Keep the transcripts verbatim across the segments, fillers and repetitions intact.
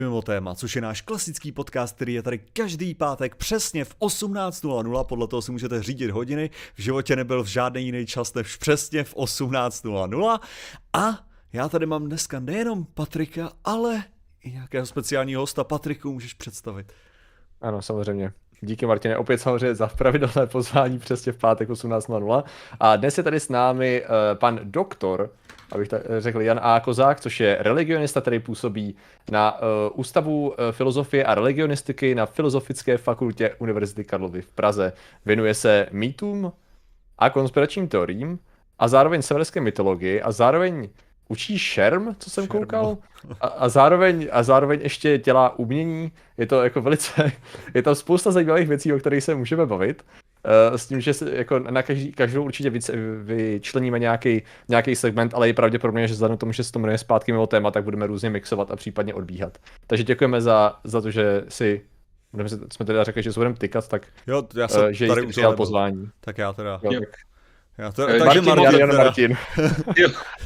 Mimo téma, což je náš klasický podcast, který je tady každý pátek přesně v osmnáct nula nula, podle toho si můžete řídit hodiny, v životě nebyl v žádný jiný čas než přesně v osmnáct nula nula a já tady mám dneska nejenom Patrika, ale i nějakého speciálního hosta. Patriku, můžeš představit? Ano, samozřejmě. Díky, Martine, opět samozřejmě za pravidelné pozvání přesně v pátek osmnáct nula nula. A dnes je tady s námi uh, pan doktor, abych tak řekl, Jan A. Kozák, což je religionista, který působí na uh, Ústavu uh, filozofie a religionistiky na Filozofické fakultě Univerzity Karlovy v Praze. Věnuje se mýtům a konspiračním teoriím a zároveň severské mytologii a zároveň učí šerm, co jsem Šerm. koukal, a, a, zároveň, a zároveň ještě dělá umění. Je to jako velice, je tam spousta zajímavých věcí, o kterých se můžeme bavit. Uh, s tím, že se, jako na každý, každou určitě víc, vyčleníme nějaký, nějaký segment, ale je pravděpodobně, že vzhledem k tomu, že se to jmenuje Zpátky mimo téma, tak budeme různě mixovat a případně odbíhat. Takže děkujeme za, za to, že si, budeme si, jsme teda řekli, že se budeme tykat, tak jo, já jsem uh, že jsi přijal pozvání. Tak já teda. Jo, tak. Já to, Eh, takže Martin, Martin, Jan, teda. Martin. Jo.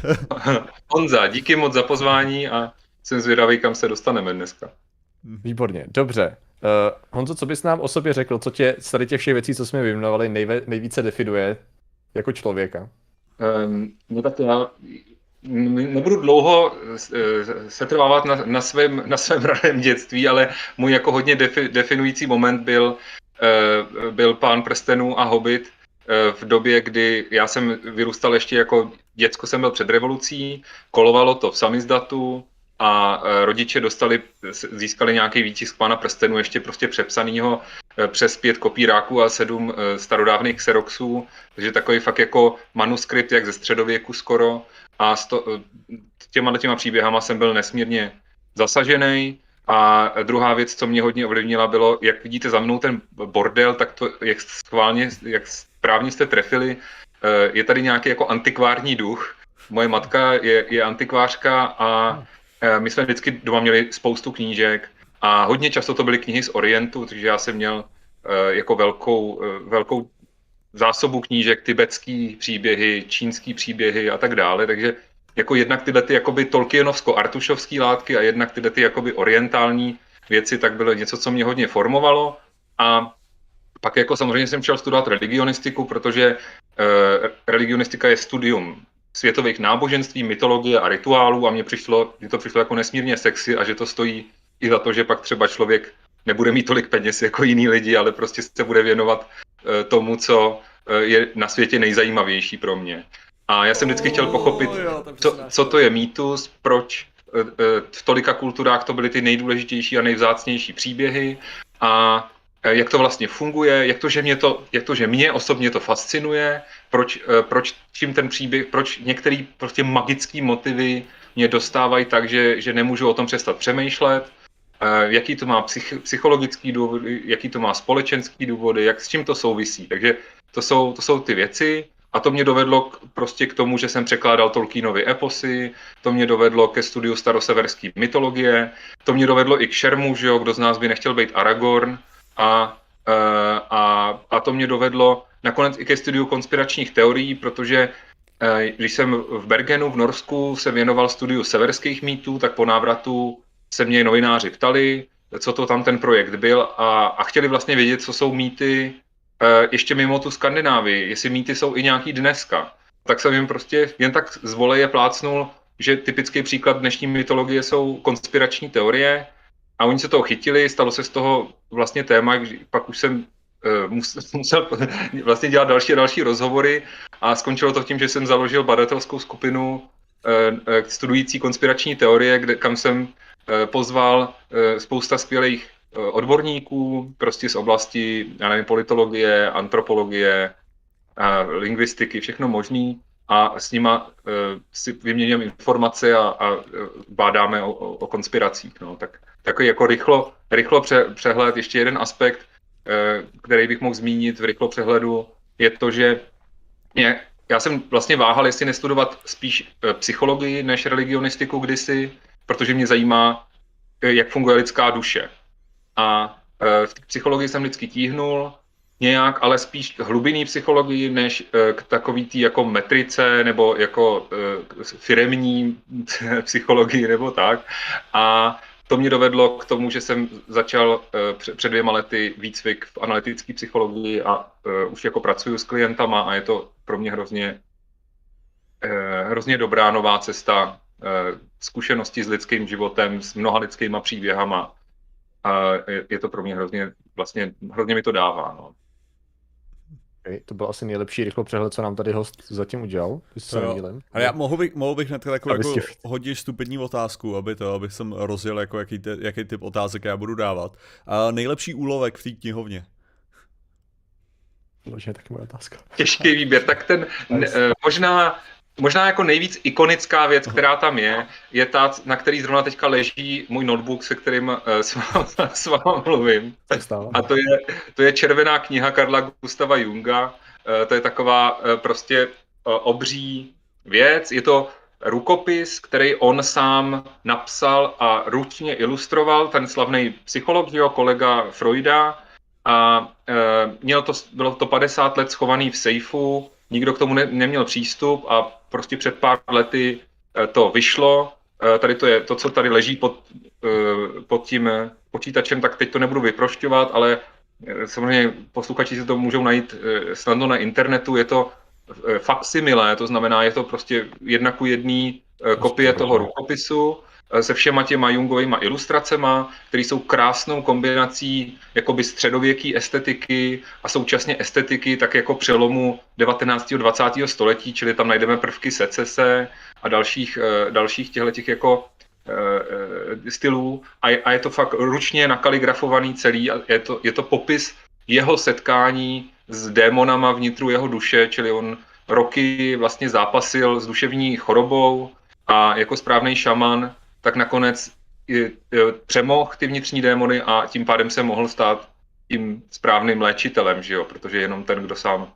Honza, díky moc za pozvání a jsem zvědavý, kam se dostaneme dneska. Výborně, dobře. Uh, Honzo, co bys nám o sobě řekl, co tě z tady těch všech věcí, co jsme vyjmenovali, nejve, nejvíce definuje jako člověka? Um, no tak já nebudu dlouho setrvávat na, na, svém, na svém raném dětství, ale můj jako hodně defi, definující moment byl, uh, byl Pán prstenů a Hobbit uh, v době, kdy já jsem vyrůstal ještě jako děcko, jsem byl před revolucí, kolovalo to v samizdatu, a rodiče dostali, získali nějaký výtisk Pána prstenů, ještě prostě přepsanýho přes pět kopíráků a sedm starodávných xeroxů, takže takový fakt jako manuskript, jak ze středověku skoro. A s to, těma těma příběhama jsem byl nesmírně zasažený. A druhá věc, co mě hodně ovlivnila, bylo, jak vidíte za mnou ten bordel, tak to, jak schválně, jak správně jste trefili, je tady nějaký jako antikvární duch. Moje matka je, je antikvářka a my jsme vždycky doma měli spoustu knížek a hodně často to byly knihy z Orientu, takže já jsem měl jako velkou, velkou zásobu knížek, tibetský příběhy, čínský příběhy a tak dále, takže jako jednak tyhle ty jakoby tolkienovsko-artušovský látky a jednak tyhle ty jakoby orientální věci, tak bylo něco, co mě hodně formovalo. A pak jako samozřejmě jsem chtěl studovat religionistiku, protože religionistika je studium světových náboženství, mytologie a rituálů a mně přišlo, že to přišlo jako nesmírně sexy a že to stojí i za to, že pak třeba člověk nebude mít tolik peněz jako jiný lidi, ale prostě se bude věnovat tomu, co je na světě nejzajímavější pro mě. A já jsem vždycky chtěl pochopit, co, co to je mýtus, proč v tolika kulturách to byly ty nejdůležitější a nejvzácnější příběhy a jak to vlastně funguje, jak to, že mě, to, jak to, že mě osobně to fascinuje, proč, proč, čím ten příběh, proč některé prostě magické motivy mě dostávají tak, že, že nemůžu o tom přestat přemýšlet, jaký to má psych, psychologický důvody, jaký to má společenský důvody, jak s čím to souvisí. Takže to jsou, to jsou ty věci a to mě dovedlo k, prostě k tomu, že jsem překládal Tolkienovy eposy, to mě dovedlo ke studiu staroseverské mytologie, to mě dovedlo i k šermu, že jo, kdo z nás by nechtěl být Aragorn. A, a, a to mě dovedlo nakonec i ke studiu konspiračních teorií, protože když jsem v Bergenu v Norsku se věnoval studiu severských mýtů, tak po návratu se mě novináři ptali, co to tam ten projekt byl a, a chtěli vlastně vědět, co jsou mýty ještě mimo tu Skandinávii, jestli mýty jsou i nějaký dneska. Tak jsem jim prostě jen tak z voleje plácnul, že typický příklad dnešní mytologie jsou konspirační teorie. A oni se toho chytili, stalo se z toho vlastně téma, pak už jsem uh, musel, musel vlastně dělat další a další rozhovory a skončilo to tím, že jsem založil badatelskou skupinu uh, studující konspirační teorie, kde, kam jsem uh, pozval uh, spousta skvělých uh, odborníků, prostě z oblasti, já nevím, politologie, antropologie, uh, lingvistiky, všechno možný. A s nima uh, si vyměňujeme informace a, a bádáme o, o, o konspiracích. No. Tak, takový jako rychlo, rychlo pře, přehled, ještě jeden aspekt, uh, který bych mohl zmínit v rychlo přehledu, je to, že je, já jsem vlastně váhal, jestli nestudovat spíš uh, psychologii než religionistiku kdysi, protože mě zajímá, uh, jak funguje lidská duše. A uh, v psychologii jsem vždycky tíhnul, nějak, ale spíš hlubinný psychologii, než k takový tý jako metrice nebo jako firemní psychologii nebo tak. A to mě dovedlo k tomu, že jsem začal před dvěma lety výcvik v analytické psychologii a už jako pracuju s klientama a je to pro mě hrozně, hrozně dobrá nová cesta zkušenosti s lidským životem, s mnoha lidskýma příběhama. A je to pro mě hrozně, vlastně hrozně mi to dává. No. Okay, to byl asi nejlepší rychlo přehled, co nám tady host zatím udělal. Ale já mohl bych, mohl bych hned takovou jako hodně stupidní otázku, aby to, abych jsem rozjel, jako jaký, te, jaký typ otázek já budu dávat. A nejlepší úlovek v té knihovně? To je taky moje otázka. Těžký výběr, tak ten ne, možná, možná jako nejvíc ikonická věc, která tam je, je ta, na který zrovna teďka leží můj notebook, se kterým uh, s, váma, s váma mluvím. A to je, to je červená kniha Karla Gustava Junga. Uh, to je taková uh, prostě uh, obří věc. Je to rukopis, který on sám napsal a ručně ilustroval, ten slavný psycholog, jo, kolega Freuda. A uh, měl to, bylo to padesát let schovaný v sejfu, nikdo k tomu ne, neměl přístup a prostě před pár lety uh, to vyšlo. Uh, tady to je to, co tady leží pod, uh, pod tím počítačem, tak teď to nebudu vyprošťovat, ale uh, samozřejmě posluchači si to můžou najít uh, snadno na internetu. Je to uh, faksimile, to znamená, je to prostě jedna ku jedný uh, kopie toho rukopisu se všema těma Jungovýma ilustracema, které jsou krásnou kombinací jakoby středověké estetiky a současně estetiky tak jako přelomu devatenáctého dvacátého století, čili tam najdeme prvky secese a dalších, dalších těchto jako stylů a je, a je to fakt ručně nakaligrafovaný celý a je to, je to popis jeho setkání s démonama vnitru jeho duše, čili on roky vlastně zápasil s duševní chorobou a jako správný šaman tak nakonec přemohl ty vnitřní démony a tím pádem se mohl stát tím správným léčitelem, že jo? Protože jenom ten, kdo sám,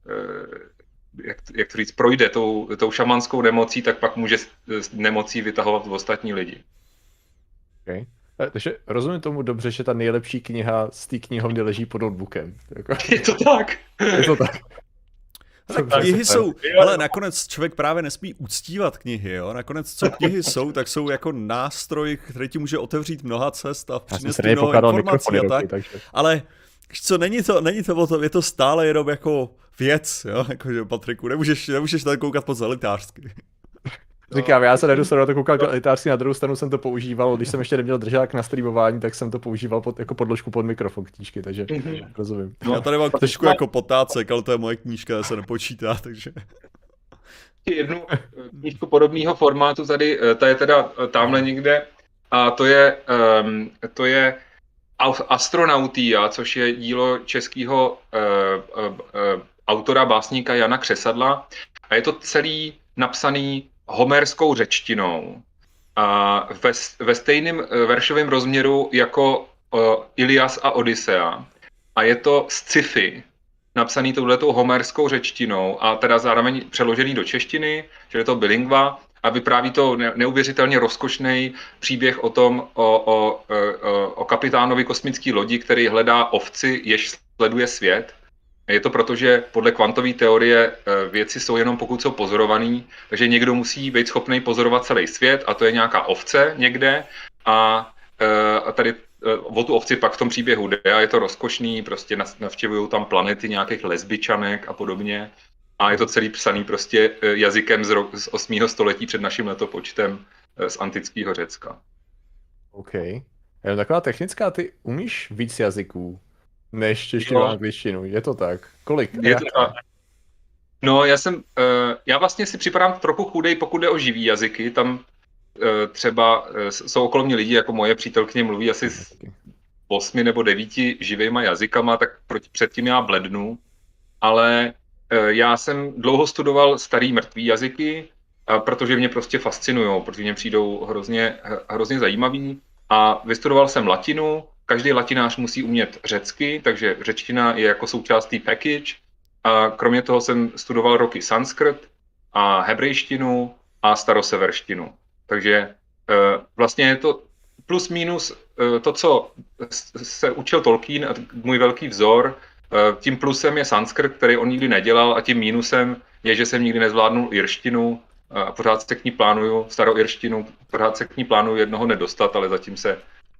jak, jak to říct, projde tou, tou šamanskou nemocí, tak pak může s nemocí vytahovat v ostatní lidi. Okay. Takže rozumím tomu dobře, že ta nejlepší kniha z té knihovny leží pod notebookem. Je to tak. Je to tak. Ale knihy jsou, ale nakonec člověk právě nesmí uctívat knihy, jo? Nakonec co knihy jsou, tak jsou jako nástroj, který ti může otevřít mnoha cest a přinést ti mnoho informací a tak, roky, takže... ale co, není to, není to o tom, je to stále jenom jako věc, jo? Jakože Patriku, nemůžeš, nemůžeš tady koukat pod elitářsky. Říkám, já se nejdu se na to koukal elitářsky, na druhou stranu jsem to používal, když jsem ještě neměl držák na streamování, tak jsem to používal pod, jako podložku pod mikrofon knížky, takže mm-hmm. rozumím. No, já tady mám knížku jako potácek, ale to je moje knížka, se nepočítá, takže... Jednu knížku podobného formátu tady, ta je teda tamhle někde, a to je, um, to je Astronautia, což je dílo českého uh, uh, uh, autora, básníka Jana Křesadla, a je to celý napsaný homerskou řečtinou a ve, ve stejném veršovém rozměru jako uh, Ilias a Odyssea. A je to sci-fi, napsaný touhletou homerskou řečtinou a teda zároveň přeložený do češtiny, že je to bilingva a vypráví to ne, neuvěřitelně rozkošný příběh o tom, o, o, o, o kapitánovi kosmické lodi, který hledá ovci, jež sleduje svět. Je to proto, že podle kvantové teorie věci jsou jenom pokud jsou pozorovaný, takže někdo musí být schopný pozorovat celý svět a to je nějaká ovce někde a, a tady o tu ovci pak v tom příběhu jde a je to rozkošný, prostě navštěvují tam planety nějakých lesbičanek a podobně a je to celý psaný prostě jazykem z, ro- z osmého století před naším letopočtem z antického Řecka. OK. Jenom taková technická, ty umíš víc jazyků než češtinu a angličtinu, je to tak? Kolik? Je to tak. No, já jsem, uh, já vlastně si připadám trochu chudej, pokud jde o živý jazyky, tam uh, třeba uh, jsou okolo mě lidi, jako moje přítelkyně mluví asi s osmi nebo devíti živýma jazykama, tak proti, předtím já blednu, ale uh, já jsem dlouho studoval starý mrtvý jazyky, uh, protože mě prostě fascinujou, protože mě přijdou hrozně, hrozně zajímavý a vystudoval jsem latinu. Každý latinář musí umět řecky, takže řečtina je jako součást té package. A kromě toho jsem studoval roky sanskrt a hebrejštinu a staroseverštinu. Takže vlastně je to plus minus to, co se učil Tolkien, můj velký vzor. Tím plusem je sanskrt, který on nikdy nedělal, a tím mínusem je, že jsem nikdy nezvládnul irštinu. A pořád se k ní plánuju, staroirštinu, pořád se k ní plánuju jednoho nedostat, ale zatím se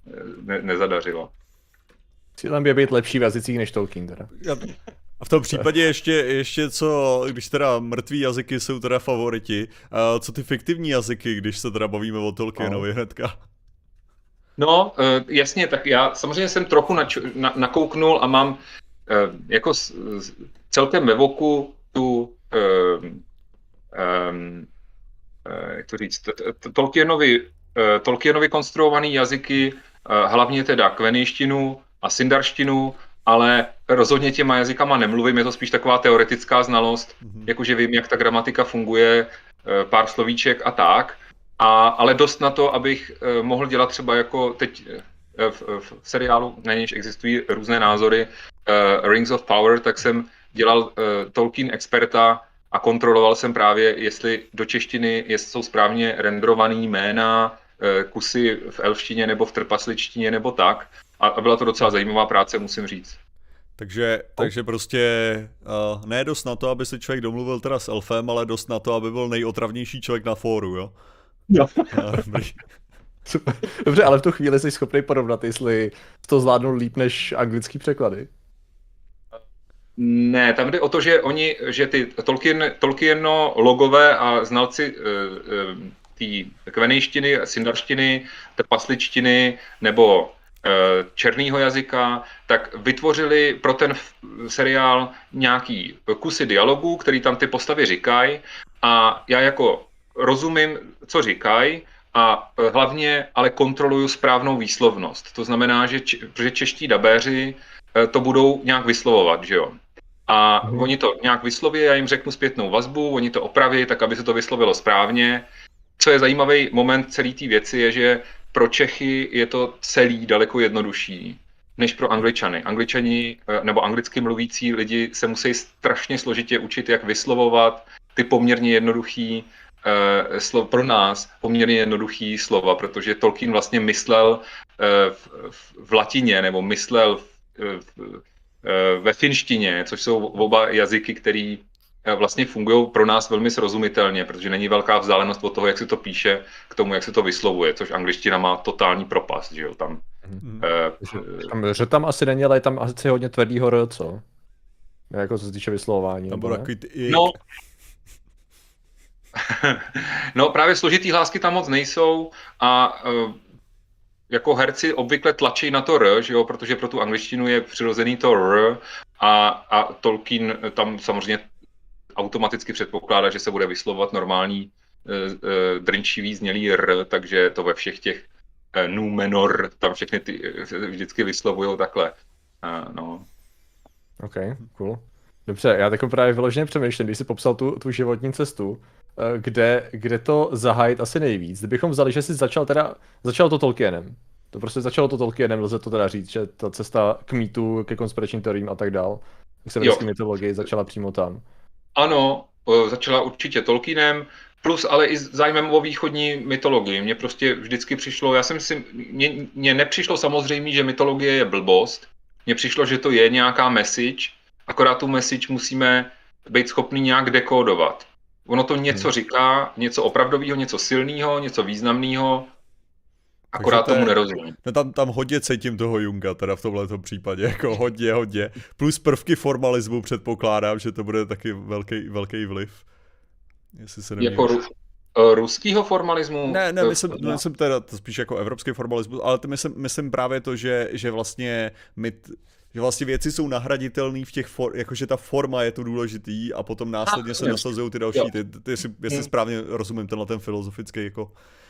ne, nezadařilo. Cílem je být lepší v jazycích než Tolkien teda. A v tom případě ještě, ještě co, když teda mrtví jazyky jsou teda favoriti, a co ty fiktivní jazyky, když se teda bavíme o Tolkienovi hnedka? No, jasně, tak já samozřejmě jsem trochu nač, na, nakouknul a mám jako s, celkem ve voku tu, um, um, jak to říct, Tolkienovi, Tolkienovi konstruovaný jazyky, hlavně teda kvenejštinu a sindarštinu, ale rozhodně těma jazykama nemluvím, je to spíš taková teoretická znalost, mm-hmm. jakože vím, jak ta gramatika funguje, pár slovíček a tak, a, ale dost na to, abych mohl dělat třeba jako teď v, v seriálu, na nějž existují různé názory, uh, Rings of Power, tak jsem dělal uh, Tolkien experta a kontroloval jsem právě, jestli do češtiny jestli jsou správně renderovaný jména, uh, kusy v elfštině nebo v trpasličtině nebo tak. A, a byla to docela zajímavá práce, musím říct. Takže, takže prostě uh, ne dost na to, aby se člověk domluvil teda s elfem, ale dost na to, aby byl nejotravnější člověk na fóru, jo? Jo. Super. Dobře, ale v tu chvíli jsi schopný porovnat, jestli to zvládnou líp než anglický překlady. Ne, tam jde o to, že oni, že ty Tolkien, Tolkieno logové a znalci uh, uh, té kvenejštiny, sindarštiny, trpasličtiny nebo uh, černýho jazyka, tak vytvořili pro ten seriál nějaký kusy dialogů, který tam ty postavy říkají, a já jako rozumím, co říkají, a hlavně ale kontroluju správnou výslovnost. To znamená, že, č- že čeští dabéři to budou nějak vyslovovat, že jo. A mm. oni to nějak vysloví, já jim řeknu zpětnou vazbu, oni to opraví, tak aby se to vyslovilo správně. Co je zajímavý moment celé té věci je, že pro Čechy je to celý daleko jednodušší než pro Angličany. Angličani nebo anglicky mluvící lidi se musí strašně složitě učit, jak vyslovovat ty poměrně jednoduchý Uh, slov, pro nás poměrně jednoduchý slova, protože Tolkien vlastně myslel uh, v, v, v latině, nebo myslel v, v, uh, ve finštině, což jsou oba jazyky, které uh, vlastně fungují pro nás velmi srozumitelně, protože není velká vzdálenost od toho, jak se to píše, k tomu, jak se to vyslovuje, což angličtina má totální propast, že jo, tam. Mm. Uh, tam že tam asi není, ale je tam asi hodně tvrdýho r, co? Jako co se týče vyslovování. Tam bylo takový t- no, no právě složitý hlásky tam moc nejsou a uh, jako herci obvykle tlačí na to r, že jo, protože pro tu angličtinu je přirozený to r a, a Tolkien tam samozřejmě automaticky předpokládá, že se bude vyslovovat normální uh, uh, drnčivý znělý r, takže to ve všech těch uh, Númenor, tam všechny ty uh, vždycky vyslovujou takhle. Uh, no. OK, cool. Dobře, já takový právě vyloženě přemýšlím, když jsi popsal tu, tu životní cestu, kde, kde to zahájit asi nejvíc. Kdybychom vzali, že jsi začal teda, začal to Tolkienem. To prostě začalo to Tolkienem, lze to teda říct, že ta cesta k mýtu, ke konspiračním teoriím a tak dál, k severské mytologii začala přímo tam. Ano, začala určitě Tolkienem, plus ale i zájmem o východní mytologii. Mně prostě vždycky přišlo, já jsem si, mně, mně nepřišlo samozřejmě, že mytologie je blbost. Mně přišlo, že to je nějaká message, akorát tu message musíme být schopný nějak dekódovat. Ono to něco hmm. říká, něco opravdového, něco silného, něco významného, akorát tomu nerozumím. No tam, tam hodně cítím toho Junga, teda v tomhletom případě, jako hodně, hodně. Plus prvky formalismu předpokládám, že to bude taky velký, velký vliv. Jestli se jako ru, ruskýho formalismu? Ne, ne, myslím, no. myslím teda to spíš jako evropský formalismus, ale to myslím, myslím právě to, že, že vlastně my... Že vlastně věci jsou nahraditelné v těch for, jakože ta forma je to důležitý a potom následně se nasazují ty další, ty, ty, jestli, jestli správně rozumím tenhle ten filozofický jako...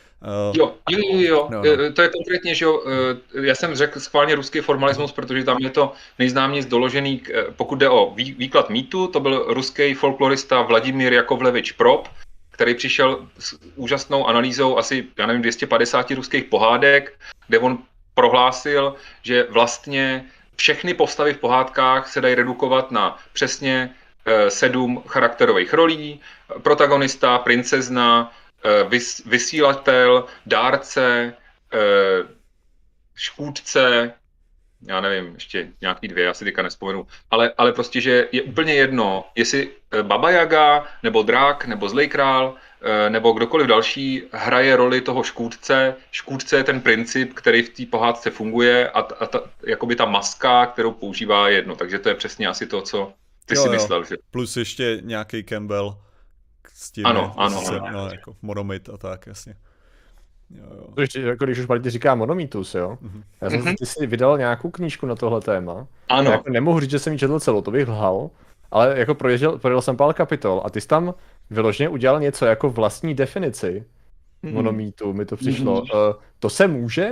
Uh, jo, jo, jo, jo. No, no. To je konkrétně, že jo, já jsem řekl schválně ruský formalismus, protože tam je to nejznáměji doložený, pokud jde o vý, výklad mýtu, to byl ruský folklorista Vladimír Jakovlevič Prop, který přišel s úžasnou analýzou asi, já nevím, dvě stě padesát ruských pohádek, kde on prohlásil, že vlastně všechny postavy v pohádkách se dají redukovat na přesně e, sedm charakterových rolí. Protagonista, princezna, e, vys, vysílatel, dárce, e, škůdce, já nevím, ještě nějaký dvě, já si teďka nespomenu, ale, ale prostě, že je úplně jedno, jestli Baba Jaga, nebo drak, nebo zlej král, nebo kdokoliv další hraje roli toho škůdce. Škůdce je ten princip, který v té pohádce funguje a, a ta, jakoby ta maska, kterou používá, je jedno. Takže to je přesně asi to, co ty jo, si jo. myslel. Že... Plus ještě nějaký Campbell s tím, ano, ano, s, ano. no, jako monomyt a tak, jasně. Jo, jo. To ještě, jako když už Martin říká monomýtus, jo. Mm-hmm. Já jsem si, ty jsi vydal nějakou knížku na tohle téma. Ano. Já jako nemohu říct, že jsem ji četl celou, to bych lhal, ale jako proježděl, projel jsem pár kapitol a ty jsi tam vyloženě udělal něco jako vlastní definici mm-hmm. monomýtu, mi to přišlo. Mm-hmm. Uh, to se může?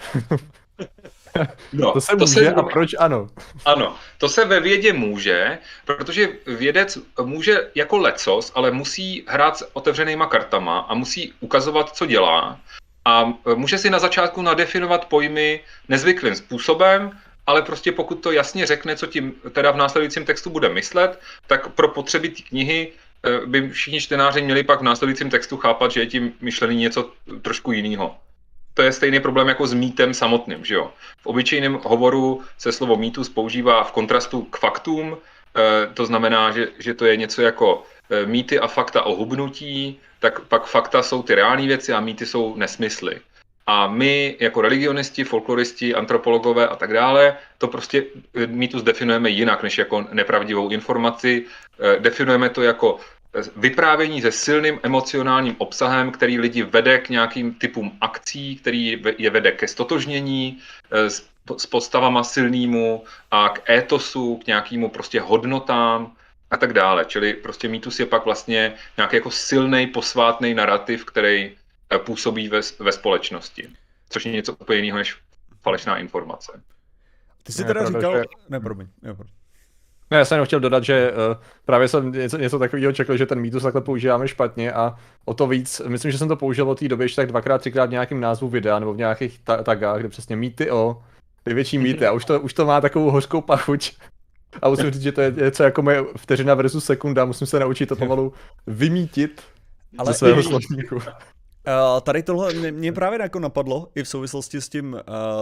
No, to se to může se... a proč ano? Ano, to se ve vědě může, protože vědec může jako lecos, ale musí hrát s otevřenýma kartama a musí ukazovat, co dělá. A může si na začátku nadefinovat pojmy nezvyklým způsobem, ale prostě pokud to jasně řekne, co tím teda v následujícím textu bude myslet, tak pro potřeby té knihy by všichni čtenáři měli pak v následujícím textu chápat, že je tím myšlený něco trošku jiného. To je stejný problém jako s mýtem samotným, že jo. V obyčejném hovoru se slovo mýtus používá v kontrastu k faktům, to znamená, že, že to je něco jako mýty a fakta o hubnutí, tak pak fakta jsou ty reální věci a mýty jsou nesmysly. A my jako religionisti, folkloristi, antropologové a tak dále, to prostě mýtus definujeme jinak než jako nepravdivou informaci. Definujeme to jako vyprávění se silným emocionálním obsahem, který lidi vede k nějakým typům akcí, který je vede ke stotožnění s, s postavama silnýmu a k étosu, k nějakému prostě hodnotám a tak dále. Čili prostě mýtus je pak vlastně nějaký jako silný posvátný narrativ, který působí ve, ve společnosti. Což je něco úplně jiného než falešná informace. Ty jsi teda říkal... Ne, promiň. Ne, promiň. Ne, já jsem jenom chtěl dodat, že uh, právě jsem něco, něco takového čekal, že ten mýtus takhle používáme špatně a o to víc, myslím, že jsem to použil od té doby ještě tak dvakrát, třikrát v nějakém názvu videa nebo v nějakých ta- tagach, kde přesně mýty o největší mýty a už to, už to má takovou hořkou pachuť. A musím říct, že to je něco jako moje vteřina versus sekunda, musím se naučit to pomalu vymítit ale ze svého i... slovníku. Uh, tady tohle mě, mě právě jako napadlo i v souvislosti s tím, uh,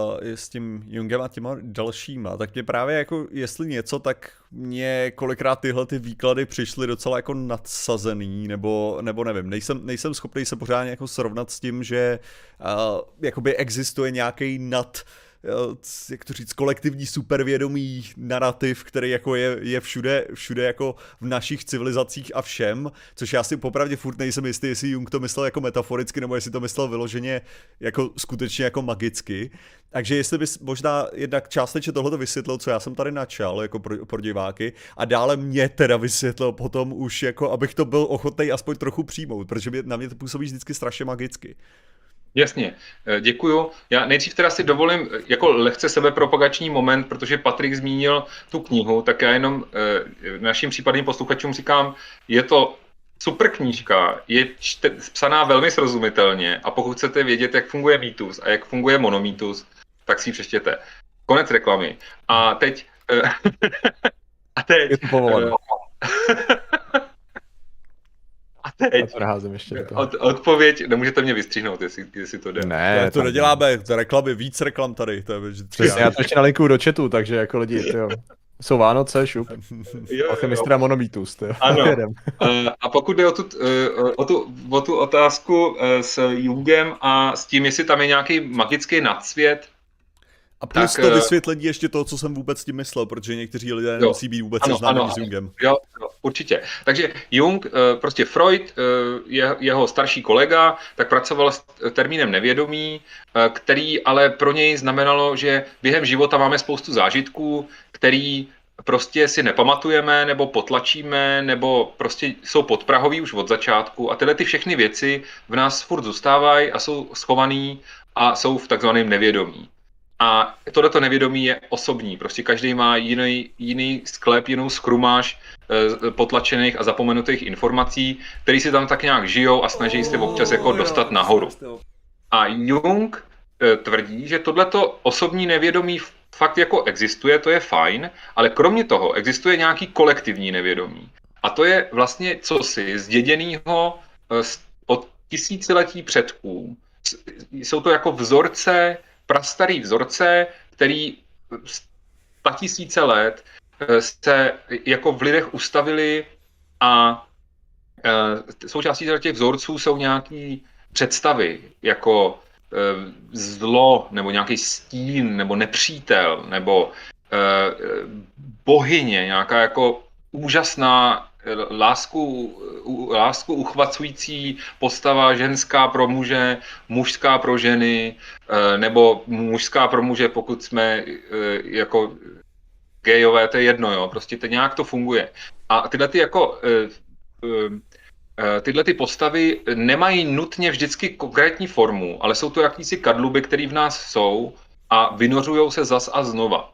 s tím Jungem a těma dalšíma, tak mě právě jako, jestli něco, tak mě kolikrát tyhle ty výklady přišly docela jako nadsazený, nebo, nebo nevím, nejsem, nejsem schopný se pořádně jako srovnat s tím, že uh, jakoby existuje nějaký nad, jak to říct, kolektivní supervědomý narrativ, který jako je, je všude, všude jako v našich civilizacích a všem, což já si popravdě furt nejsem jistý, jestli Jung to myslel jako metaforicky, nebo jestli to myslel vyloženě jako skutečně jako magicky. Takže jestli bys možná jednak částečně tohleto vysvětlil, co já jsem tady načal jako pro, pro diváky, a dále mě teda vysvětlil potom už jako, abych to byl ochotný aspoň trochu přijmout, protože mě, na mě to působí vždycky strašně magicky. Jasně, děkuju. Já nejdřív teda si dovolím jako lehce sebepropagační moment, protože Patrik zmínil tu knihu, tak já jenom našim případným posluchačům říkám, je to super knížka, je čte, psaná velmi srozumitelně a pokud chcete vědět, jak funguje mýtus a jak funguje monomýtus, tak si ji přečtěte. Konec reklamy. A teď... a teď... Je to povolené. A teď ještě od, odpověď, nemůžete mě vystřihnout, jestli, jestli to jde. Ne, to neděláme, to reklamy, víc reklam tady. To je, Přesně, já to ještě nalinkuju do chatu, takže jako lidi, jo. Jsou Vánoce, šup. Alchemistra monomýtus, jo. Ano. A pokud jde o tu, o, tu, o tu otázku s Jungem a s tím, jestli tam je nějaký magický nadsvět, a plus tak, to vysvětlení ještě toho, co jsem vůbec tím myslel, protože někteří lidé nemusí být vůbec seznámení s Jungem. Jo, jo, určitě. Takže Jung, prostě Freud, je, jeho starší kolega, tak pracoval s termínem nevědomí, který ale pro něj znamenalo, že během života máme spoustu zážitků, který prostě si nepamatujeme, nebo potlačíme, nebo prostě jsou podprahový už od začátku a tyhle ty všechny věci v nás furt zůstávají a jsou schovaný a jsou v takzvaném nevědomí. A tohleto nevědomí je osobní, prostě každý má jiný, jiný sklep, jinou skrumáž e, potlačených a zapomenutých informací, které si tam tak nějak žijou a snaží se občas jako dostat nahoru. A Jung e, tvrdí, že tohleto osobní nevědomí fakt jako existuje, to je fajn, ale kromě toho existuje nějaký kolektivní nevědomí. A to je vlastně cosi zděděnýho e, od tisíciletí předků. Jsou to jako vzorce, prastarý vzorce, který statisíce let se jako v lidech ustavili a součástí těch vzorců jsou nějaký představy, jako zlo, nebo nějaký stín, nebo nepřítel, nebo bohyně, nějaká jako úžasná lásku, lásku uchvacující postava, ženská pro muže, mužská pro ženy, nebo mužská pro muže, pokud jsme jako gejové, to je jedno, jo, prostě to nějak to funguje. A tyhle ty jako tyhle ty postavy nemají nutně vždycky konkrétní formu, ale jsou to jakýsi kadluby, které v nás jsou a vynořujou se zas a znova.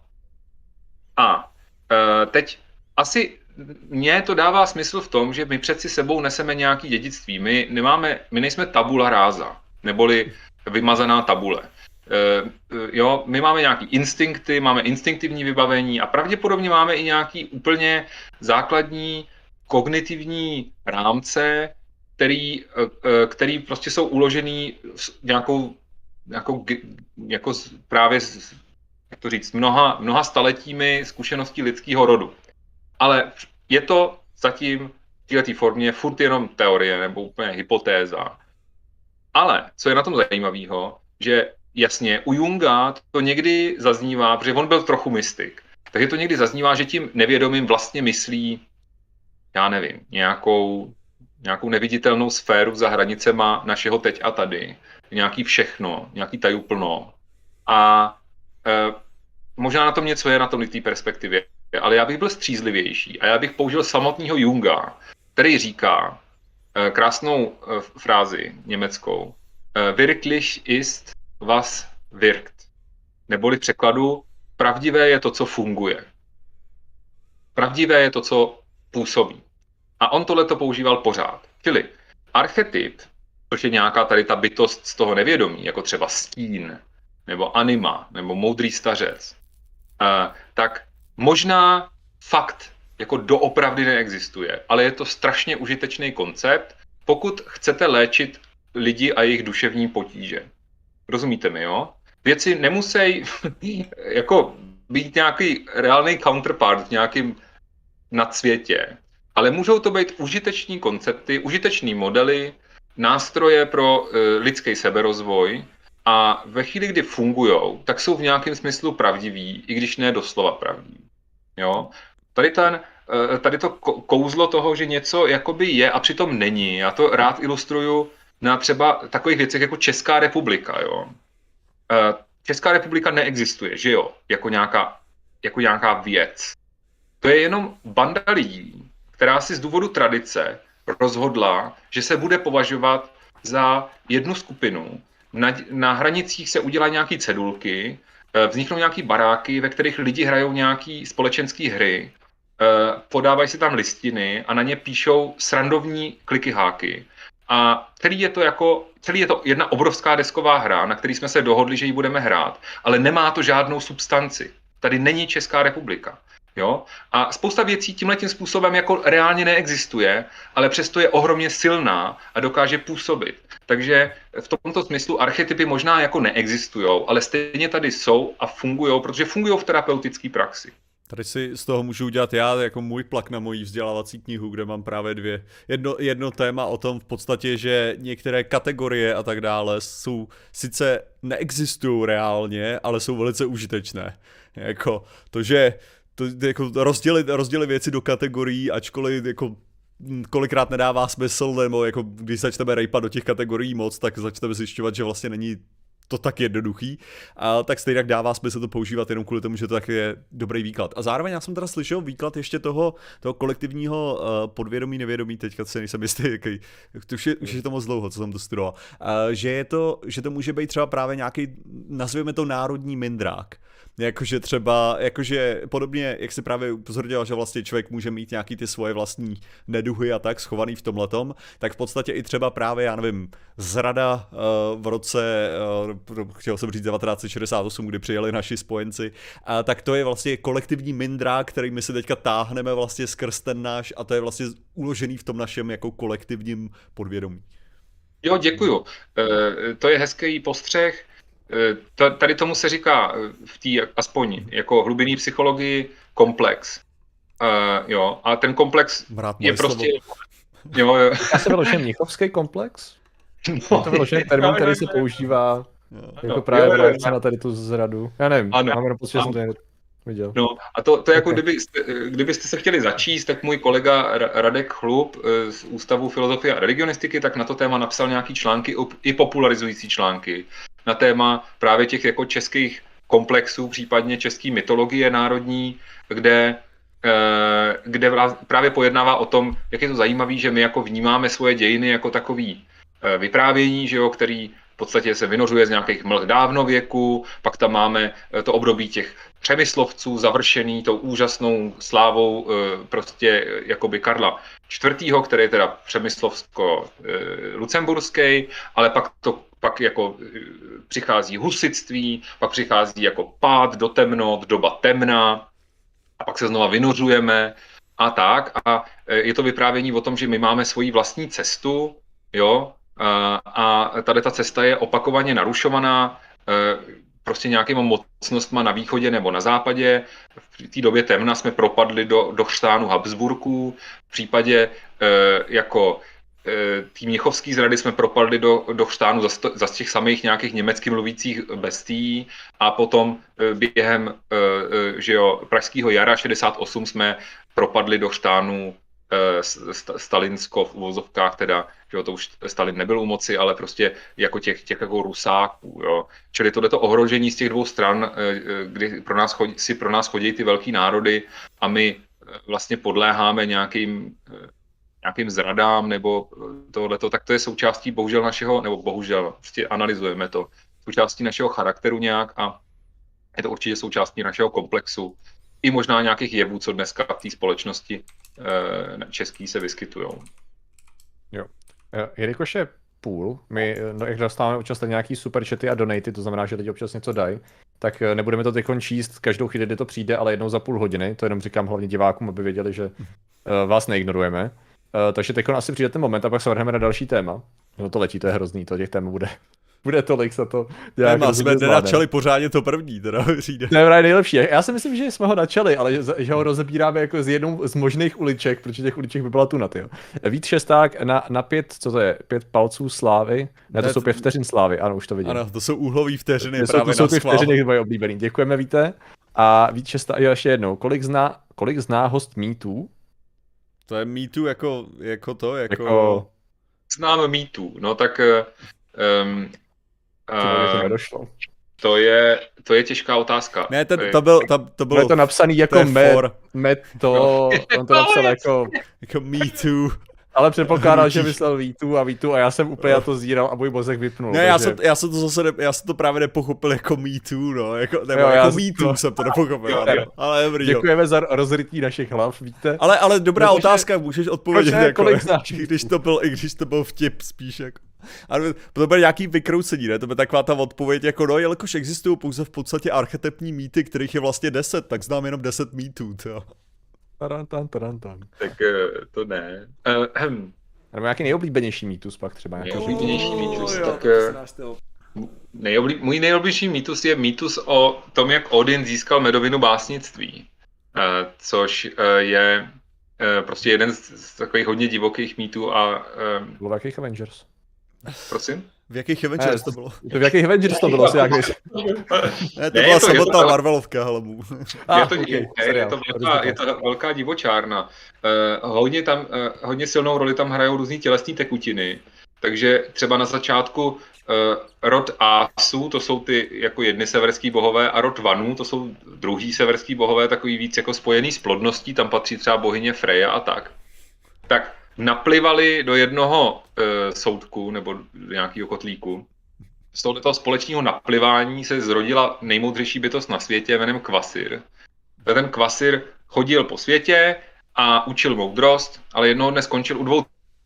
A teď asi mně to dává smysl v tom, že my přeci sebou neseme nějaký dědictví. My, nemáme, my nejsme tabula ráza, neboli vymazaná tabule. Jo, my máme nějaký instinkty, máme instinktivní vybavení a pravděpodobně máme i nějaký úplně základní kognitivní rámce, který, který prostě jsou uložený nějakou, nějakou jako právě, jak to říct, mnoha, mnoha staletími zkušeností lidského rodu. Ale je to zatím v této formě furt jenom teorie nebo úplně hypotéza. Ale co je na tom zajímavého, že jasně, u Junga to někdy zaznívá, protože on byl trochu mystik, takže to někdy zaznívá, že tím nevědomým vlastně myslí, já nevím, nějakou, nějakou neviditelnou sféru za hranicema našeho teď a tady, nějaký všechno, nějaký tajuplno. A e, možná na tom něco je na tom té perspektivě, ale já bych byl střízlivější a já bych použil samotného Junga, který říká e, krásnou e, frázi německou, e, wirklich ist, was wirkt. Neboli v překladu, pravdivé je to, co funguje. Pravdivé je to, co působí. A on tohleto používal pořád. Čili archetyp, což je nějaká tady ta bytost z toho nevědomí, jako třeba stín, nebo anima, nebo moudrý stařec, uh, tak možná fakt jako doopravdy neexistuje, ale je to strašně užitečný koncept, pokud chcete léčit lidi a jejich duševní potíže. Rozumíte mi, jo? Věci nemusí jako být nějaký reálný counterpart v nějakým nadsvětě, ale můžou to být užiteční koncepty, užitečný modely, nástroje pro uh, lidský seberozvoj a ve chvíli, kdy fungujou, tak jsou v nějakém smyslu pravdiví, i když ne doslova pravdiví. Jo? Tady, ten, uh, tady to kouzlo toho, že něco jakoby je a přitom není, já to rád ilustruju na třeba takových věcech jako Česká republika. Jo? Uh, Česká republika neexistuje, že jo, jako nějaká, jako nějaká věc. To je jenom banda lidí, která si z důvodu tradice rozhodla, že se bude považovat za jednu skupinu. Na, na hranicích se udělají nějaké cedulky, vzniknou nějaké baráky, ve kterých lidi hrajou nějaké společenské hry, podávají si tam listiny a na ně píšou srandovní kliky háky. A celý je to jako, celý je to jedna obrovská desková hra, na který jsme se dohodli, že ji budeme hrát, ale nemá to žádnou substanci. Tady není Česká republika. Jo? A spousta věcí tímhletím způsobem jako reálně neexistuje, ale přesto je ohromně silná a dokáže působit. Takže v tomto smyslu archetypy možná jako neexistujou, ale stejně tady jsou a fungují, protože fungují v terapeutické praxi. Tady si z toho můžu udělat já jako můj plak na moji vzdělávací knihu, kde mám právě dvě. Jedno, jedno téma o tom v podstatě, že některé kategorie a tak dále jsou, sice neexistují reálně, ale jsou velice užitečné. Jako to, že to, jako rozdělit, rozdělit věci do kategorií, ačkoliv jako kolikrát nedává smysl, nebo jako když začneme rejpat do těch kategorií moc, tak začneme zjišťovat, že vlastně není to tak jednoduchý, a tak stejně dává smysl to používat jenom kvůli tomu, že to tak je dobrý výklad. A zároveň já jsem teda slyšel výklad ještě toho, toho kolektivního uh, podvědomí, nevědomí, teďka se nejsem jistý, jaký, už je, už je to moc dlouho, co jsem to studoval, uh, že, je to, že to může být třeba právě nějaký, nazvěme to národní mindrák. Jakože třeba, jakože podobně, jak si právě upozorňoval, že vlastně člověk může mít nějaký ty svoje vlastní neduhy a tak schovaný v tomhletom, tak v podstatě i třeba právě, já nevím, zrada uh, v roce, uh, chtěl jsem říct devatenáct set šedesát osm, kdy přijeli naši spojenci, uh, tak to je vlastně kolektivní mindrák, který my si teďka táhneme vlastně skrz ten náš a to je vlastně uložený v tom našem jako kolektivním podvědomí. Jo, děkuju. Uh, to je hezký postřeh. tady tomu se říká v té aspoň jako hlubinný psychologii komplex. Uh, jo, a ten komplex je prostě... Jo, jo. Já jsem vyložen mnichovský komplex? No, to vyložen termín, který se používá jo. jako no, právě v reakci na tady tu zradu. Já nevím, ano, mám jenom pocit, že jsem to viděl. No a to, to jako okay. kdybyste, kdybyste se chtěli začíst, tak můj kolega Radek Chlup z Ústavu filozofie a religionistiky tak na to téma napsal nějaký články, i popularizující články na téma právě těch jako českých komplexů, případně české mytologie národní, kde kde právě pojednává o tom, jak je to zajímavé, že my jako vnímáme svoje dějiny jako takový vyprávění, že jo, který v podstatě se vynořuje z nějakých mlh dávnověku, pak tam máme to období těch přemyslovců završený tou úžasnou slávou prostě jakoby Karla čtvrtého, který je teda přemyslovsko-lucemburský, ale pak to pak jako přichází husitství, pak přichází jako pád do temnot, doba temná, a pak se znova vynořujeme a tak. A je to vyprávění o tom, že my máme svoji vlastní cestu, jo, a tady ta cesta je opakovaně narušovaná prostě nějakýma mocnostma na východě nebo na západě. V té době temna jsme propadli do, do chřtánu Habsburků, v případě jako tý mnichovský zrady jsme propadli do, do chřtánu za, za těch samých nějakých německy mluvících bestií a potom během že jo, pražského jara šedesát osm jsme propadli do chřtánu Stalinsko v uvozovkách, teda, že jo, to už Stalin nebyl u moci, ale prostě jako těch, těch jako rusáků, jo. Čili tohleto ohrožení z těch dvou stran, kdy pro nás chodí, si pro nás chodí ty velký národy a my vlastně podléháme nějakým nějakým zradám nebo tohleto, tak to je součástí bohužel našeho, nebo bohužel, prostě analyzujeme to, součástí našeho charakteru nějak a je to určitě součástí našeho komplexu i možná nějakých jevů, co dneska v té společnosti eh, český se vyskytujou. Jo. Jelikož je půl, my, no, jak dostáváme občas nějaký superchaty a donaty, to znamená, že lidi občas něco dají, tak nebudeme to teď číst každou chvíli, kdy to přijde, ale jednou za půl hodiny, to jenom říkám hlavně divákům, aby věděli, že uh, vás neignorujeme. Uh, takže teď asi přijde ten moment a pak se vrhneme na další téma. No to letí, to je hrozný, to těch témat bude, bude tolik za to. Téma, jsme nenačali pořádně to první, teda přijde. To je právě nejlepší. Já si myslím, že jsme ho načali, ale že, že ho rozebíráme jako z jednou z možných uliček, protože těch uliček by byla tu na ty. Vít Šesták na, na pět, co to je, pět palců slávy? Ne, to ne, jsou pět vteřin slávy, ano, už to vidím. Ano, to jsou úhlový vteřiny, to právě jsou, to na jsou ty vteřiny tvoje oblíbený. Děkujeme, Víte. A Vít Šesták, jo, ještě jednou, kolik zná, kolik zná host mýtů? To je mýtů jako, jako to, jako... jako... Znám mýtů, no tak... Um, to nedošlo. To je, to je těžká otázka. Ne, ten, to, byl, to, to bylo... Je to napsaný jako met, met to, on to napsal jako... Jako me too. Ale předpokládal, že myslel Vítu a Vítu a já jsem úplně na to zíral a můj mozek vypnul. Ne, takže... já, jsem, já jsem to zase, ne, já jsem to právě nepochopil jako me too, no, jako, nebo jo, jako me too to... jsem to nepochopil, jo, ale, ale dobrý, děkujeme jo. za rozrytí našich hlav, víte. Ale, ale dobrá protože... otázka, můžeš odpovědět, ne, jako, kolik znáš? I když to byl, i když to byl vtip spíš, jako. Ale to bude nějaký vykroucení, ne? To bude taková ta odpověď jako no, jelikož existují pouze v podstatě archetypní mýty, kterých je vlastně deset, tak znám jenom deset mýtů, jo. Tarantan, tarantan. Tak to ne. Ehm. Nebo nějaký nejoblíbenější mýtus pak třeba. Nejoblíbenější mýtus, tak... Nejoblí... Můj nejoblíbenější mýtus je mýtus o tom, jak Odin získal medovinu básnictví. Což je prostě jeden z takových hodně divokých mýtů a... Bylo v jakých Avengers? Prosím? V jakých Avengers to bylo? To v jakých Avengers to bylo? Ne, to byla samotná Marvelovka, hele mu. Je to, okay, je, je, to velká, je to velká divočárna. Uh, hodně, tam, uh, hodně silnou roli tam hrajou různý tělesné tekutiny. Takže třeba na začátku uh, rod Ásů, to jsou ty jako jedny severský bohové, a rod Vanů, to jsou druhý severský bohové, takový víc jako spojený s plodností, tam patří třeba bohyně Freja a tak. Tak naplivali do jednoho e, soudku nebo do nějakého kotlíku. Z tohoto společného naplivání se zrodila nejmoudřejší bytost na světě jménem Kvasir. Ten Kvasir chodil po světě a učil moudrost, ale jednoho dne skončil u dvou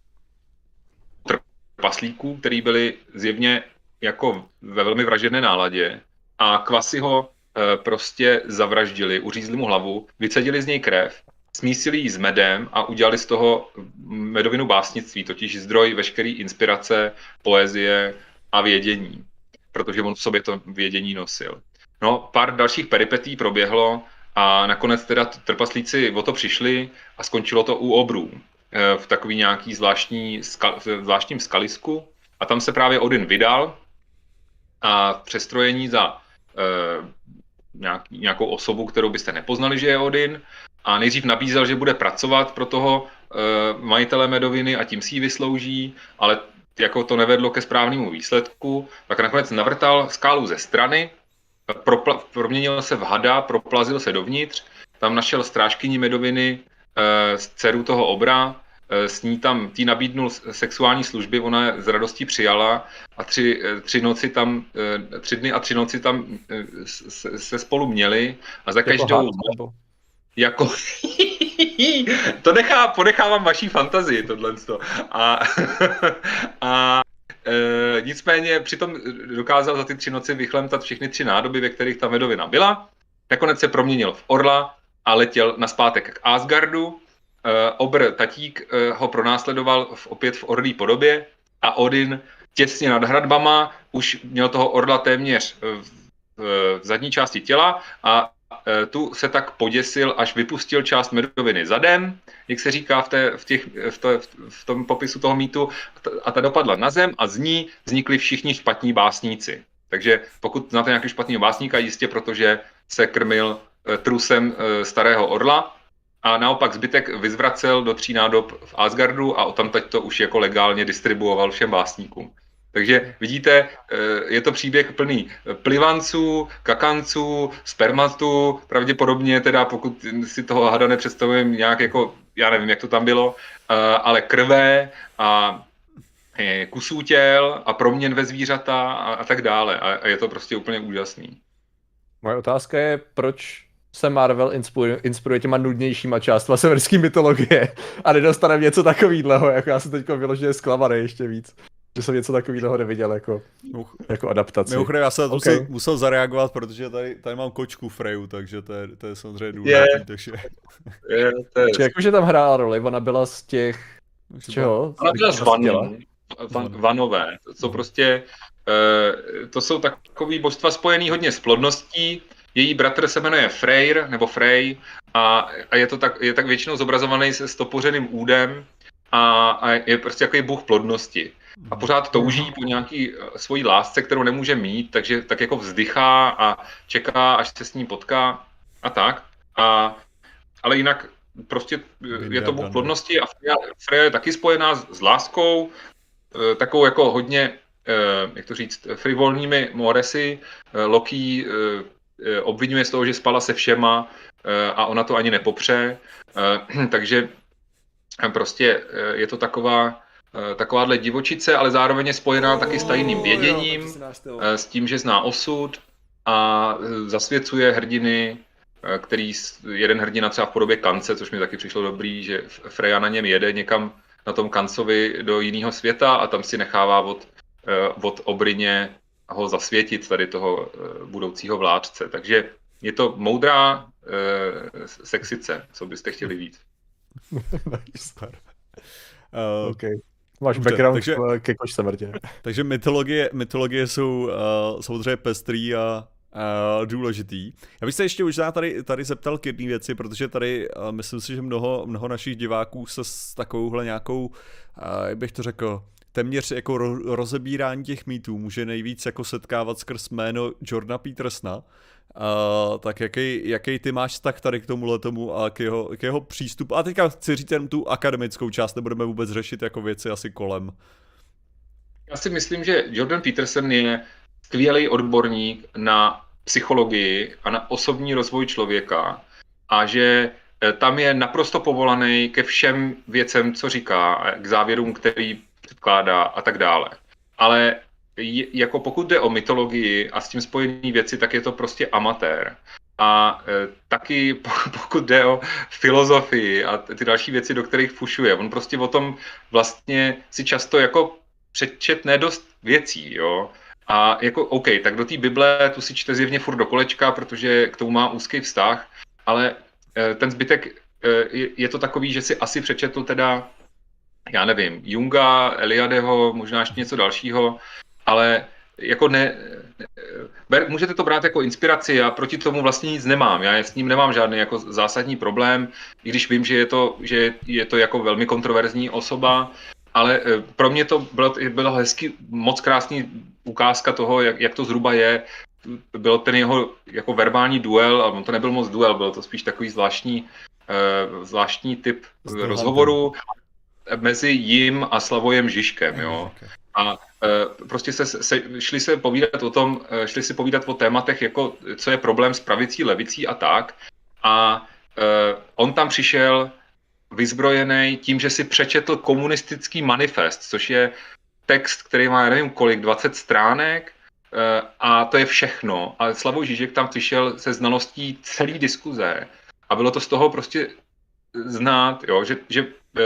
trpaslíků, který byli zjevně jako ve velmi vražedné náladě. A Kvasi ho e, prostě zavraždili, uřízli mu hlavu, vycedili z něj krev, smísili ji s medem a udělali z toho medovinu básnictví, totiž zdroj veškeré inspirace, poezie a vědění. protože on v sobě to vědění nosil. No, pár dalších peripetí proběhlo a nakonec teda trpaslíci o to přišli a skončilo to u obrů v takový nějaký zvláštní skal, zvláštním skalisku a tam se právě Odin vydal a v přestrojení za eh, nějaký, nějakou osobu, kterou byste nepoznali, že je Odin, a nejdřív nabízel, že bude pracovat pro toho eh, majitele medoviny a tím si ji vyslouží, ale jako to nevedlo ke správnému výsledku, tak nakonec navrtal skálu ze strany, propla- proměnil se v hada, proplazil se dovnitř, tam našel strážkyni medoviny, eh, z dceru toho obra, eh, s ní tam, tý nabídnul sexuální služby, ona je z radostí přijala a tři, tři noci tam, eh, tři dny a tři noci tam eh, se, se spolu měli a za Jako každou... had, nebo? Jako... to nechá, ponechávám vaší fantazii, tohle. A, a e, nicméně přitom dokázal za ty tři noci vychlemtat všechny tři nádoby, ve kterých ta medovina byla. Nakonec se proměnil v orla a letěl nazpátek k Asgardu. E, obr tatík e, ho pronásledoval v, opět v orlí podobě a Odin těsně nad hradbama už měl toho orla téměř v, v zadní části těla a tu se tak poděsil, až vypustil část medoviny zadem, jak se říká v, té, v, těch, v, to, v tom popisu toho mýtu, a ta dopadla na zem a z ní vznikli všichni špatní básníci. Takže pokud znáte nějaký špatný básníka, jistě protože se krmil trusem starého orla a naopak zbytek vyzvracel do tří nádob v Asgardu a odtamtud to už jako legálně distribuoval všem básníkům. Takže vidíte, je to příběh plný plivanců, kakanců, spermatu, pravděpodobně teda, pokud si toho hada nepředstavujeme nějak jako, já nevím, jak to tam bylo, ale krve a kusů těl a proměn ve zvířata a, a tak dále. A je to prostě úplně úžasný. Moje otázka je, proč se Marvel inspiruje, inspiruje těma nudnějšíma částma severské mytologie a nedostaneme něco takového, jako já jsem teďko vyloženě zklamaný ještě víc. Že jsem něco takového neviděl jako, jako adaptaci. Mimochodem, já jsem okay. musel, musel zareagovat, protože tady, tady mám kočku Freju, takže to je, to je samozřejmě důležité. Je, takže... je, to je... Či jakože tam hrála roli, ona byla z těch... Z čeho? Ona byla z Vanů, van, vanové, co prostě, uh, to jsou takový božstva spojený hodně s plodností. Její bratr se jmenuje Freyr, nebo Frey, a, a je to tak, je tak většinou zobrazovaný se stopořeným údem a, a je prostě takový bůh plodnosti. A pořád touží po nějaký svojí lásce, kterou nemůže mít, takže tak jako vzdychá a čeká, až se s ní potká a tak. A, ale jinak prostě je to bůh plodnosti a Freja, Freja je taky spojená s, s láskou, takovou jako hodně, jak to říct, frivolními moresy. Loki obvinuje z toho, že spala se všema a ona to ani nepopře. Takže prostě je to taková takováhle divočice, ale zároveň je spojená taky s tajným věděním, s tím, že zná osud a zasvěcuje hrdiny, který jeden hrdina třeba v podobě kance, což mi taky přišlo dobrý, že Freja na něm jede někam na tom kancovi do jiného světa a tam si nechává od, od Obrině ho zasvětit, tady toho budoucího vládce. Takže je to moudrá sexice, co byste chtěli víc. uh, okay. Máš dobře, background takže, ke kočce, Martine. Takže mytologie, mytologie jsou uh, samozřejmě pestrý a uh, důležitý. Já bych se ještě možná tady, tady zeptal k jedné věci, protože tady uh, myslím si, že mnoho, mnoho našich diváků se s takovouhle nějakou, uh, jak bych to řekl, téměř jako ro, rozebírání těch mýtů může nejvíc jako setkávat skrz jméno Jordana Petersona. Uh, tak jaký, jaký ty máš vztah tady k tomuhle tomu a k jeho, k jeho přístupu? A teďka chci říct jen tu akademickou část, nebudeme vůbec řešit jako věci asi kolem. Já si myslím, že Jordan Peterson je skvělý odborník na psychologii a na osobní rozvoj člověka a že tam je naprosto povolaný ke všem věcem, co říká, k závěrům, který předkládá a tak dále. Ale jako pokud jde o mytologii a s tím spojené věci, tak je to prostě amatér. A e, taky pokud jde o filozofii a ty další věci, do kterých fušuje, on prostě o tom vlastně si často jako přečetne dost věcí, jo. A jako OK, tak do té Bible tu si čte zjevně furt do kolečka, protože k tomu má úzký vztah, ale e, ten zbytek e, je, je to takový, že si asi přečetl teda, já nevím, Junga, Eliadeho, možná ještě něco dalšího, ale jako ne, ber, můžete to brát jako inspiraci, já proti tomu vlastně nic nemám, já s ním nemám žádný jako zásadní problém, i když vím, že je to, že je to jako velmi kontroverzní osoba, ale pro mě to bylo, bylo hezky, moc krásný ukázka toho, jak, jak to zhruba je. Byl ten jeho jako verbální duel, ale on to nebyl moc duel, byl to spíš takový zvláštní, uh, zvláštní typ Zdůvodem. rozhovoru mezi jim a Slavojem Žižkem, jo. A uh, prostě se, se, šli se povídat o tom, uh, šli si povídat o tématech, jako co je problém s pravicí, levicí a tak. A uh, on tam přišel vyzbrojený tím, že si přečetl komunistický manifest, což je text, který má, nevím kolik, dvacet stránek, a to je všechno. Ale Slavoj Žižek tam přišel se znalostí celé diskuze a bylo to z toho prostě znát, jo, že, že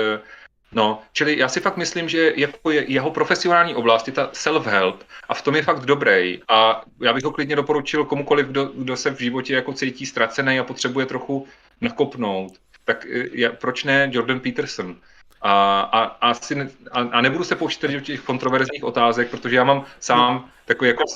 no, čili já si fakt myslím, že jako je, jeho profesionální oblast je ta self-help a v tom je fakt dobrý a já bych ho klidně doporučil komukoliv, kdo, kdo se v životě jako cítí ztracený a potřebuje trochu nakopnout. Tak je, proč ne Jordan Peterson? A, a, a, asi ne, a, a nebudu se pouštět do těch kontroverzních otázek, protože já mám sám takový jako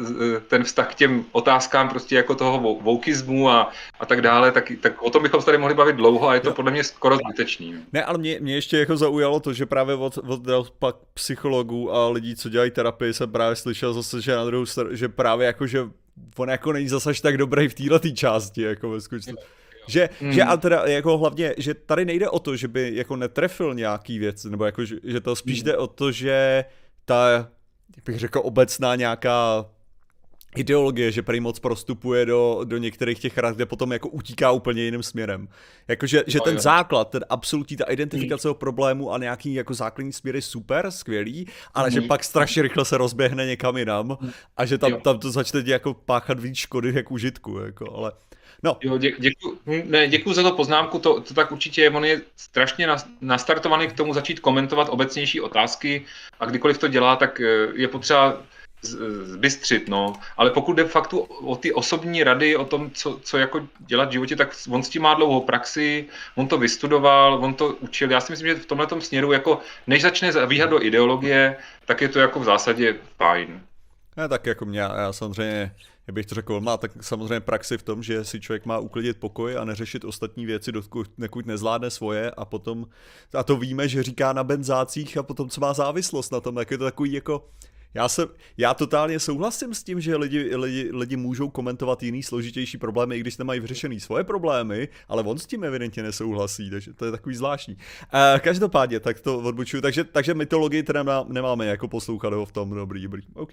ten vztah k těm otázkám prostě jako toho woukismu a, a tak dále, tak, tak o tom bychom se tady mohli bavit dlouho a je to podle mě skoro zbytečný. Ne, ale mě, mě ještě jako zaujalo to, že právě od, od pak psychologů a lidí, co dělají terapii, jsem právě slyšel zase, že na druhou stranu, že právě jako, že on jako není zase tak dobrý v této části, jako ve skutečnosti. Že, mm. že a teda jako hlavně, že tady nejde o to, že by jako netrefil nějaký věc, nebo jako, že, že to spíš mm. jde o to, že ta, jak bych řekl, obecná nějaká ideologie, že prý moc prostupuje do, do některých těch rad, kde potom jako utíká úplně jiným směrem. Jakože že ten základ, ten absolutní, ta identifikace mm. problému a nějaký jako základní směr je super, skvělý, ale mm. že pak strašně rychle se rozběhne někam jinam a že tam, tam to začne jako páchat víc škody jak užitku, jako, ale... No. Jo, dě, děkuji, ne, děkuji za to poznámku, to, to tak určitě je, on je strašně nastartovaný k tomu začít komentovat obecnější otázky a kdykoliv to dělá, tak je potřeba zbystřit, no. Ale pokud jde faktu o ty osobní rady, o tom, co, co jako dělat v životě, tak on s tím má dlouhou praxi, on to vystudoval, on to učil. Já si myslím, že v tomhletom směru, jako než začne zavíhat do ideologie, tak je to jako v zásadě fajn. Ne, tak jako mě, já samozřejmě... Já bych to řekl, má tak samozřejmě praxi v tom, že si člověk má uklidit pokoj a neřešit ostatní věci, dokud nekud nezvládne svoje a potom, a to víme, že říká na benzácích a potom co má závislost na tom, tak je to takový jako, já se, já totálně souhlasím s tím, že lidi, lidi, lidi můžou komentovat jiný složitější problémy, i když nemají vyřešený svoje problémy, ale on s tím evidentně nesouhlasí, takže to je takový zvláštní. Uh, každopádně, tak to odbočuju, takže, takže mytologii teda nemáme jako poslouchat ho v tom, dobrý, dobrý, OK.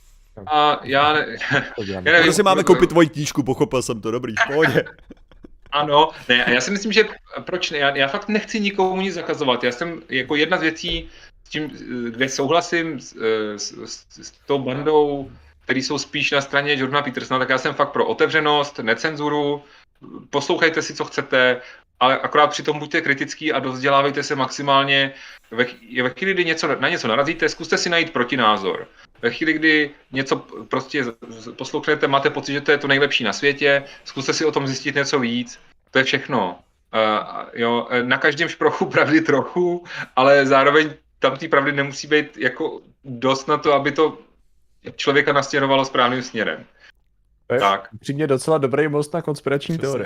A já, ne, já nevím. Protože máme koupit tvoji knížku, pochopil jsem to, dobrý, v pohodě. Ano, ne, já si myslím, že proč ne, já, já fakt nechci nikomu nic zakazovat, já jsem jako jedna z věcí, s tím, kde souhlasím s, s, s, s tou bandou, který jsou spíš na straně Jordana Petersona, tak já jsem fakt pro otevřenost, necenzuru, poslouchejte si, co chcete, ale akorát přitom buďte kritický a dovzdělávejte se maximálně. Ve, ve chvíli, kdy něco, na něco narazíte, zkuste si najít protinázor. Ve chvíli, kdy něco prostě poslouchnete, máte pocit, že to je to nejlepší na světě, zkuste si o tom zjistit něco víc. To je všechno. Uh, jo, na každém šprochu pravdy trochu, ale zároveň tam té pravdy nemusí být jako dost na to, aby to člověka nasměrovalo správným směrem. To je tak. Přímě docela dobrý most na konspirační teorie.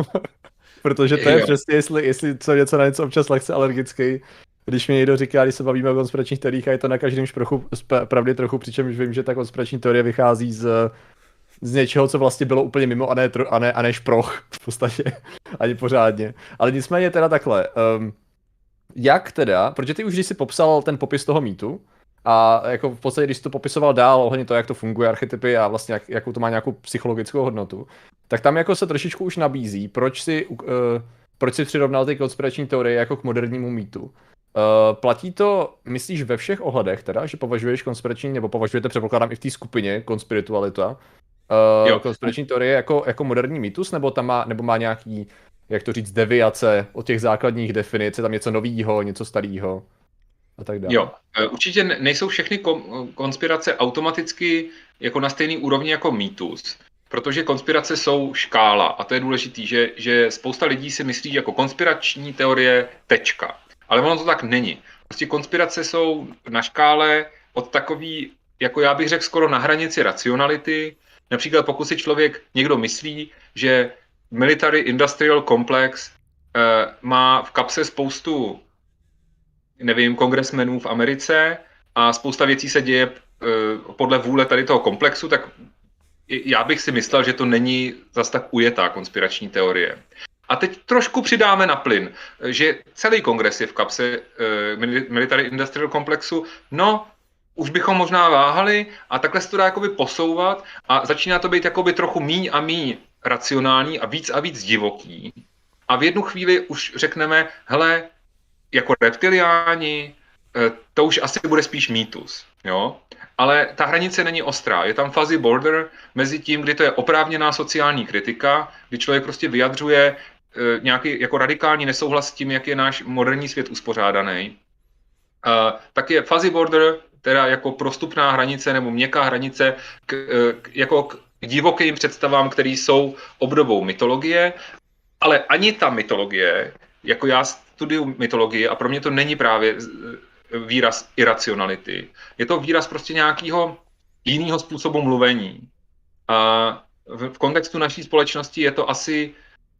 Protože to je jo. Přesně, jestli, jestli co něco na něco občas lehce alergický. Když mi někdo říká, když se bavíme o konspiračních teoriích a je to na každém šprochu pravdy trochu, přičemž vím, že ta konspirační teorie vychází z, z něčeho, co vlastně bylo úplně mimo a ne, a ne, a ne šproch v podstatě, ani pořádně. Ale nicméně teda takhle, um, jak teda, protože ty už když jsi popsal ten popis toho mýtu, a jako v podstatě, když jsi to popisoval dál ohledně toho, jak to funguje, archetypy a vlastně jak, jakou to má nějakou psychologickou hodnotu, tak tam jako se trošičku už nabízí, proč si, uh, proč si přirovnal ty konspirační teorie jako k modernímu mýtu. Uh, platí to, myslíš, ve všech ohledech teda, že považuješ konspirační, nebo považujete, předpokládám, i v té skupině konspiritualita, uh, konspirační teorie jako, jako moderní mýtus, nebo tam má, nebo má nějaký, jak to říct, deviace od těch základních definic, je tam něco novýho, něco starého? A tak dále. Jo, určitě nejsou všechny konspirace automaticky jako na stejný úrovni jako mýtus, protože konspirace jsou škála a to je důležitý, že, že spousta lidí si myslí jako konspirační teorie tečka, ale ono to tak není. Prostě konspirace jsou na škále od takový jako já bych řekl, skoro na hranici racionality. Například pokud si člověk někdo myslí, že Military Industrial Complex eh, má v kapse spoustu, nevím, kongresmenů v Americe a spousta věcí se děje eh, podle vůle tady toho komplexu, tak já bych si myslel, že to není zas tak ujetá konspirační teorie. A teď trošku přidáme na plyn, že celý kongres je v kapse eh, Military Industrial Complexu, no, už bychom možná váhali a takhle se to dá jakoby posouvat a začíná to být jakoby trochu míň a míň racionální a víc a víc divoký. A v jednu chvíli už řekneme, hele, jako reptiliáni, to už asi bude spíš mýtus, jo? Ale ta hranice není ostrá, je tam fuzzy border mezi tím, kdy to je oprávněná sociální kritika, kdy člověk prostě vyjadřuje nějaký jako radikální nesouhlas s tím, jak je náš moderní svět uspořádaný. Tak je fuzzy border, teda jako prostupná hranice nebo měkká hranice k, k, jako k divokým představám, které jsou obdobou mytologie, ale ani ta mytologie, jako já studuju mytologii a pro mě to není právě výraz iracionality. Je to výraz prostě nějakého jiného způsobu mluvení. A v, v kontextu naší společnosti je to asi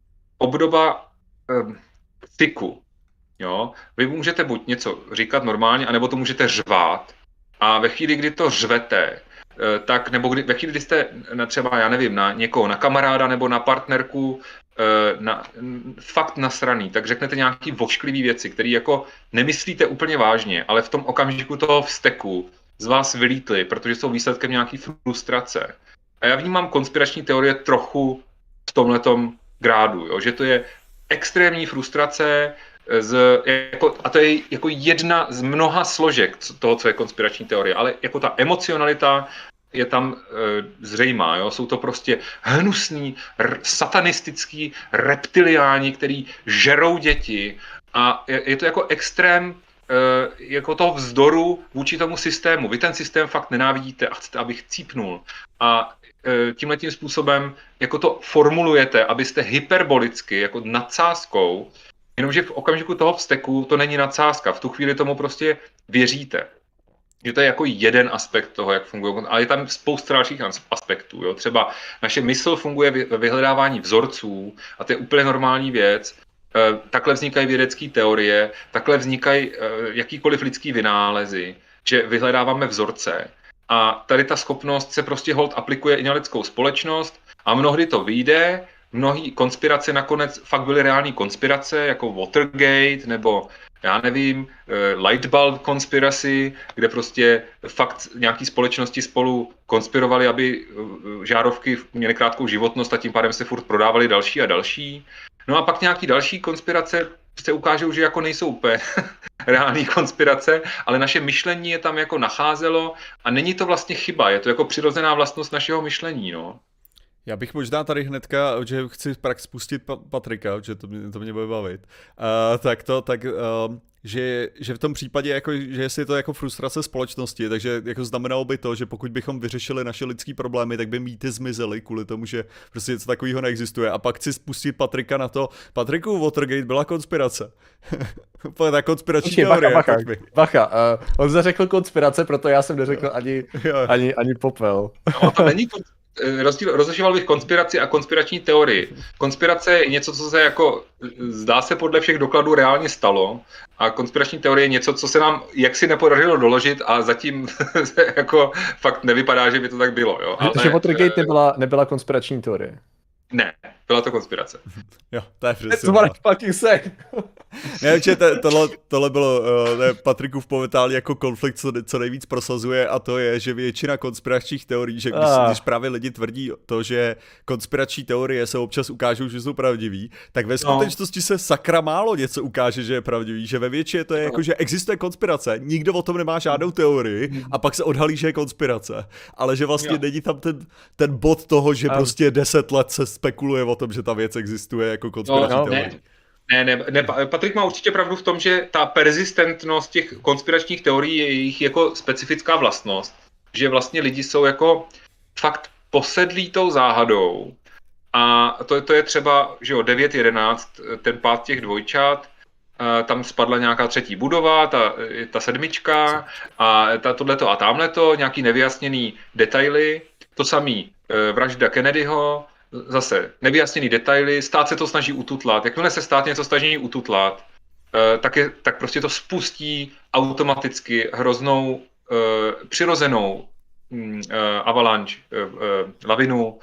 obdoba um, tyku. Jo? Vy můžete buď něco říkat normálně, anebo to můžete řvát. A ve chvíli, kdy to řvete, tak, nebo kdy, ve chvíli, kdy jste na třeba, já nevím, na někoho, na kamaráda nebo na partnerku, na, fakt nasraný, tak řeknete nějaký vošklivý věci, které jako nemyslíte úplně vážně, ale v tom okamžiku toho vzteku z vás vylítly, protože jsou výsledkem nějaký frustrace. A já vnímám konspirační teorie trochu v tomhletom grádu, jo? Že to je extrémní frustrace, Z, jako, a to je jako jedna z mnoha složek toho, co je konspirační teorie, ale jako ta emocionalita je tam e, zřejmá. Jo? Jsou to prostě hnusný, r- satanistický reptiliáni, který žerou děti a je, je to jako extrém e, jako toho vzdoru vůči tomu systému. Vy ten systém fakt nenávidíte a chcete, abych cípnul. A e, tímhletím způsobem jako to formulujete, abyste hyperbolicky, jako nadsázkou, jenomže v okamžiku toho vzteku to není nadsázka, v tu chvíli tomu prostě věříte. Že to je jako jeden aspekt toho, jak funguje, ale je tam spousta dalších aspektů. Jo? Třeba naše mysl funguje ve vyhledávání vzorců a to je úplně normální věc. Takhle vznikají vědecké teorie, takhle vznikají jakýkoliv lidský vynálezy, že vyhledáváme vzorce. A tady ta schopnost se prostě hold aplikuje i na lidskou společnost a mnohdy to vyjde. Mnohé konspirace nakonec fakt byly reální konspirace, jako Watergate, nebo já nevím, Lightbulb conspiracy, kde prostě fakt nějaký společnosti spolu konspirovali, aby žárovky měly krátkou životnost a tím pádem se furt prodávaly další a další. No a pak nějaký další konspirace se ukážou, že jako nejsou úplně reální konspirace, ale naše myšlení je tam jako nacházelo a není to vlastně chyba, je to jako přirozená vlastnost našeho myšlení, no. Já bych možná tady hnedka, že chci prax spustit Patrika, že to mě, to mě bude bavit, uh, tak to, tak, uh, že, že v tom případě, jako, že jestli je to jako frustrace společnosti, takže jako znamenalo by to, že pokud bychom vyřešili naše lidský problémy, tak by mýty zmizely kvůli tomu, že prostě něco takového neexistuje. A pak chci spustit Patrika na to, Patriku, Watergate byla konspirace. Ta konspirační teorie. Bacha, bacha, bacha. Uh, on zařekl konspirace, proto já jsem neřekl ani, ani, ani popel. No, to není to. Rozdíl, rozlišoval bych konspiraci a konspirační teorii. Konspirace je něco, co se jako zdá se podle všech dokladů reálně stalo a konspirační teorie je něco, co se nám jaksi nepodařilo doložit a zatím jako fakt nevypadá, že by to tak bylo. Jo. Ale, že Watergate nebyla, nebyla konspirační teorie. Ne, byla to konspirace. Jo, to je přesně. To what I fucking say. Ne, že tohle, tohle bylo uh, Patrikův momentálně jako konflikt, co, co nejvíc prosazuje a to je, že většina konspiračních teorií, že když, ah. když právě lidi tvrdí to, že konspirační teorie se občas ukážou, že jsou pravdivý, tak ve skutečnosti se sakra málo něco ukáže, že je pravdivý, že ve většině to je jako, že existuje konspirace, nikdo o tom nemá žádnou teorii a pak se odhalí, že je konspirace, ale že vlastně jo. není tam ten, ten bod toho, že um. prostě deset let se spekuluje o tom, že ta věc existuje jako konspirační no, teorie. Ne. Ne, ne, ne, Patrik má určitě pravdu v tom, že ta persistentnost těch konspiračních teorií je jejich jako specifická vlastnost, že vlastně lidi jsou jako fakt posedlí tou záhadou a to, to je třeba, že jo, devět jedenáct, ten pád těch dvojčat, tam spadla nějaká třetí budova, ta, ta sedmička a ta, tohleto a tamhleto, nějaký nevyjasněný detaily, to samý vražda Kennedyho, zase nevyjasněný detaily, stát se to snaží ututlat, jakmile se stát něco snaží ututlat, tak, je, tak prostě to spustí automaticky hroznou přirozenou avalanche, lavinu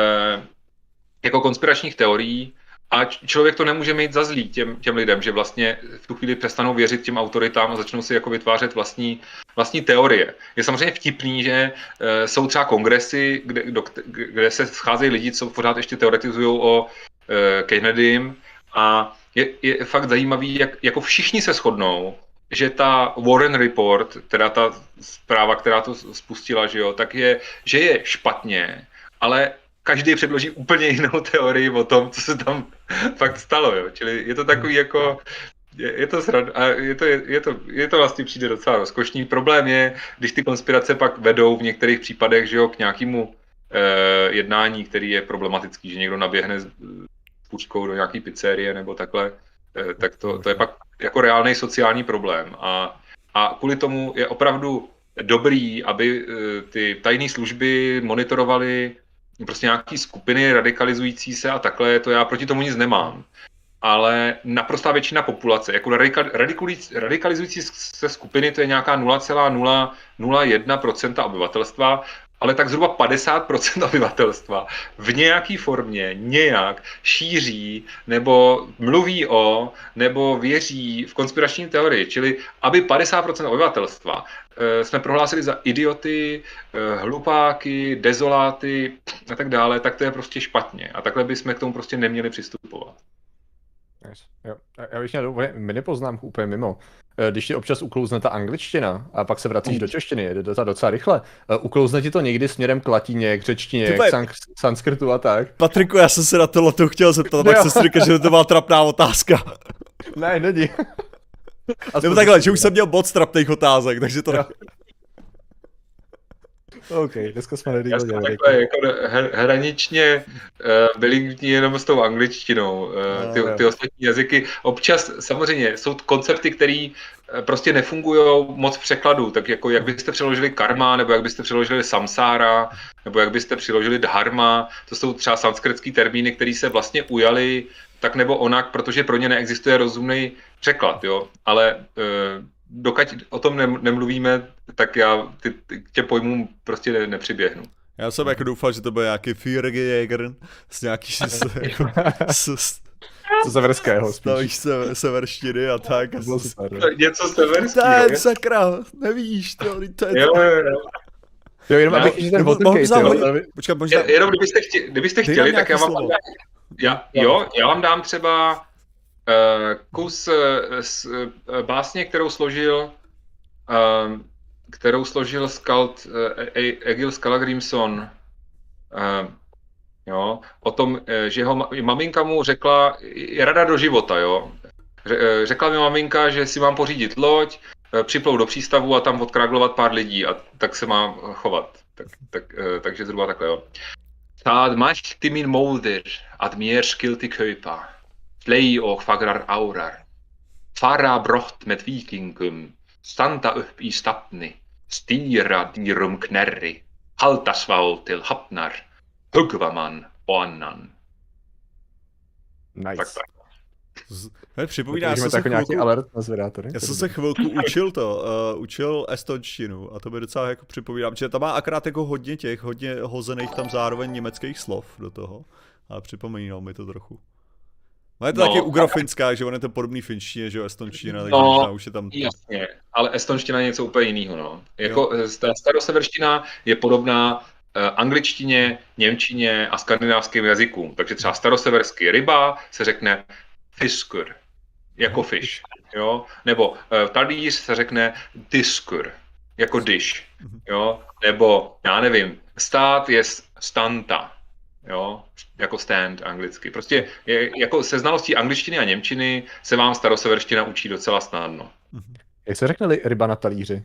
jako konspiračních teorií a člověk to nemůže mít za zlý těm, těm lidem, že vlastně v tu chvíli přestanou věřit těm autoritám a začnou si jako vytvářet vlastní, vlastní teorie. Je samozřejmě vtipný, že jsou třeba kongresy, kde, do, kde se scházejí lidi, co pořád ještě teoretizují o Kennedym a je, je fakt zajímavý, jak jako všichni se shodnou, že ta Warren Report, teda ta zpráva, která to spustila, že jo, tak je, že je špatně, ale každý předloží úplně jinou teorii o tom, co se tam fakt stalo, jo. Čili je to takový jako, je, je to srad, a je to, je, je to, je to vlastně přijde docela rozkošný. Problém je, když ty konspirace pak vedou v některých případech, že jo, k nějakému eh, jednání, který je problematický, že někdo naběhne s puškou do nějaký pizzerie nebo takhle, eh, tak to, to je pak jako reálný sociální problém. A, a kvůli tomu je opravdu dobrý, aby eh, ty tajné služby monitorovaly prostě nějaký skupiny radikalizující se a takhle, to já proti tomu nic nemám. Ale naprostá většina populace, jako radikalizující se skupiny, to je nějaká nula celá nula nula jedna procenta obyvatelstva, ale tak zhruba padesát procent obyvatelstva v nějaké formě nějak šíří nebo mluví o nebo věří v konspirační teorii. Čili aby padesát procent obyvatelstva e, jsme prohlásili za idioty, e, hlupáky, dezoláty a tak dále, tak to je prostě špatně. A takhle bychom k tomu prostě neměli přistupovat. Nice. Jo. Já bych měl mini poznámku úplně mimo. Když ti občas uklouzne ta angličtina a pak se vracíš mm. do češtiny, jde to docela rychle. Uklouzne ti to někdy směrem k latině, k řečtině, Type. k sank- sanskrtu a tak? Patriku, já jsem se na tohle to chtěl zeptat, tak jsem si říkal, že to byla trapná otázka. Ne, není. Nebo takhle, že už jsem měl moc trapných otázek, takže to... Ne... OK, dneska jsme nedývali. Já jsem takhle jako hraničně uh, bilingvní jenom s tou angličtinou. Uh, ty, ty ostatní jazyky občas samozřejmě jsou koncepty, které uh, prostě nefungují moc v překladu, tak jako jak byste přeložili karma, nebo jak byste přeložili samsára, nebo jak byste přeložili dharma, to jsou třeba sanskritský termíny, které se vlastně ujaly tak nebo onak, protože pro ně neexistuje rozumný překlad, jo, ale uh, dokud o tom nemluvíme, tak já ty, ty, k těm pojmům prostě ne, nepřiběhnu. Já jsem jako doufal, že to byl nějaký Fürgejäger s nějaký s, s, s, co severského spíš. Se, severštiny a tak. A s, něco severského. Tak, sakra, nevíš, to, to je jo, to. Jo, jo. Jo, jenom abych ještě ten Watergate, jo. Počkej, možná... Jenom kdybyste chtěli, kdybyste chtěli tak já vám dám, já, jo, já vám dám třeba uh, kus uh, z uh, básně, kterou složil uh, kterou složil skald uh, Egil Skallagrimson, uh, jo, o tom, uh, že jeho maminka mu řekla, je rada do života, jo. Řekla mi maminka, že si mám pořídit loď, připlout do přístavu a tam odkraglovat pár lidí a tak se má chovat. Tak, tak, uh, takže zhruba takhle, jo. Tad mælti mín móðir að mér skyldi kaupa, fley og fagrar árar, fara brott með víkingum, standa upp í stafni, stýra dýrum knerri, halda svál til hafnar, hugva mann og annan. Nice. Tak, tak. He, připomíná, já jsem, se chvilku, já jsem se chvilku učil to, uh, učil estonštinu a to by docela jako připomínám, že tam má akorát jako hodně těch, hodně hozených tam zároveň německých slov do toho, ale připomínal mi to trochu. No je to no, taky ugrofinská, že on je to podobný finštině, že jo, estonština, takže no, možná už je tam... jasně, ale estonština je něco úplně jiného, no. Jako ta staroseverština je podobná uh, angličtině, němčině a skandinávským jazykům, takže třeba staroseversky ryba se řekne fiskur, jako fish, jo, nebo uh, talíř se řekne diskur, jako dish, jo, nebo, já nevím, stát je stanta, jo, jako stand anglicky. Prostě je, jako se znalostí angličtiny a němčiny se vám staroseverština učí docela snadno. Jak se řekne ryba na talíři?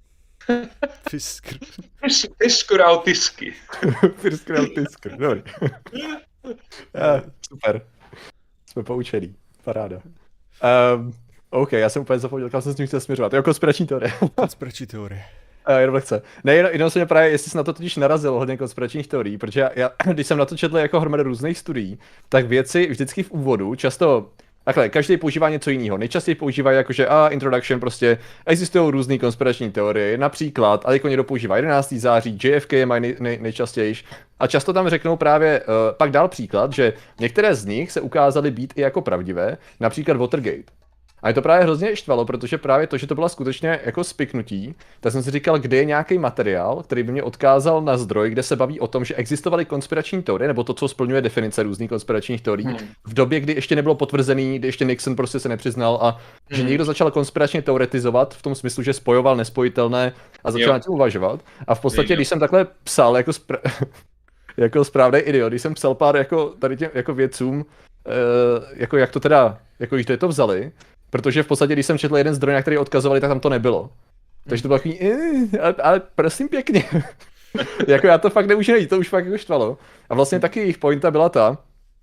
Fiskr. Fiskur autisky. Fiskur autisky, dobrý. Ja, super. Jsme poučený. Paráda. Um, OK, já jsem úplně zapomněl, kam jsem s tím chtěl směřovat. Jo, konspirační teorie. Konspirační teorie. Uh, jenom lehce. Ne, jenom, jenom se mě právě, jestli jsi na to totiž narazil hodně konspiračních teorií, protože já, já, když jsem na to četl jako hromadu různých studií, tak věci vždycky v úvodu často, takhle, každý používá něco jiného. Nejčastěji používají jakože a introduction, prostě existují různé konspirační teorie, například, ale jako někdo používá jedenáctého září, J F K je mají nej, nej, nejčastěji. A často tam řeknou právě, uh, pak dál příklad, že některé z nich se ukázaly být i jako pravdivé, například Watergate. A mě to právě hrozně štvalo, protože právě to, že to byla skutečně jako spiknutí, tak jsem si říkal, kde je nějaký materiál, který by mě odkázal na zdroj, kde se baví o tom, že existovaly konspirační teorie, nebo to, co splňuje definice různých konspiračních teorií, hmm. v době, kdy ještě nebylo potvrzený, kdy ještě Nixon prostě se nepřiznal a hmm. že někdo začal konspiračně teoretizovat v tom smyslu, že spojoval nespojitelné a začal na tím uvažovat. A v podstatě, když jsem takhle psal jako, spra- jako správný idiot, když jsem psal pár jako tady těm jako vědcům, uh, jako jak to teda, jako když to vzali, protože v podstatě, když jsem četl jeden zdroj, na který odkazovali, tak tam to nebylo. Takže to bylo takový, eh, ale, ale prosím pěkně. Jako já to fakt nemůžu najít, to už fakt jako štvalo. A vlastně taky jejich pointa byla ta,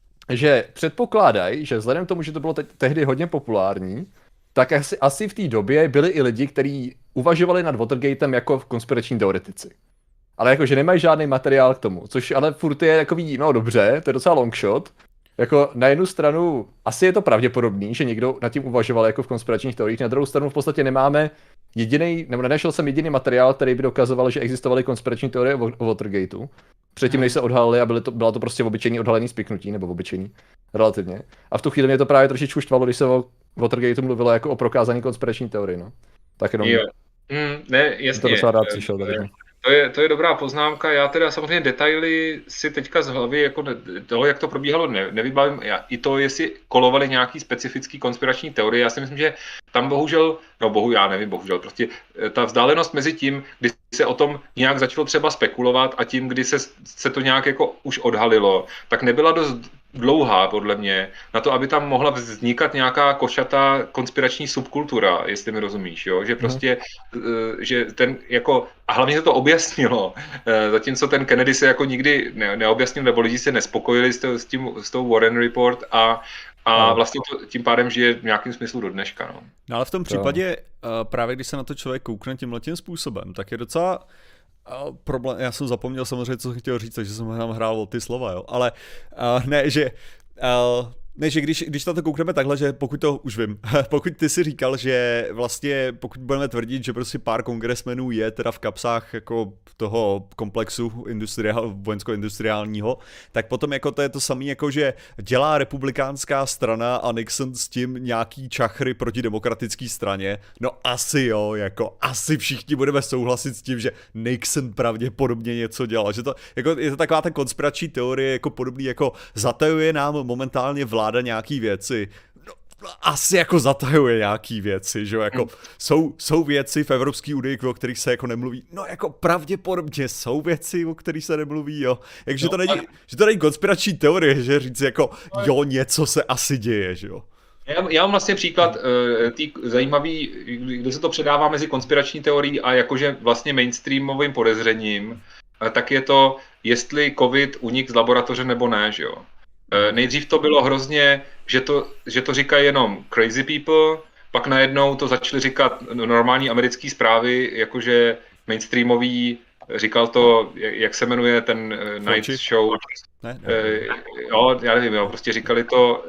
že předpokládají, že vzhledem k tomu, že to bylo te- tehdy hodně populární, tak asi, asi v té době byli i lidi, kteří uvažovali nad Watergatem jako konspirační teoretici. Ale jakože nemají žádný materiál k tomu, což ale furt je takový, no dobře, to je docela long shot. Jako na jednu stranu asi je to pravděpodobný, že někdo nad tím uvažoval jako v konspiračních teoriích, na druhou stranu v podstatě nemáme jediný, nebo nenašel jsem jediný materiál, který by dokazoval, že existovaly konspirační teorie o, o Watergateu. Předtím, než se odhalili a byly to, byla to prostě obyčejný odhalený spiknutí, nebo obyčejný, relativně. A v tu chvíli mě to právě trošičku štvalo, když se o Watergateu mluvilo jako o prokázaný konspirační teorii, no. Tak jenom... Jo. Mm, ne, jasně. To docela rád přišel tady. To je, to je dobrá poznámka, já teda samozřejmě detaily si teďka z hlavy jako ne, toho, jak to probíhalo, ne, nevybavím. Já, i to, jestli kolovaly nějaký specifický konspirační teorie, já si myslím, že tam bohužel, no bohu, já nevím, bohužel, prostě ta vzdálenost mezi tím, kdy se o tom nějak začalo třeba spekulovat a tím, kdy se, se to nějak jako už odhalilo, tak nebyla dost dlouhá, podle mě, na to, aby tam mohla vznikat nějaká košatá konspirační subkultura, jestli mi rozumíš, jo? Že prostě, hmm. že ten jako, a hlavně se to objasnilo, zatímco ten Kennedy se jako nikdy ne, neobjasnil, nebo lidi se nespokojili s, to, s, tím, s tou Warren Report a a vlastně to tím pádem žije v nějakém smyslu do dneška. No, no ale v tom případě, právě když se na to člověk koukne tímhletím způsobem, tak je docela uh, problém, já jsem zapomněl samozřejmě, co jsem chtěl říct, takže jsem nám hrál o ty slova, jo, ale uh, ne, že... Uh, Ne, že když, když na to koukneme takhle, že pokud to, už vím, pokud ty si říkal, že vlastně pokud budeme tvrdit, že prostě pár kongresmenů je teda v kapsách jako toho komplexu industriál, vojensko-industriálního, tak potom jako to je to samé, jako že dělá republikánská strana a Nixon s tím nějaký čachry proti demokratické straně, no asi jo, jako asi všichni budeme souhlasit s tím, že Nixon pravděpodobně něco dělal, že to, jako je to taková ta konspirační teorie, jako podobný, jako zatajuje nám momentálně vláda nějaký věci, no, asi jako zatajuje nějaký věci, že jo, jako jsou, jsou věci v Evropské unii, o kterých se jako nemluví, no jako pravděpodobně jsou věci, o kterých se nemluví, jo, takže no, to není, ale... že to není konspirační teorie, že říct jako, jo, něco se asi děje, že jo. Já, já mám vlastně příklad uh, tý zajímavý, kde se to předává mezi konspirační teorií a jakože vlastně mainstreamovým podezřením, uh, tak je to, jestli covid unik z laboratoře nebo ne, že jo. Nejdřív to bylo hrozně, že to, že to říkají jenom crazy people, pak najednou to začali říkat normální americké zprávy, jakože mainstreamový, říkal to, jak se jmenuje ten night show, ne, ne. jo, já nevím, jo, prostě říkali to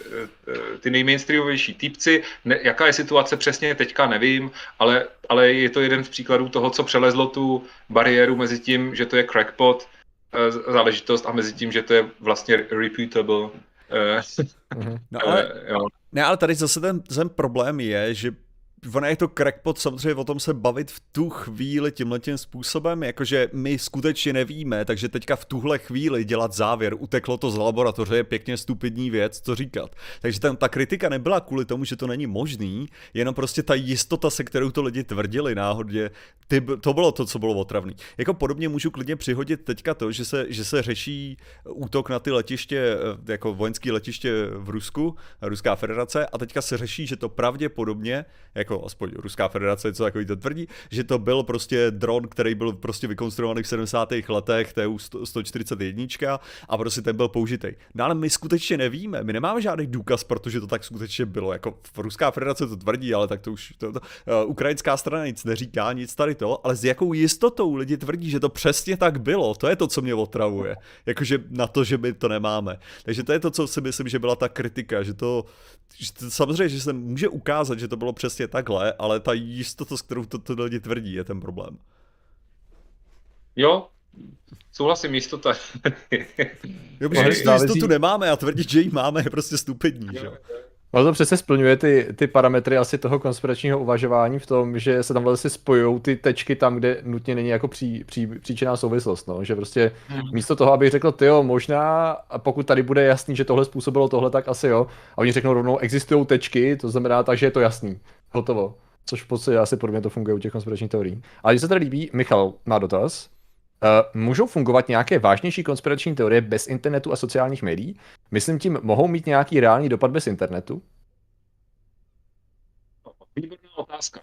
ty nejmainstreamovější týpci, ne, jaká je situace přesně teďka nevím, ale, ale je to jeden z příkladů toho, co přelezlo tu bariéru mezi tím, že to je crackpot, záležitost a mezi tím, že to je vlastně reputable. No ale, ne, ale tady zase ten, ten problém je, že ono je to crackpot, samozřejmě o tom se bavit v tu chvíli tímhletím způsobem, jakože my skutečně nevíme, takže teďka v tuhle chvíli dělat závěr, uteklo to z laboratoře, je pěkně stupidní věc, co říkat. Takže tam ta kritika nebyla kvůli tomu, že to není možný, jenom prostě ta jistota, se kterou to lidi tvrdili náhodně, ty, to bylo to, co bylo otravný. Jako podobně můžu klidně přihodit teďka to, že se, že se řeší útok na ty letiště, jako vojenské letiště v Rusku, Ruská federace, a teďka se řeší, že to pravděpodobně, jako jako aspoň Ruská federace něco takový to tvrdí, že to byl prostě dron, který byl prostě vykonstruovaný v sedmdesátých letech, T U sto čtyřicet jedna a prostě ten byl použitý. No ale my skutečně nevíme, my nemáme žádný důkaz, protože to tak skutečně bylo. Jako Ruská federace to tvrdí, ale tak to už to, to, uh, ukrajinská strana nic neříká, nic tady to, ale s jakou jistotou lidi tvrdí, že to přesně tak bylo. To je to, co mě otravuje. Jakože na to, že my to nemáme. Takže to je to, co si myslím, že byla ta kritika, že to, že to samozřejmě, že se může ukázat, že to bylo přesně takhle, ale ta jistota, s kterou to, to lidi tvrdí, je ten problém. Jo, souhlasím, jistota. Jo, protože tu jistotu nemáme a tvrdit, že ji máme, je prostě stupidní, že? Ale to přesně splňuje ty, ty parametry asi toho konspiračního uvažování v tom, že se tam vlastně spojou ty tečky tam, kde nutně není jako pří, pří, příčinná souvislost, no. Že prostě hmm. místo toho, abych řekl, tyjo, možná, a pokud tady bude jasný, že tohle způsobilo tohle, tak asi jo, a oni řeknou rovnou, existují tečky, to znamená tak, že je to jasný, hotovo. Což v podstatě asi podobně to funguje u těch konspiračních teorií. Ale když se tady líbí, Michal má dotaz. Uh, můžou fungovat nějaké vážnější konspirační teorie bez internetu a sociálních médií? Myslím tím, mohou mít nějaký reálný dopad bez internetu? Výborná otázka.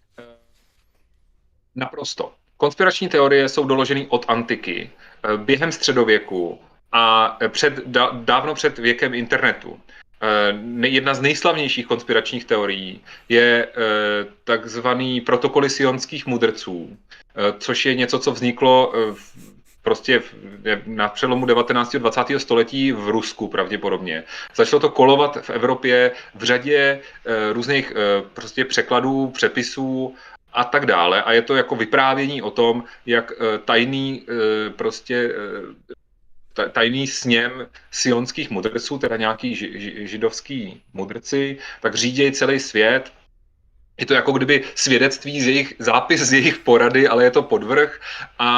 Naprosto. Konspirační teorie jsou doloženy od antiky, během středověku a před, dávno před věkem internetu. Jedna z nejslavnějších konspiračních teorií je takzvaný protokoly sionských mudrců, což je něco, co vzniklo prostě na přelomu devatenáctého a dvacátého století v Rusku pravděpodobně. Začalo to kolovat v Evropě v řadě různých prostě překladů, přepisů a tak dále. A je to jako vyprávění o tom, jak tajný prostě tajný sněm sionských mudrců, teda nějaký židovský mudrci, tak řídějí celý svět. Je to jako kdyby svědectví z jejich, zápis z jejich porady, ale je to podvrh. A,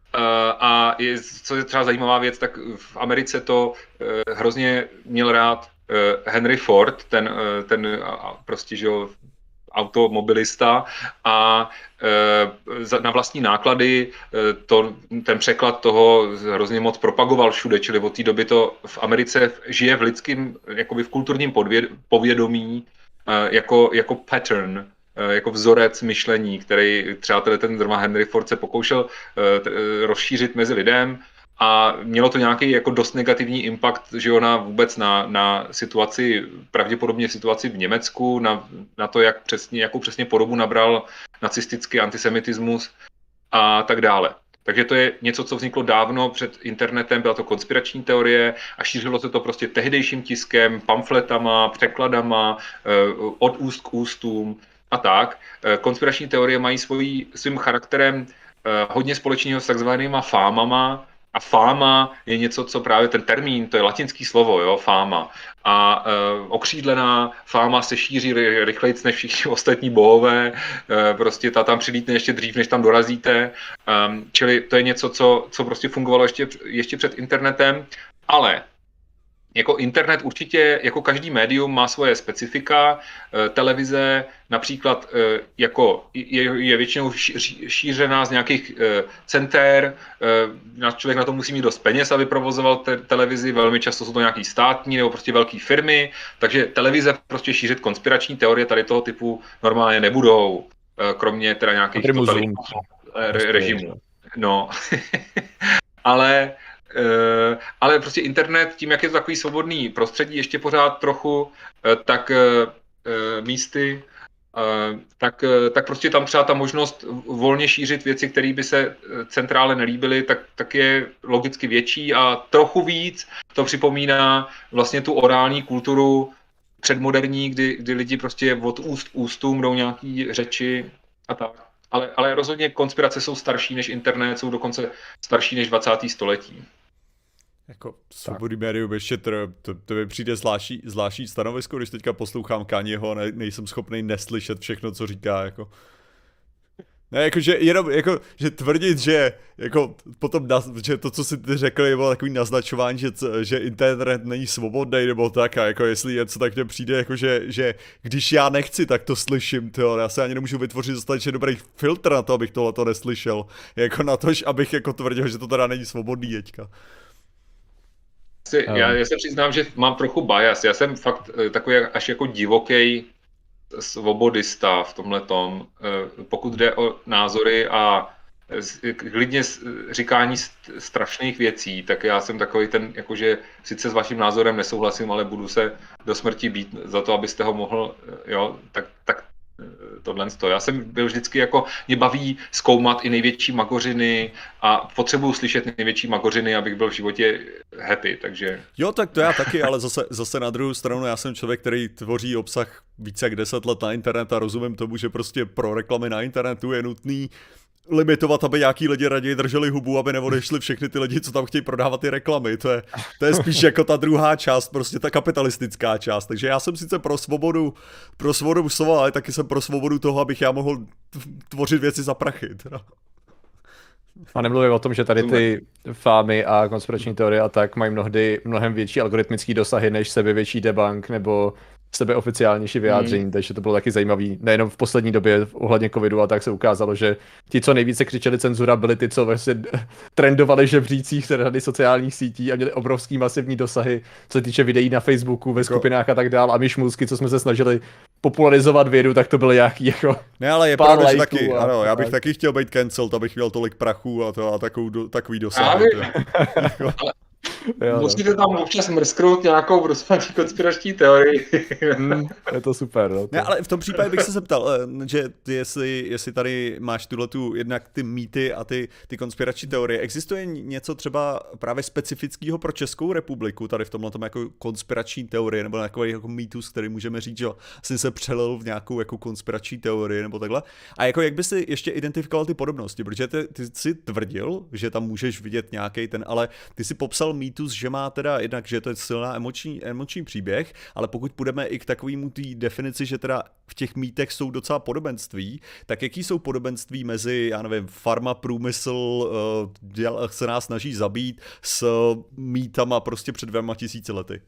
a je, co je třeba zajímavá věc, tak v Americe to hrozně měl rád Henry Ford, ten, ten prostě, že jo, automobilista a e, na vlastní náklady e, to, ten překlad toho hrozně moc propagoval všude, čili od té doby to v Americe žije v lidském, jakoby v kulturním podvěd, povědomí e, jako, jako pattern, e, jako vzorec myšlení, který třeba ten zrovna Henry Ford se pokoušel e, t, e, rozšířit mezi lidem. A mělo to nějaký jako dost negativní impact, že jo, na vůbec na, na situaci, pravděpodobně situaci v Německu, na, na to, jak přesně, jakou přesně podobu nabral nacistický antisemitismus a tak dále. Takže to je něco, co vzniklo dávno před internetem, byla to konspirační teorie a šířilo se to prostě tehdejším tiskem, pamfletama, překladama, od úst k ústům a tak. Konspirační teorie mají svojí, svým charakterem hodně společného s takzvanýma fámama. A fáma je něco, co právě ten termín, to je latinský slovo, jo, fáma. A e, okřídlená fáma se šíří rychleji než všichni ostatní bohové, e, prostě ta tam přilítne ještě dřív, než tam dorazíte. E, čili to je něco, co, co prostě fungovalo ještě, ještě před internetem, ale jako internet určitě, jako každý médium má svoje specifika. Televize například jako je, je většinou šířená z nějakých center. Člověk na to musí mít dost peněz, aby provozoval te- televizi. Velmi často jsou to nějaký státní nebo prostě velké firmy. Takže televize prostě šířit konspirační teorie tady toho typu normálně nebudou. Kromě teda nějakých totalitních režimů. No, ale Uh, ale prostě internet, tím, jak je to takový svobodný prostředí, ještě pořád trochu, uh, tak uh, místy, uh, tak, uh, tak prostě tam třeba ta možnost volně šířit věci, které by se centrále nelíbily, tak, tak je logicky větší a trochu víc to připomíná vlastně tu orální kulturu předmoderní, kdy, kdy lidi prostě od úst k ústům jdou nějaký řeči a tak. Ale, ale rozhodně konspirace jsou starší než internet, jsou dokonce starší než dvacátého století. Jako svobodný médium ještě tr- to, to mi přijde zvláštní, zvláštní stanovisko, když teďka poslouchám Kanyeho, ne, nejsem schopný neslyšet všechno, co říká, jako. Ne, jakože jenom, jako, že tvrdit, že jako potom, že to, co si ty řekl, je bylo takový naznačování, že, že internet není svobodný nebo tak, a jako jestli něco tak mně přijde, jako že, že když já nechci, tak to slyším, tyjo, já se ani nemůžu vytvořit dostatečně dobrý filtr na to, abych tohleto neslyšel, jako na to, abych jako tvrdil, že to teda není svobodný teďka. Já, já se přiznám, že mám trochu bias, já jsem fakt takový až jako divoký svobodista v tomhletom, pokud jde o názory a klidně říkání strašných věcí, tak já jsem takový ten, jakože sice s vaším názorem nesouhlasím, ale budu se do smrti bít za to, abyste ho mohl, jo, tak, tak tohle to. Já jsem byl vždycky jako, mě baví zkoumat i největší magořiny a potřebuju slyšet největší magořiny, abych byl v životě happy, takže... Jo, tak to já taky, ale zase, zase na druhou stranu já jsem člověk, který tvoří obsah více jak deset let na internet a rozumím tomu, že prostě pro reklamy na internetu je nutný limitovat, aby nějaký lidi raději drželi hubu, aby neodešli všechny ty lidi, co tam chtějí prodávat ty reklamy. To je, to je spíš jako ta druhá část, prostě ta kapitalistická část. Takže já jsem sice pro svobodu, pro svobodu slova, ale taky jsem pro svobodu toho, abych já mohl tvořit věci za prachy. Teda. A nemluvím o tom, že tady ty fámy a konspirační teorie a tak mají mnohdy mnohem větší algoritmický dosahy než sebevětší debunk nebo sebeoficiálnější vyjádření, hmm. takže to bylo taky zajímavý. Nejenom v poslední době ohledně covidu a tak se ukázalo, že ti, co nejvíce křičeli cenzura, byli ty, co vlastně trendovali žebřících řady sociálních sítí a měli obrovský masivní dosahy, co se týče videí na Facebooku, ve skupinách a tak dál. A my šmůzky, co jsme se snažili popularizovat vědu, tak to bylo nějaký jako ne, ale je pravda, že taky, a, ano, já bych tak. taky chtěl být cancelled, abych měl tolik prachu a, to, a takovou, takový dosah. Jo, musíte tam občas mrsknout nějakou rozpadní konspirační teorii. mm, je to super. No, to... Ne, ale v tom případě bych se zeptal, že ty, jestli, jestli tady máš tuhletu jednak ty mýty a ty, ty konspirační teorie. Existuje něco třeba právě specifického pro Českou republiku, tady v tomhle tom jako konspirační teorie, nebo takový jako mýtus, který můžeme říct, že asi se přelil v nějakou jako konspirační teorii, nebo takhle. A jako jak bys si ještě identifikoval ty podobnosti, protože ty, ty jsi tvrdil, že tam můžeš vidět nějaký ten, ale ty si popsal mýtus, že má teda jednak, že to je silná emoční, emoční příběh, ale pokud půjdeme i k takovému té definici, že teda v těch mýtech jsou docela podobenství, tak jaký jsou podobenství mezi, já nevím, farma, průmysl, děl, se nás snaží zabít s mýtama prostě před dvěma tisíci lety?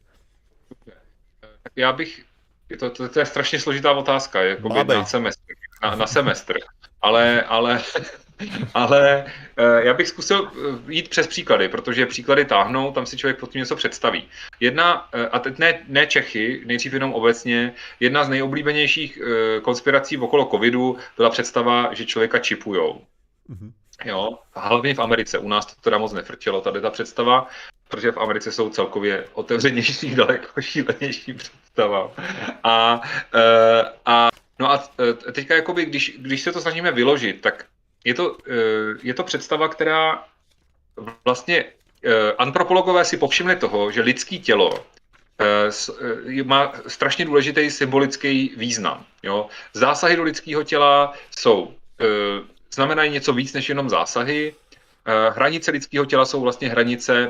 Já bych, to, to, to je strašně složitá otázka, jako na semestr, na, na semestr, ale, ale Ale já bych zkusil jít přes příklady, protože příklady táhnou, tam si člověk pod tím něco představí. Jedna, a teď ne, ne Čechy, nejdřív jenom obecně, jedna z nejoblíbenějších konspirací okolo covidu byla představa, že člověka čipujou. Mm-hmm. Jo, hlavně v Americe, u nás to teda moc nefrčelo, tady ta představa, protože v Americe jsou celkově otevřenější, daleko šílenější představa. A, a, no a teďka jakoby, když, když se to snažíme vyložit, tak Je to, je to představa, která vlastně antropologové si povšimli toho, že lidské tělo má strašně důležitý symbolický význam. Jo? Zásahy do lidského těla jsou, znamenají něco víc než jenom zásahy. Hranice lidského těla jsou vlastně hranice,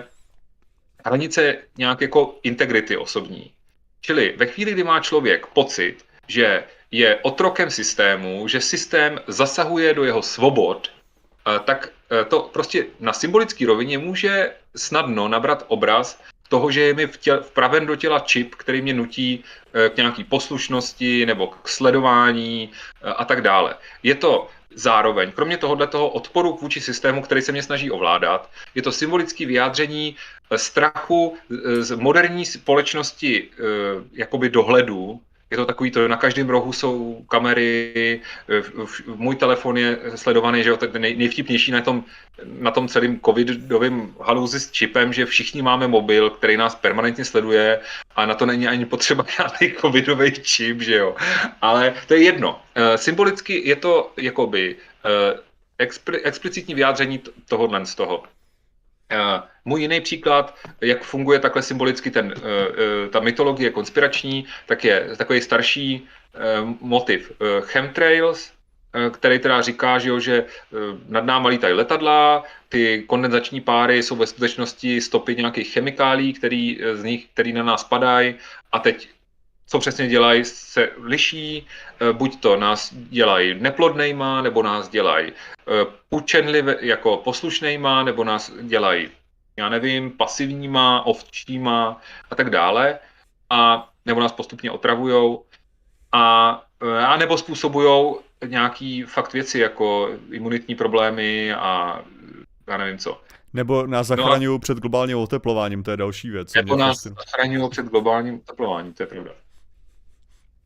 hranice nějak jako integrity osobní. Čili ve chvíli, kdy má člověk pocit, že je otrokem systému, že systém zasahuje do jeho svobod, tak to prostě na symbolické rovině může snadno nabrat obraz toho, že je mi vpraven do těla čip, který mě nutí k nějaký poslušnosti nebo k sledování a tak dále. Je to zároveň, kromě tohoto odporu vůči systému, který se mě snaží ovládat, je to symbolické vyjádření strachu z moderní společnosti jakoby dohledu. Je to takový, to na každém rohu jsou kamery, můj telefon je sledovaný, že jo, ten nej, nejvtipnější na tom, na tom celém covidovém halúzi s čipem, že všichni máme mobil, který nás permanentně sleduje a na to není ani potřeba žádný covidový čip, že jo. Ale to je jedno. Symbolicky je to jakoby expli, explicitní vyjádření tohohle z toho. Uh, můj jiný příklad, jak funguje takhle symbolicky ten, uh, uh, ta mytologie konspirační, tak je takový starší uh, motiv uh, chemtrails, uh, který teda říká, že, jo, že uh, nad náma lítají letadla, ty kondenzační páry jsou ve skutečnosti stopy nějakých chemikálí, který, z nich, který na nás padají a teď co přesně dělají, se liší, buď to nás dělají neplodnejma, nebo nás dělají učenlivě jako poslušnejma, nebo nás dělají, já nevím, pasivníma, ovčíma a tak dále, a nebo nás postupně otravujou, a, a nebo způsobujou nějaký fakt věci, jako imunitní problémy a já nevím co. Nebo nás zachraňují no, před globálním oteplováním, to je další věc. Nebo nás zachraňují před globálním oteplováním, to je pravda.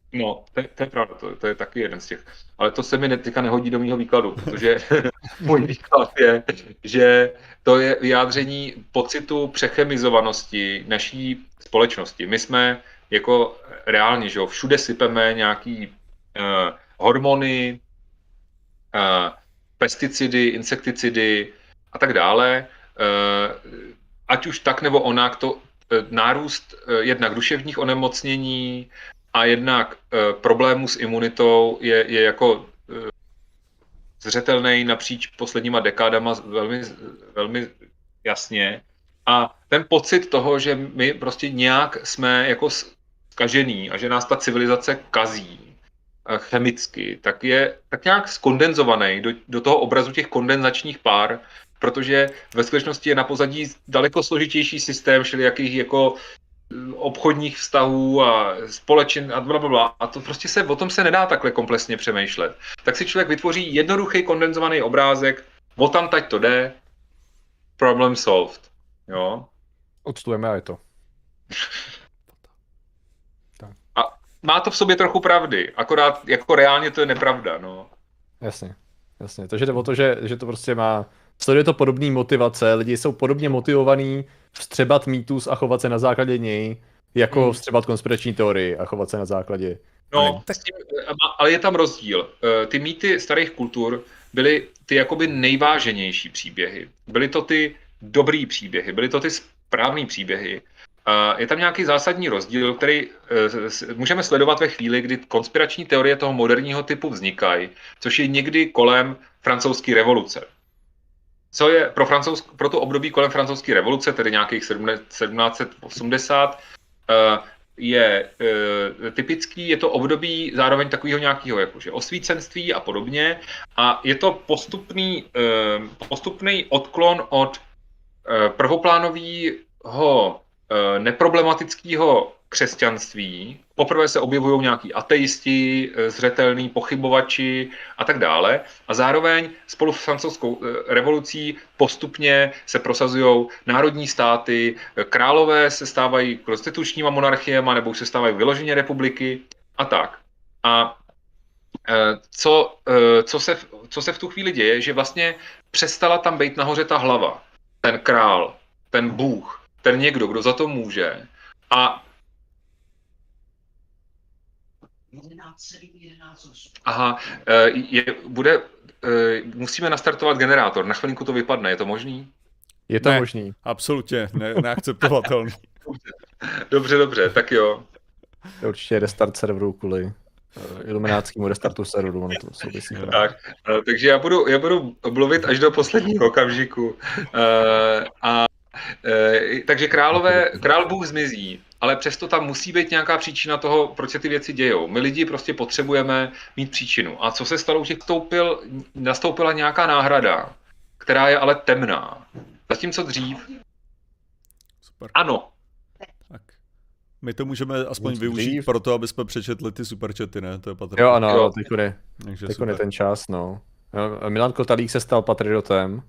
No, to, to je pravda, to, to je taky jeden z těch. Ale to se mi teďka nehodí do mýho výkladu, protože můj výklad je, že to je vyjádření pocitu přechemizovanosti naší společnosti. My jsme jako reálně, že jo, všude sypeme nějaký uh, hormony, uh, pesticidy, insekticidy a tak dále. Uh, ať už tak nebo onak, to uh, nárůst uh, jednak duševních onemocnění, a jednak e, problémů s imunitou je, je jako e, zřetelný napříč posledníma dekádama velmi, velmi jasně. A ten pocit toho, že my prostě nějak jsme jako zkažený a že nás ta civilizace kazí e, chemicky, tak je tak nějak skondenzovaný do, do toho obrazu těch kondenzačních pár, protože ve skutečnosti je na pozadí daleko složitější systém všelijakých jako obchodních vztahů a společen a blablabla. A to prostě se, o tom se nedá takhle komplexně přemýšlet. Tak si člověk vytvoří jednoduchý kondenzovaný obrázek, o tam tať to jde, problem solved. Jo? Odstujeme a je to. A má to v sobě trochu pravdy, akorát jako reálně to je nepravda. No. Jasně, jasně. Takže jde o to, že, že to prostě má, sleduje to podobné motivace, lidi jsou podobně motivovaní vstřebat mýtus a chovat se na základě něj, jako hmm. vstřebat konspirační teorii a chovat se na základě. No, tak... tím, ale je tam rozdíl. Ty mýty starých kultur byly ty jakoby nejváženější příběhy. Byly to ty dobrý příběhy, byly to ty správný příběhy. Je tam nějaký zásadní rozdíl, který můžeme sledovat ve chvíli, kdy konspirační teorie toho moderního typu vznikají, což je někdy kolem francouzské revoluce. Co je pro, francouzsk, pro to období kolem francouzské revoluce, tedy nějakých sedmnáct osmdesát, je typický, je to období zároveň takového nějakého jakože osvícenství a podobně. A je to postupný, postupný odklon od prvoplánového neproblematického křesťanství. Poprvé se objevují nějaký ateisti, zřetelní pochybovači a tak dále. A zároveň spolu s francouzskou revolucí postupně se prosazují národní státy, králové se stávají konstitučníma monarchiema nebo už se stávají vyloženě republiky a tak. A co, co, se, co se v tu chvíli děje, že vlastně přestala tam být nahoře ta hlava, ten král, ten bůh, ten někdo, kdo za to může. A Aha, je, bude, musíme nastartovat generátor. Na chvilinku to vypadne, je to možný? Je to ne, možný. Absolutně, ne, neakceptovatelný. Dobře, dobře, tak jo. Je určitě restart serveru kvůli iluminátskému restartu serveru. Ono to souvisí. Tak, takže já budu, já budu mluvit až do posledního okamžiku. A E, takže králové, král Bůh zmizí, ale přesto tam musí být nějaká příčina toho, proč se ty věci dějou. My lidi prostě potřebujeme mít příčinu. A co se stalo, že nastoupil, nastoupila nějaká náhrada, která je ale temná. Zatímco dřív... Super. Ano. Tak. My to můžeme aspoň Můžu využít dřív. Pro to, aby jsme přečetli ty superchaty, ne? To je patriot. Jo, ano, jo. Teď je, teď je ten čas, no. Milan Kotalík se stal patriotem.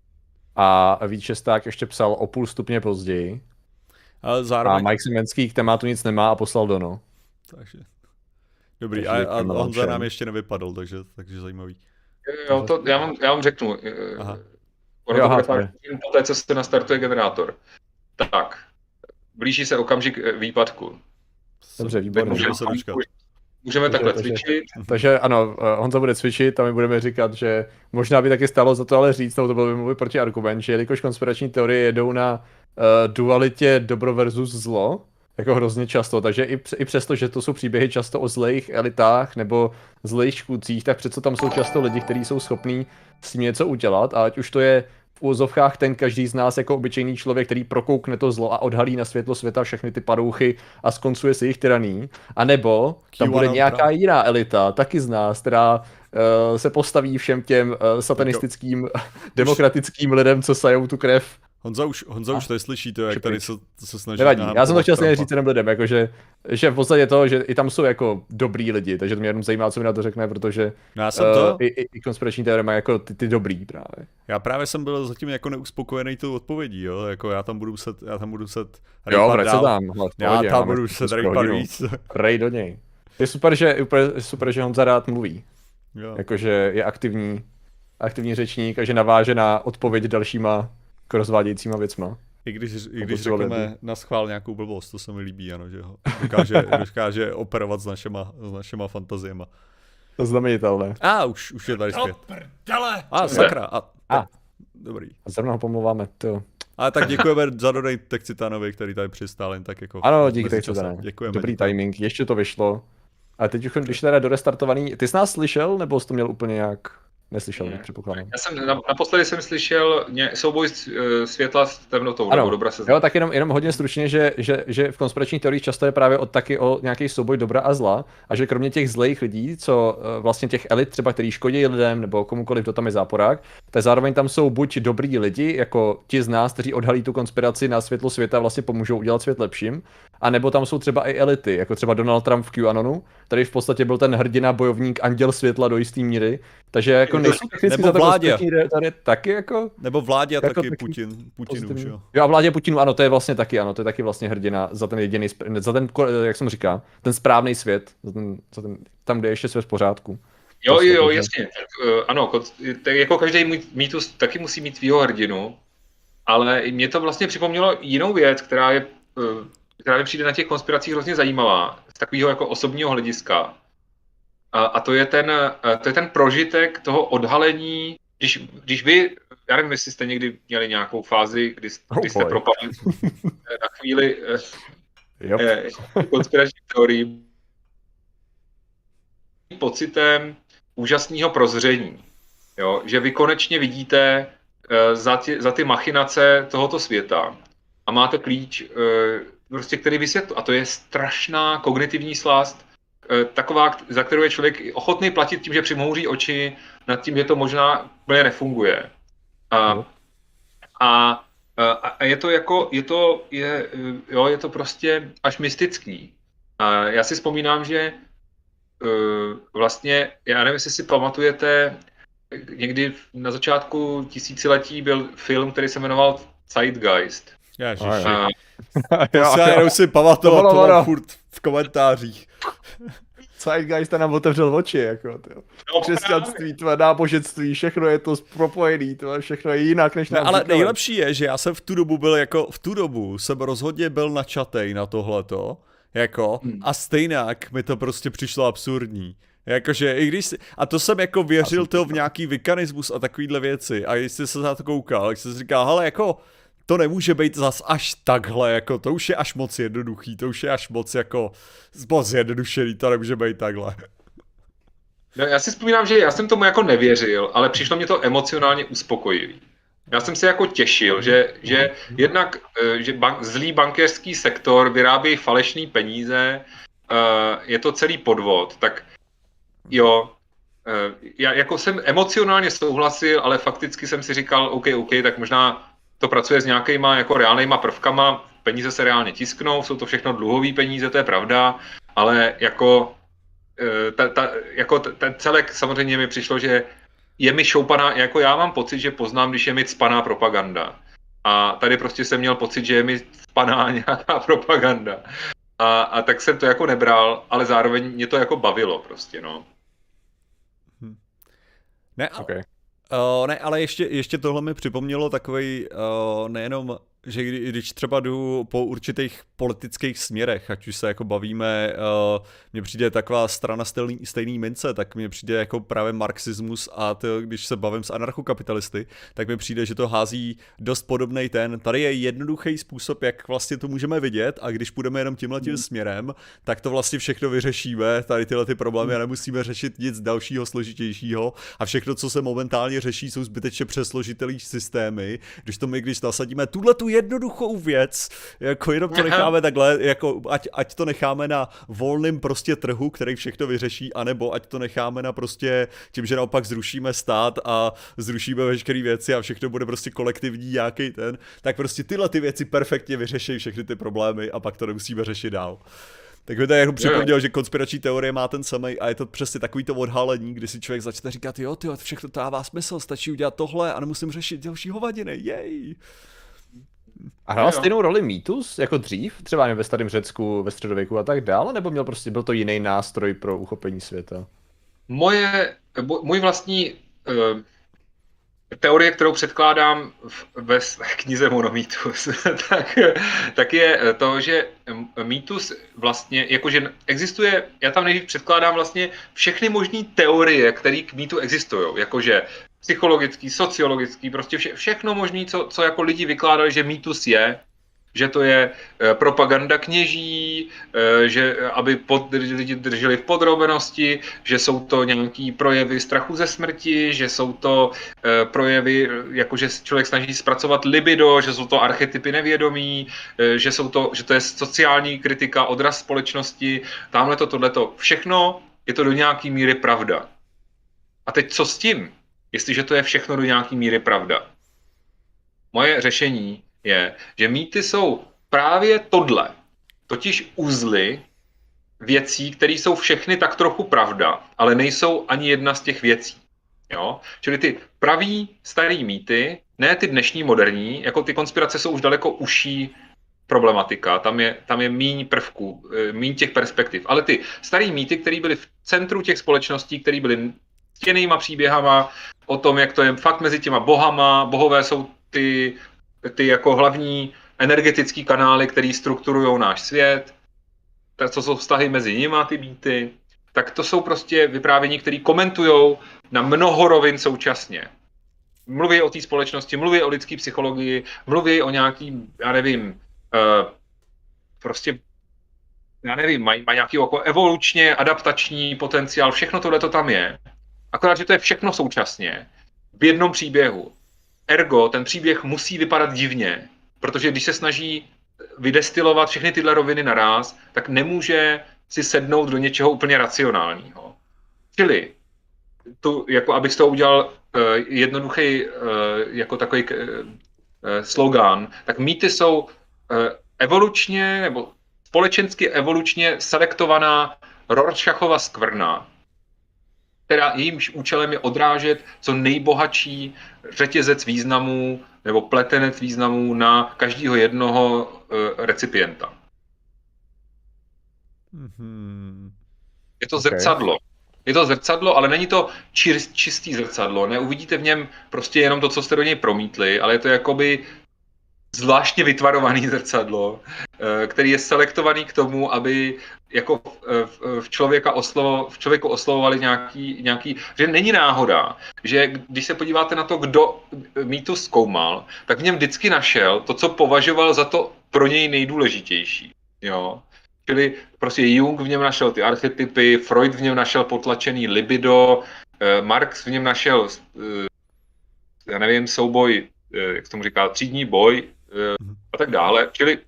A Víčesták ještě psal o půl stupně později. Ale zároveň... A Mike Semenský k tématu nic nemá a poslal Dono. Takže... Dobrý, takže a, a on za nám ještě nevypadl, takže, takže zajímavý. Jo, to já vám, já vám řeknu. Aha. Ono to bude fakt poté, co se nastartuje generátor. Tak, blíží se okamžik výpadku. Dobře, výborně. Můžeme se dočkat. Můžeme takhle takže, cvičit. Takže ano, Honza bude cvičit a my budeme říkat, že možná by taky stalo za to ale říct, to byl by můj protiargument, že jelikož konspirační teorie jedou na uh, dualitě dobro versus zlo, jako hrozně často, takže i, i přesto, že to jsou příběhy často o zlejch elitách nebo zlejch škůdcích, tak přesto tam jsou často lidi, kteří jsou schopní s tím něco udělat a ať už to je v úvozovkách ten každý z nás jako obyčejný člověk, který prokoukne to zlo a odhalí na světlo světa všechny ty padouchy a skoncuje se jejich tyraní, anebo tam bude nějaká jiná elita, taky z nás, která uh, se postaví všem těm uh, satanistickým, demokratickým lidem, co sajou tu krev. Honza už, Honza už to slyší, to jak tady se, se snaží. Nevadí, já jsem to chtěl stejně říct jenom lidem, jakože, že v podstatě to, že i tam jsou jako dobrý lidi, takže to mě jenom zajímá, co mi na to řekne, protože no já jsem to... uh, i, i, i konspirační teorie má jako ty, ty dobrý právě. Já právě jsem byl zatím jako neuspokojený tou odpovědí, jo, jako já tam budu muset, já tam budu muset jo, vrať se tam, já tam budu muset rejpat víc. Rej do něj. Je super, že, je super, že Honza rád mluví. Jo. Jakože je aktivní, aktivní řečník a že naváže na odpověď dalšíma jako rozvádějícíma věcma. I když, i když řekneme na schvál nějakou blbost, to se mi líbí, ano, že ho dokáže, dokáže operovat s našima, s našima fantaziema. To znamenitelné. A už, už je tady zpět. Prdele! A sakra. A, A. Dobrý. A zrovna ho pomluváme, to. Ale tak děkujeme za dodej Tekcitánovi, který tady přistál jen tak jako... Ano, díky Tekcitáne. Děkujeme. Dobrý timing, ještě to vyšlo. A teď, když teda do restartovaný, ty jsi nás slyšel, nebo jsi to měl úplně jak neslyšel, ne, předpokládám? Já jsem, naposledy jsem slyšel ně, souboj světla s temnotou, ano, nebo dobra se jo, tak jenom, jenom hodně stručně, že, že, že v konspiračních teoriích často je právě od, taky o nějaký souboj dobra a zla, a že kromě těch zlejch lidí, co vlastně těch elit třeba, který škodí lidem, nebo komukoliv, kdo tam je záporák, tak zároveň tam jsou buď dobrý lidi, jako ti z nás, kteří odhalí tu konspiraci na světlo světa a vlastně pomůžou udělat svět lepším, a nebo tam jsou třeba i elity, jako třeba Donald Trump v QAnonu, který v podstatě byl ten hrdina, bojovník, anděl světla do jistý míry, takže jako nejsou technicky za to konspirační tady taky jako... Nebo vládě a jako taky taky Putin, Putin už, jo. Jo, a vládě Putinu, ano, to je vlastně taky, ano, to je taky vlastně hrdina za ten jediný, za ten, jak jsem říká, ten správný svět, za ten, za ten, tam, kde je ještě svět v pořádku. Jo, prostě, jo, jasně, tak, uh, ano, tak jako každý mýtus taky musí mít svýho hrdinu, ale mě to vlastně připomnělo jinou věc, která je, uh, která mi přijde na těch konspiracích hrozně zajímavá, z takového jako osobního hlediska. A, a to je ten, to je ten prožitek toho odhalení, když, když vy, já nevím, jestli jste někdy měli nějakou fázi, kdy, kdy jste oh propadli na chvíli eh, konspiračních teorií pocitem úžasného prozření, jo? Že vy konečně vidíte eh, za, ty, za ty machinace tohoto světa a máte klíč, eh, prostě, který vysvětlí. A to je strašná kognitivní slast, taková, za kterou je člověk ochotný platit tím, že přimhouří oči nad tím, že to možná úplně nefunguje. A, a, a je to jako, je to, je, jo, je to prostě až mystický. A já si vzpomínám, že vlastně, já nevím, jestli si pamatujete, někdy na začátku tisíciletí byl film, který se jmenoval Zeitgeist. Ježiši. To se jenom si pamatovat to mám furt v komentářích. Zeitgeist nám otevřel oči, jako, tyjo. No, křesťanství, tvé náboženství, všechno je to propojený, to všechno je jinak, než nám no, ale říkali. Nejlepší je, že já jsem v tu dobu byl jako, v tu dobu jsem rozhodně byl načatej na tohleto, jako, hmm. a stejnak mi to prostě přišlo absurdní. Jakože, i když si, a to jsem jako věřil to v nějaký vikanismus a takovýhle věci, a když jsi se na to koukal, tak jsi si říkal, hele, jako, to nemůže být zas až takhle, jako, to už je až moc jednoduchý, to už je až moc jako, moc jednodušený, to nemůže být takhle. No, já si vzpomínám, že já jsem tomu jako nevěřil, ale přišlo mě to emocionálně uspokojivý. Já jsem se jako těšil, že, že jednak že bank, zlý bankéřský sektor vyrábí falešný peníze, je to celý podvod, tak jo, já jako jsem emocionálně souhlasil, ale fakticky jsem si říkal, OK, OK, tak možná to pracuje s nějakýma jako reálnýma prvkama, peníze se reálně tisknou, jsou to všechno dluhové peníze, to je pravda, ale jako, ta, ta, jako ten celek samozřejmě mi přišlo, že je mi šoupaná, jako já mám pocit, že poznám, když je mi cpaná propaganda. A tady prostě jsem měl pocit, že je mi cpaná nějaká propaganda. A, a tak jsem to jako nebral, ale zároveň mě to jako bavilo prostě, no. Hm. Ne, okay. Uh, ne, ale ještě, ještě tohle mi připomnělo takovej, uh, nejenom, že kdy, když třeba jdu po určitých politických směrech, ať už se jako bavíme, uh, mně přijde taková strana stejný, stejný mince, tak mně přijde jako právě marxismus a to, když se bavím s anarchokapitalisty, tak mi přijde, že to hází dost podobnej ten. Tady je jednoduchý způsob, jak vlastně to můžeme vidět a když půjdeme jenom tímhletím mm. směrem, tak to vlastně všechno vyřešíme, tady tyhle ty problémy a nemusíme řešit nic dalšího složitějšího a všechno, co se momentálně řeší, jsou zbytečně přesložitelý systémy. Když to my, když nasadíme tuhle tu jednoduchou věc, jako jenom to necháme takhle, jako ať, ať to necháme na volném prostě trhu, který všechno vyřeší, anebo ať to necháme na prostě tím, že naopak zrušíme stát a zrušíme veškeré věci a všechno bude prostě kolektivní nějaký ten, tak prostě tyhle ty věci perfektně vyřeší všechny ty problémy a pak to nemusíme řešit dál. Tak mi to jako připomněl, že konspirační teorie má ten samý a je to přesně takový to odhalení, kdy si člověk začne říkat, jo, tyjo, všechno to dává smysl, stačí udělat tohle a nemusím řešit další hovadiny, jej. A hrál Jo, jo. stejnou roli mýtus jako dřív? Třeba nevím, ve starém Řecku, ve středověku a tak dále? Nebo měl prostě, byl to jiný nástroj pro uchopení světa? Moje, mo- můj vlastní uh, teorie, kterou předkládám v, ve s- knize Monomýtus, tak, tak je to, že mýtus vlastně, jakože existuje, já tam nejdřív předkládám vlastně všechny možné teorie, které k mýtu existují, jakože psychologický, sociologický, prostě vše, všechno možné, co, co jako lidi vykládali, že mýtus je, že to je eh, propaganda kněží, eh, že aby pod, lidi drželi v podrobenosti, že jsou to nějaký projevy strachu ze smrti, že jsou to eh, projevy, jako že člověk snaží zpracovat libido, že jsou to archetypy nevědomí, eh, že, jsou to, že to je sociální kritika, odraz společnosti, tamhle to, tohleto. Všechno je to do nějaký míry pravda. A teď co s tím, jestliže to je všechno do nějaký míry pravda? Moje řešení je, že mýty jsou právě tohle, totiž uzly věcí, které jsou všechny tak trochu pravda, ale nejsou ani jedna z těch věcí. Jo? Čili ty pravý starý mýty, ne ty dnešní moderní, jako ty konspirace jsou už daleko užší problematika, tam je, tam je míň prvků, míň těch perspektiv, ale ty starý mýty, které byly v centru těch společností, které byly stěnýma příběhama o tom, jak to je fakt mezi těma bohama, bohové jsou ty ty jako hlavní energetický kanály, které strukturují náš svět, tak co jsou vztahy mezi nima, ty mýty, tak to jsou prostě vyprávění, které komentují na mnoho rovin současně. Mluví o té společnosti, mluví o lidské psychologii, mluví o nějaký, já nevím, uh, prostě, já nevím, mají, mají nějaký jako evolučně adaptační potenciál, všechno tohle to tam je. Akorát, že to je všechno současně v jednom příběhu. Ergo, ten příběh musí vypadat divně, protože když se snaží vydestilovat všechny tyhle roviny naráz, tak nemůže si sednout do něčeho úplně racionálního. Čili, tu, jako abych z toho udělal uh, jednoduchý uh, jako takový uh, slogan, tak mýty jsou uh, evolučně nebo společensky evolučně selektovaná Rorschachova skvrna, která jejímž účelem je odrážet co nejbohatší řetězec významů nebo pletenec významů na každého jednoho uh, recipienta. Mm-hmm. Je to Okay. zrcadlo. Je to zrcadlo, ale není to čist, čistý zrcadlo. Neuvidíte v něm prostě jenom to, co jste do něj promítli, ale je to jakoby zvláštně vytvarovaný zrcadlo, který je selektovaný k tomu, aby jako v, člověka oslovo, v člověku oslovovali nějaký, nějaký, že není náhoda, že když se podíváte na to, kdo mýtus zkoumal, tak v něm vždycky našel to, co považoval za to pro něj nejdůležitější. Jo? Čili prostě Jung v něm našel ty archetypy, Freud v něm našel potlačený libido, Marx v něm našel, já nevím, souboj, jak se tomu říká, třídní boj a tak dále. Čili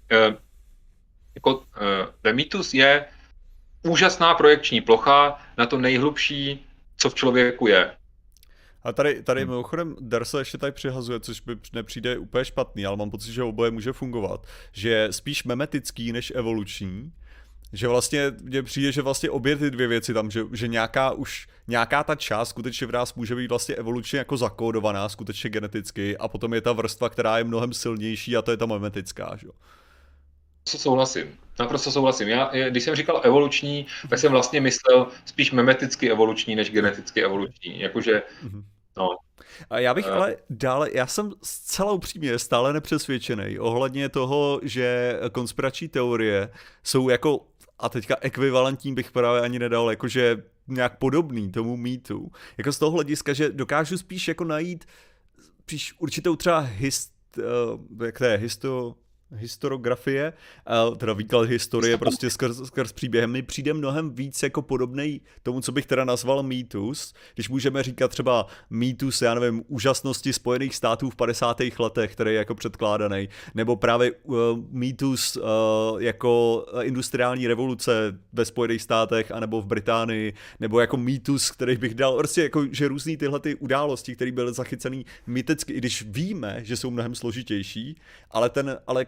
jako The Mýtus je úžasná projekční plocha na to nejhlubší, co v člověku je. A tady, tady hmm. mimochodem Darsa ještě tady přihazuje, což by nepřijde úplně špatný, ale mám pocit, že oboje může fungovat. Že je spíš memetický než evoluční. Že vlastně mně přijde, že vlastně obě ty dvě věci tam, že, že nějaká už, nějaká ta část skutečně v nás může být vlastně evolučně jako zakódovaná, skutečně geneticky, a potom je ta vrstva, která je mnohem silnější, a to je ta memetická, že jo. Souhlasím, naprosto souhlasím. Já, když jsem říkal evoluční, tak jsem vlastně myslel spíš memeticky evoluční, než geneticky evoluční, jakože, no. A já bych ale dále, já jsem zcela upřímně stále nepřesvědčený ohledně toho, že konspirační teorie jsou jako, a teďka ekvivalentní bych právě ani nedal, jakože nějak podobný tomu mýtu. Jako z toho hlediska, že dokážu spíš jako najít spíš určitou třeba hist, uh, jak to je, histo... historiografie, teda výklad historie prostě skrz, skrz příběhem mi přijde mnohem víc jako podobnej tomu, co bych teda nazval mýtus, když můžeme říkat třeba mýtus, já nevím, úžasnosti Spojených států v padesátých letech, který je jako předkládaný, nebo právě uh, mýtus uh, jako industriální revoluce ve Spojených státech anebo v Británii, nebo jako mýtus, který bych dal, prostě jako, že různý tyhle ty události, které byly zachycený mýtecky, i když víme, že jsou mnohem složitější, ale ten, ale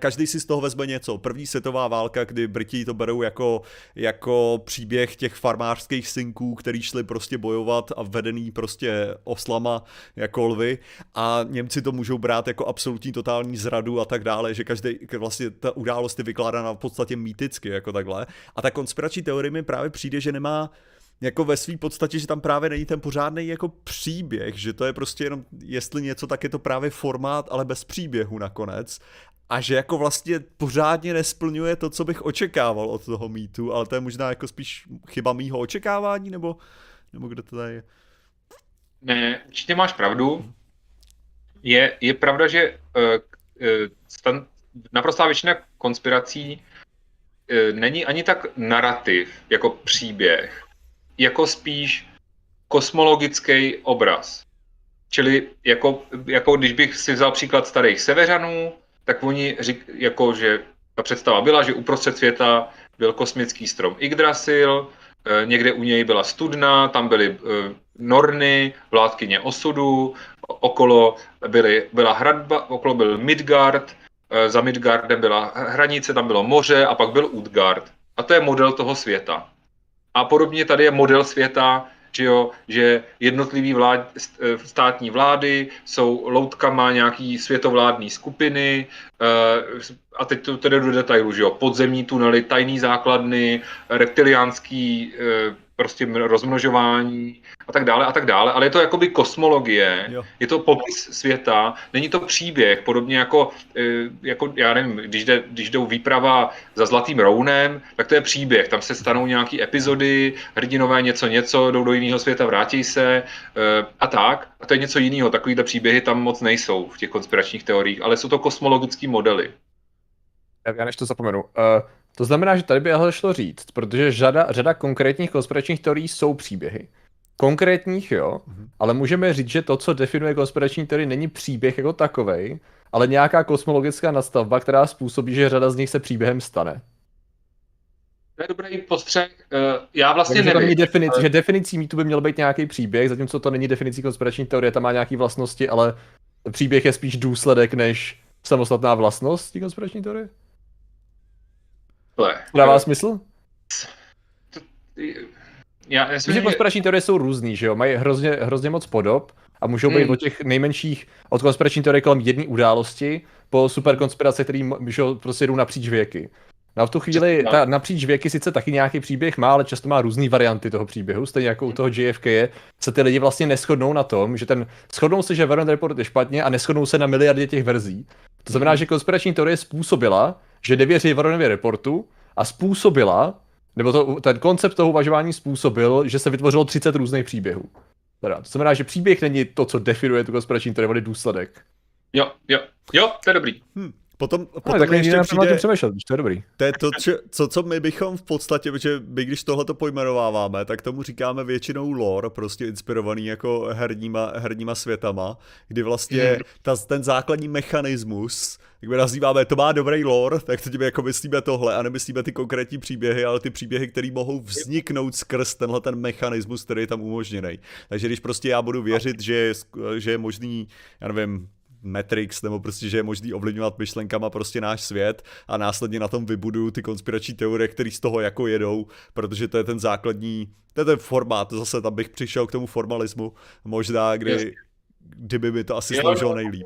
každý si z toho vezme něco. První světová válka, kdy Briti to berou jako, jako příběh těch farmářských synků, který šli prostě bojovat a vedený prostě oslama jako lvy, a Němci to můžou brát jako absolutní totální zradu a tak dále, že každý vlastně ta událost je vykládána v podstatě mýticky jako takhle. A ta konspirační teorie mi právě přijde, že nemá jako ve své podstatě, že tam právě není ten pořádný jako příběh, že to je prostě jenom, jestli něco, tak je to právě formát, ale bez příběhu nakonec. A že jako vlastně pořádně nesplňuje to, co bych očekával od toho mýtu, ale to je možná jako spíš chyba mýho očekávání, nebo, nebo kde to tady je? Ne, určitě máš pravdu. Je, je pravda, že uh, uh, stan, naprostá většina konspirací uh, není ani tak narrativ, jako příběh, jako spíš kosmologický obraz. Čili jako, jako když bych si vzal příklad starých Severanů, tak oni řík, jako, že ta představa byla, že uprostřed světa byl kosmický strom Yggdrasil, někde u něj byla studna, tam byly Norny, vládkyně osudu, okolo byly, byla hradba, okolo byl Midgard, za Midgardem byla hranice, tam bylo moře a pak byl Utgard. A to je model toho světa. A podobně tady je model světa, že, jo, že jednotlivý vlád, státní vlády jsou loutkama nějaký světovládní skupiny, a teď to tedy do detailu, že jo, podzemní tunely, tajný základny, reptiliánský prostě rozmnožování a tak dále a tak dále, ale je to jakoby kosmologie, jo. Je to popis světa, není to příběh, podobně jako, jako já nevím, když, jde, když jdou výprava za Zlatým rounem, tak to je příběh, tam se stanou nějaký epizody, hrdinové něco něco, jdou do jiného světa, vrátí se a tak, a to je něco jiného, takovýhle příběhy tam moc nejsou v těch konspiračních teoriích, ale jsou to kosmologické modely. Já než to zapomenu. Uh, to znamená, že tady by ale šlo říct, protože řada, řada konkrétních konspiračních teorií jsou příběhy. Konkrétních, jo, mm-hmm. ale můžeme říct, že to, co definuje konspirační teorii, není příběh jako takovej, ale nějaká kosmologická nastavba, která způsobí, že řada z nich se příběhem stane. To je dobrý postřeh. Uh, já vlastně Takže nevím. Definici, ale... že definicí mýtu by měl být nějaký příběh, zatímco to není definicí konspirační teorie, tam má nějaký vlastnosti, ale příběh je spíš důsledek než samostatná vlastnost té konspirační teorie. To dává smysl? To, já, já že konspirační teorie jsou různý, že jo? Mají hrozně, hrozně moc podob a můžou být hmm. od těch nejmenších, od konspirační teorie kolem jedné události po superkonspirace, který prostě jdou napříč věky. No a v tu chvíli ta napříč věky sice taky nějaký příběh má, ale často má různý varianty toho příběhu, stejně jako u toho J F K je, se ty lidi vlastně neshodnou na tom, že ten, shodnou se, že Warren Report je špatně a neshodnou se na miliardě těch verzí. To znamená, že konspirační teorie způsobila, že nevěří Warrenově reportu a způsobila, nebo to, ten koncept toho uvažování způsobil, že se vytvořilo třicet různých příběhů. Teda, to znamená, že příběh není to, co definuje tu konspirační teorii, ale důsledek. Jo, jo, jo, to je dobrý. Hm. Potom, potom no, tak ještě přijde, přemýšlet, to je dobrý. To je to, co, co my bychom v podstatě, protože my když tohleto pojmenováváme, tak tomu říkáme většinou lore, prostě inspirovaný jako herníma, herníma světama, kdy vlastně mm. ta, ten základní mechanismus, jak my nazýváme, to má dobrý lore, tak to tím jako myslíme tohle a nemyslíme ty konkrétní příběhy, ale ty příběhy, které mohou vzniknout skrz tenhle ten mechanismus, který je tam umožněný. Takže když prostě já budu věřit, že je, že je možný, já nevím, Matrix, nebo prostě, že je možný ovlivňovat myšlenkama prostě náš svět a následně na tom vybuduju ty konspirační teorie, které z toho jako jedou, protože to je ten základní, to je ten formát, zase tam bych přišel k tomu formalismu, možná, kdy, kdyby mi to asi sloužilo nejlíp.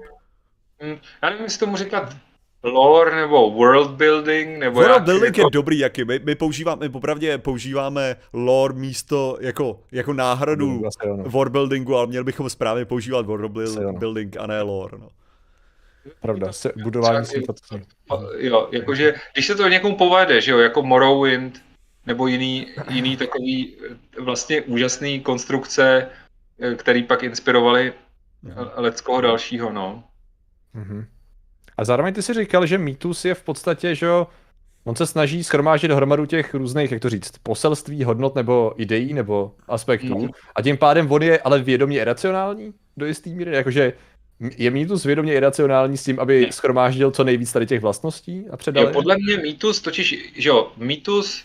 Já nevím, jestli tomu říkat lore nebo world building, nebo world jak, building jako... je dobrý, jaký. My, my používáme, my popravdě používáme lore místo jako, jako náhradu no, world buildingu, ale měli bychom správně používat world building a ne lore, no. Pravda, se, budování světa. Jo, jakože, když se to někomu povede, že jo, jako Morrowind, nebo jiný, jiný takový vlastně úžasný konstrukce, který pak inspirovali leckoho dalšího, no. Mhm. A zároveň ty si říkal, že mýtus je v podstatě, že on se snaží shromáždit hromadu těch různých, jak to říct, poselství, hodnot nebo ideí nebo aspektů. Mm. A tím pádem on je ale vědomě iracionální do jistý míry, jakože je mýtus vědomě iracionální s tím, aby ne. shromáždil co nejvíc tady těch vlastností a předal. Jo, podle mě mýtus totiž, že jo, mýtus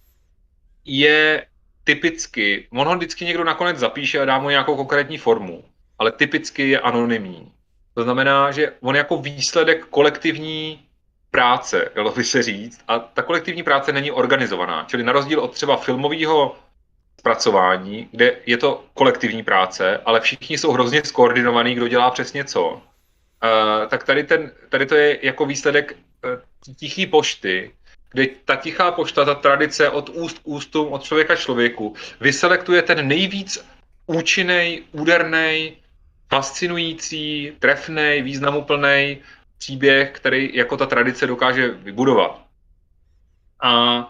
je typicky, on ho vždycky někdo nakonec zapíše a dá mu nějakou konkrétní formu, ale typicky je anonymní. To znamená, že on jako výsledek kolektivní práce, dalo by se říct, a ta kolektivní práce není organizovaná. Čili na rozdíl od třeba filmového zpracování, kde je to kolektivní práce, ale všichni jsou hrozně skoordinovaní, kdo dělá přesně co, uh, tak tady, ten, tady to je jako výsledek uh, tichý pošty, kde ta tichá pošta, ta tradice od úst k ústům, od člověka k člověku, vyselektuje ten nejvíc účinný, úderný, fascinující, trefný, významuplný příběh, který jako ta tradice dokáže vybudovat. A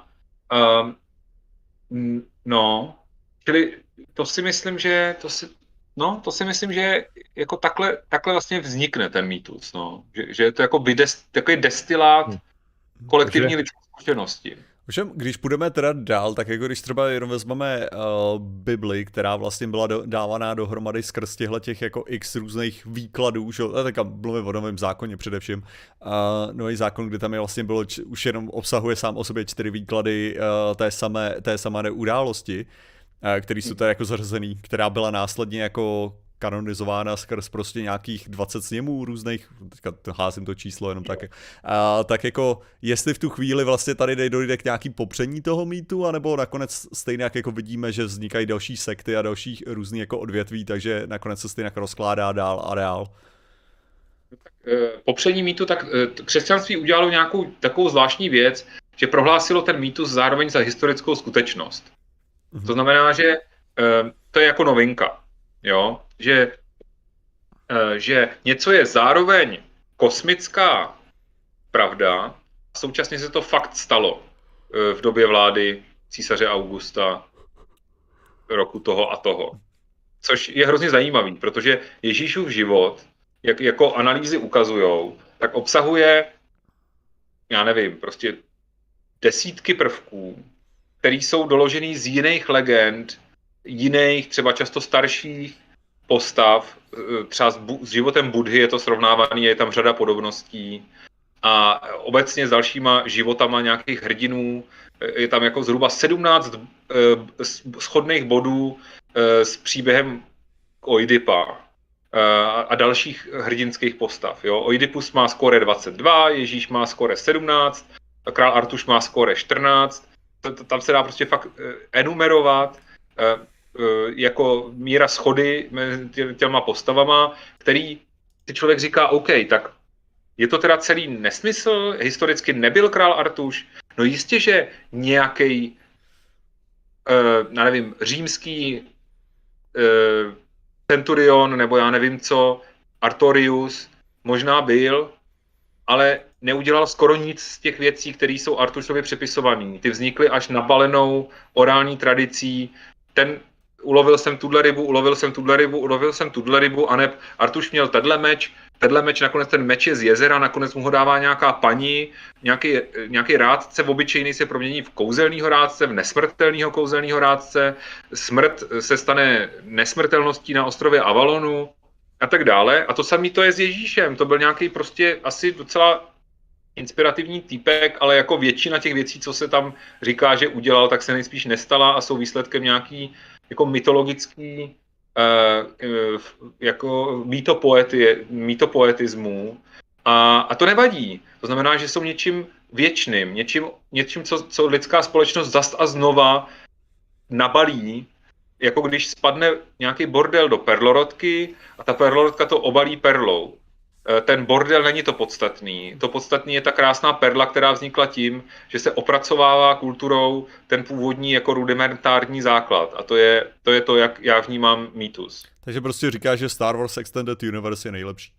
um, no, čili to si myslím, že to si, no, to si myslím, že jako takhle, takhle vlastně vznikne ten mýtus, no. Že, že je to jako des, takový destilát kolektivní lidské zkušenosti. Všem, když půjdeme teda dál, tak jako když třeba jenom vezmeme uh, Bibli, která vlastně byla do, dávaná dohromady skrz těchto těch jako x různých výkladů, že a teďka mluvím o Novém zákoně především, uh, Nový zákon, kde tam je vlastně bylo, č, už jenom obsahuje sám o sobě čtyři výklady uh, té samé, té samé události, uh, které jsou tady jako zařazený, která byla následně jako kanonizována skrz prostě nějakých dvacet sněmů různých, teďka házím to číslo jenom tak, a, tak jako jestli v tu chvíli vlastně tady dojde k nějaký popření toho mýtu, anebo nakonec stejně jak jako vidíme, že vznikají další sekty a další různý jako odvětví, takže nakonec se stejně rozkládá dál a dál. Popření mýtu, tak křesťanství udělalo nějakou takovou zvláštní věc, že prohlásilo ten mýtus zároveň za historickou skutečnost. Mhm. To znamená, že to je jako novinka. Jo, že, že něco je zároveň kosmická pravda a současně se to fakt stalo v době vlády císaře Augusta roku toho a toho. Což je hrozně zajímavý, protože Ježíšův život, jak jako analýzy ukazujou, tak obsahuje, já nevím, prostě desítky prvků, které jsou doložený z jiných legend, jiných, třeba často starších postav, třeba s, bu- s životem Budhy je to srovnávaný, je tam řada podobností a obecně s dalšíma životama nějakých hrdinů je tam jako zhruba sedmnáct uh, shodných bodů uh, s příběhem Oidipa uh, a dalších hrdinských postav. Jo? Oidipus má skóre dvacet dva, Ježíš má skóre sedmnáct, král Artuš má skóre čtrnáct, tam se dá prostě fakt uh, enumerovat uh, jako míra schody mezi těma postavama, který si člověk říká, OK, tak je to teda celý nesmysl, historicky nebyl král Artuš, no jistě, že nějaký, uh, já nevím, římský uh, centurion, nebo já nevím co, Artorius, možná byl, ale neudělal skoro nic z těch věcí, které jsou Artušově přepisované. Ty vznikly až nabalenou orální tradicí, ten ulovil jsem tuhle rybu, ulovil jsem tuhle rybu, ulovil jsem tuhle rybu, a ne Artuš měl tenhle meč, tenhle meč, nakonec ten meč je z jezera, nakonec mu ho dává nějaká paní, nějaký, nějaký rádce obyčejný se promění v kouzelného rádce, v nesmrtelného kouzelného rádce, smrt se stane nesmrtelností na ostrově Avalonu a tak dále. A to samé to je s Ježíšem, to byl nějaký prostě asi docela inspirativní týpek, ale jako většina těch věcí, co se tam říká, že udělal, tak se nejspíš nestala a jsou výsledkem nějaký jako mytologický uh, jako mýtopoety, mýtopoetismu a, a to nevadí. To znamená, že jsou něčím věčným, něčím, něčím co, co lidská společnost zas a znova nabalí, jako když spadne nějaký bordel do perlorodky a ta perlorodka to obalí perlou. Ten bordel není to podstatný. To podstatný je ta krásná perla, která vznikla tím, že se opracovává kulturou ten původní jako rudimentární základ. A to je to, je to jak já vnímám mýtus. Takže prostě říkáš, že Star Wars Extended Universe je nejlepší.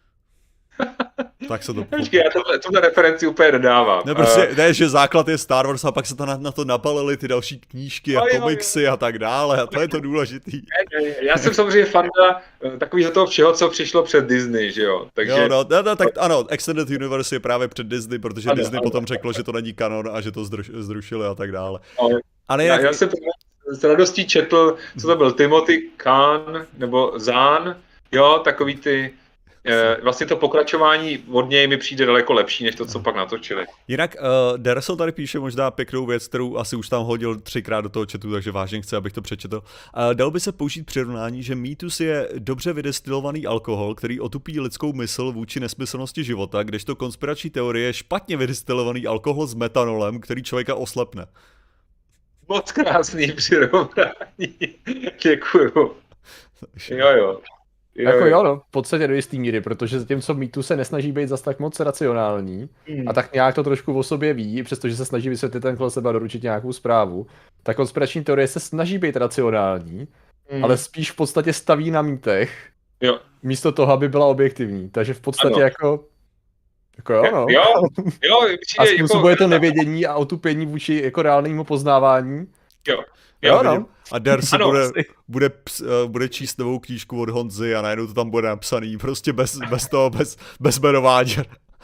Tak se to Počkej, já tohle, tuhle referenci úplně nedávám. Ne, prostě, uh, ne, že základ je Star Wars a pak se to na, na to napalili ty další knížky a no, komiksy jo, jo. a tak dále a to je to důležitý. Ne, ne, já jsem samozřejmě fanda takového toho všeho, co přišlo před Disney, že jo. Takže... Jo, no, no, no, tak ano, Extended Universe je právě před Disney, protože ano, Disney ano, potom ano. řeklo, že to není kanon a že to zrušili a tak dále. No, ale já, jak... já jsem s radostí četl, co to byl, Timothy Kahn nebo Zahn, jo, takový ty vlastně to pokračování od něj mi přijde daleko lepší, než to, co pak natočili. Jinak uh, Derso tady píše možná pěknou věc, kterou asi už tam hodil třikrát do toho chatu, takže vážně chce, abych to přečetl. Uh, dalo by se použít přirovnání, že mýtus je dobře vydestilovaný alkohol, který otupí lidskou mysl vůči nesmyslnosti života, kdežto konspirační teorie je špatně vydestilovaný alkohol s metanolem, který člověka oslepne. Moc krásný přirovnání. Děkuju. Jo, jo. Jo, jako jo, no, v podstatě do jistý míry, protože zatímco mýtus se nesnaží být zas tak moc racionální hmm. a tak nějak to trošku o sobě ví, přestože se snaží vysvětlit ten kolem sebe a doručit nějakou zprávu, tak konspirační teorie se snaží být racionální, hmm. ale spíš v podstatě staví na mýtech, jo. místo toho, aby byla objektivní. Takže v podstatě ano. jako... Jako jo, no. Jo, jo, a způsobuje jako... to nevědění a otupění vůči jako reálnému poznávání. Jo. Jo, no. A Dersi bude, bude, bude číst novou knížku od Honzy a najednou to tam bude napsaný, prostě bez, bez toho, bez, bez jmenování.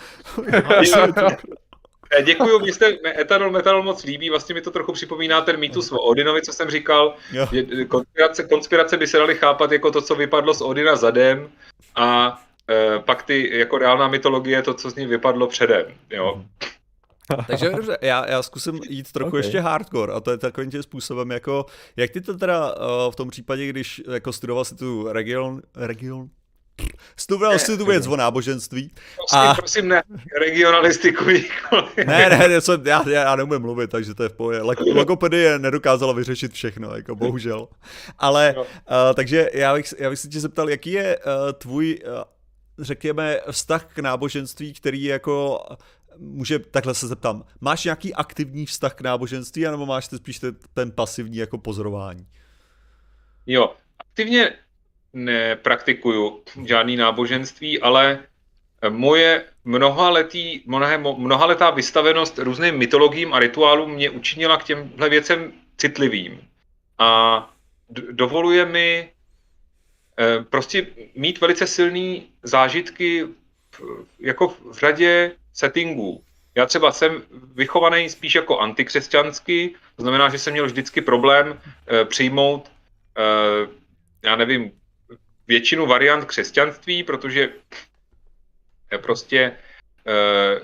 Děkuju, mě jste etanol, metanol moc líbí, vlastně mi to trochu připomíná ten mýtus o Odinovi, co jsem říkal, že konspirace, konspirace by se daly chápat jako to, co vypadlo z Odina zadem a e, pak ty jako reálná mytologie, to, co z ní vypadlo předem, jo. Takže dobře, já, já zkusím jít trochu okay. ještě hardcore a to je takovým tím způsobem, jako, jak ty to teda uh, v tom případě, když jako studoval si tu region, region, studoval si tu věc o náboženství. Prosím, a... prosím, ne, regionalistikuj. ne, ne, ne co, já, já neumím mluvit, takže to je v pohodě. Logopedie nedokázala vyřešit všechno, jako bohužel. Ale, uh, takže já bych, já bych se tě zeptal, jaký je uh, tvůj, uh, řekněme, vztah k náboženství, který jako... Může, takhle se zeptám, máš nějaký aktivní vztah k náboženství, anebo máš spíš ten, ten pasivní jako pozorování? Jo, aktivně nepraktikuju žádný náboženství, ale moje mnohaletý, mnohaletá vystavenost různým mytologiím a rituálům mě učinila k těmhle věcem citlivým. A dovoluje mi prostě mít velice silný zážitky v, jako v řadě settingů. Já třeba jsem vychovaný spíš jako antikřesťansky, to znamená, že jsem měl vždycky problém e, přijmout, e, já nevím, většinu variant křesťanství, protože je prostě e,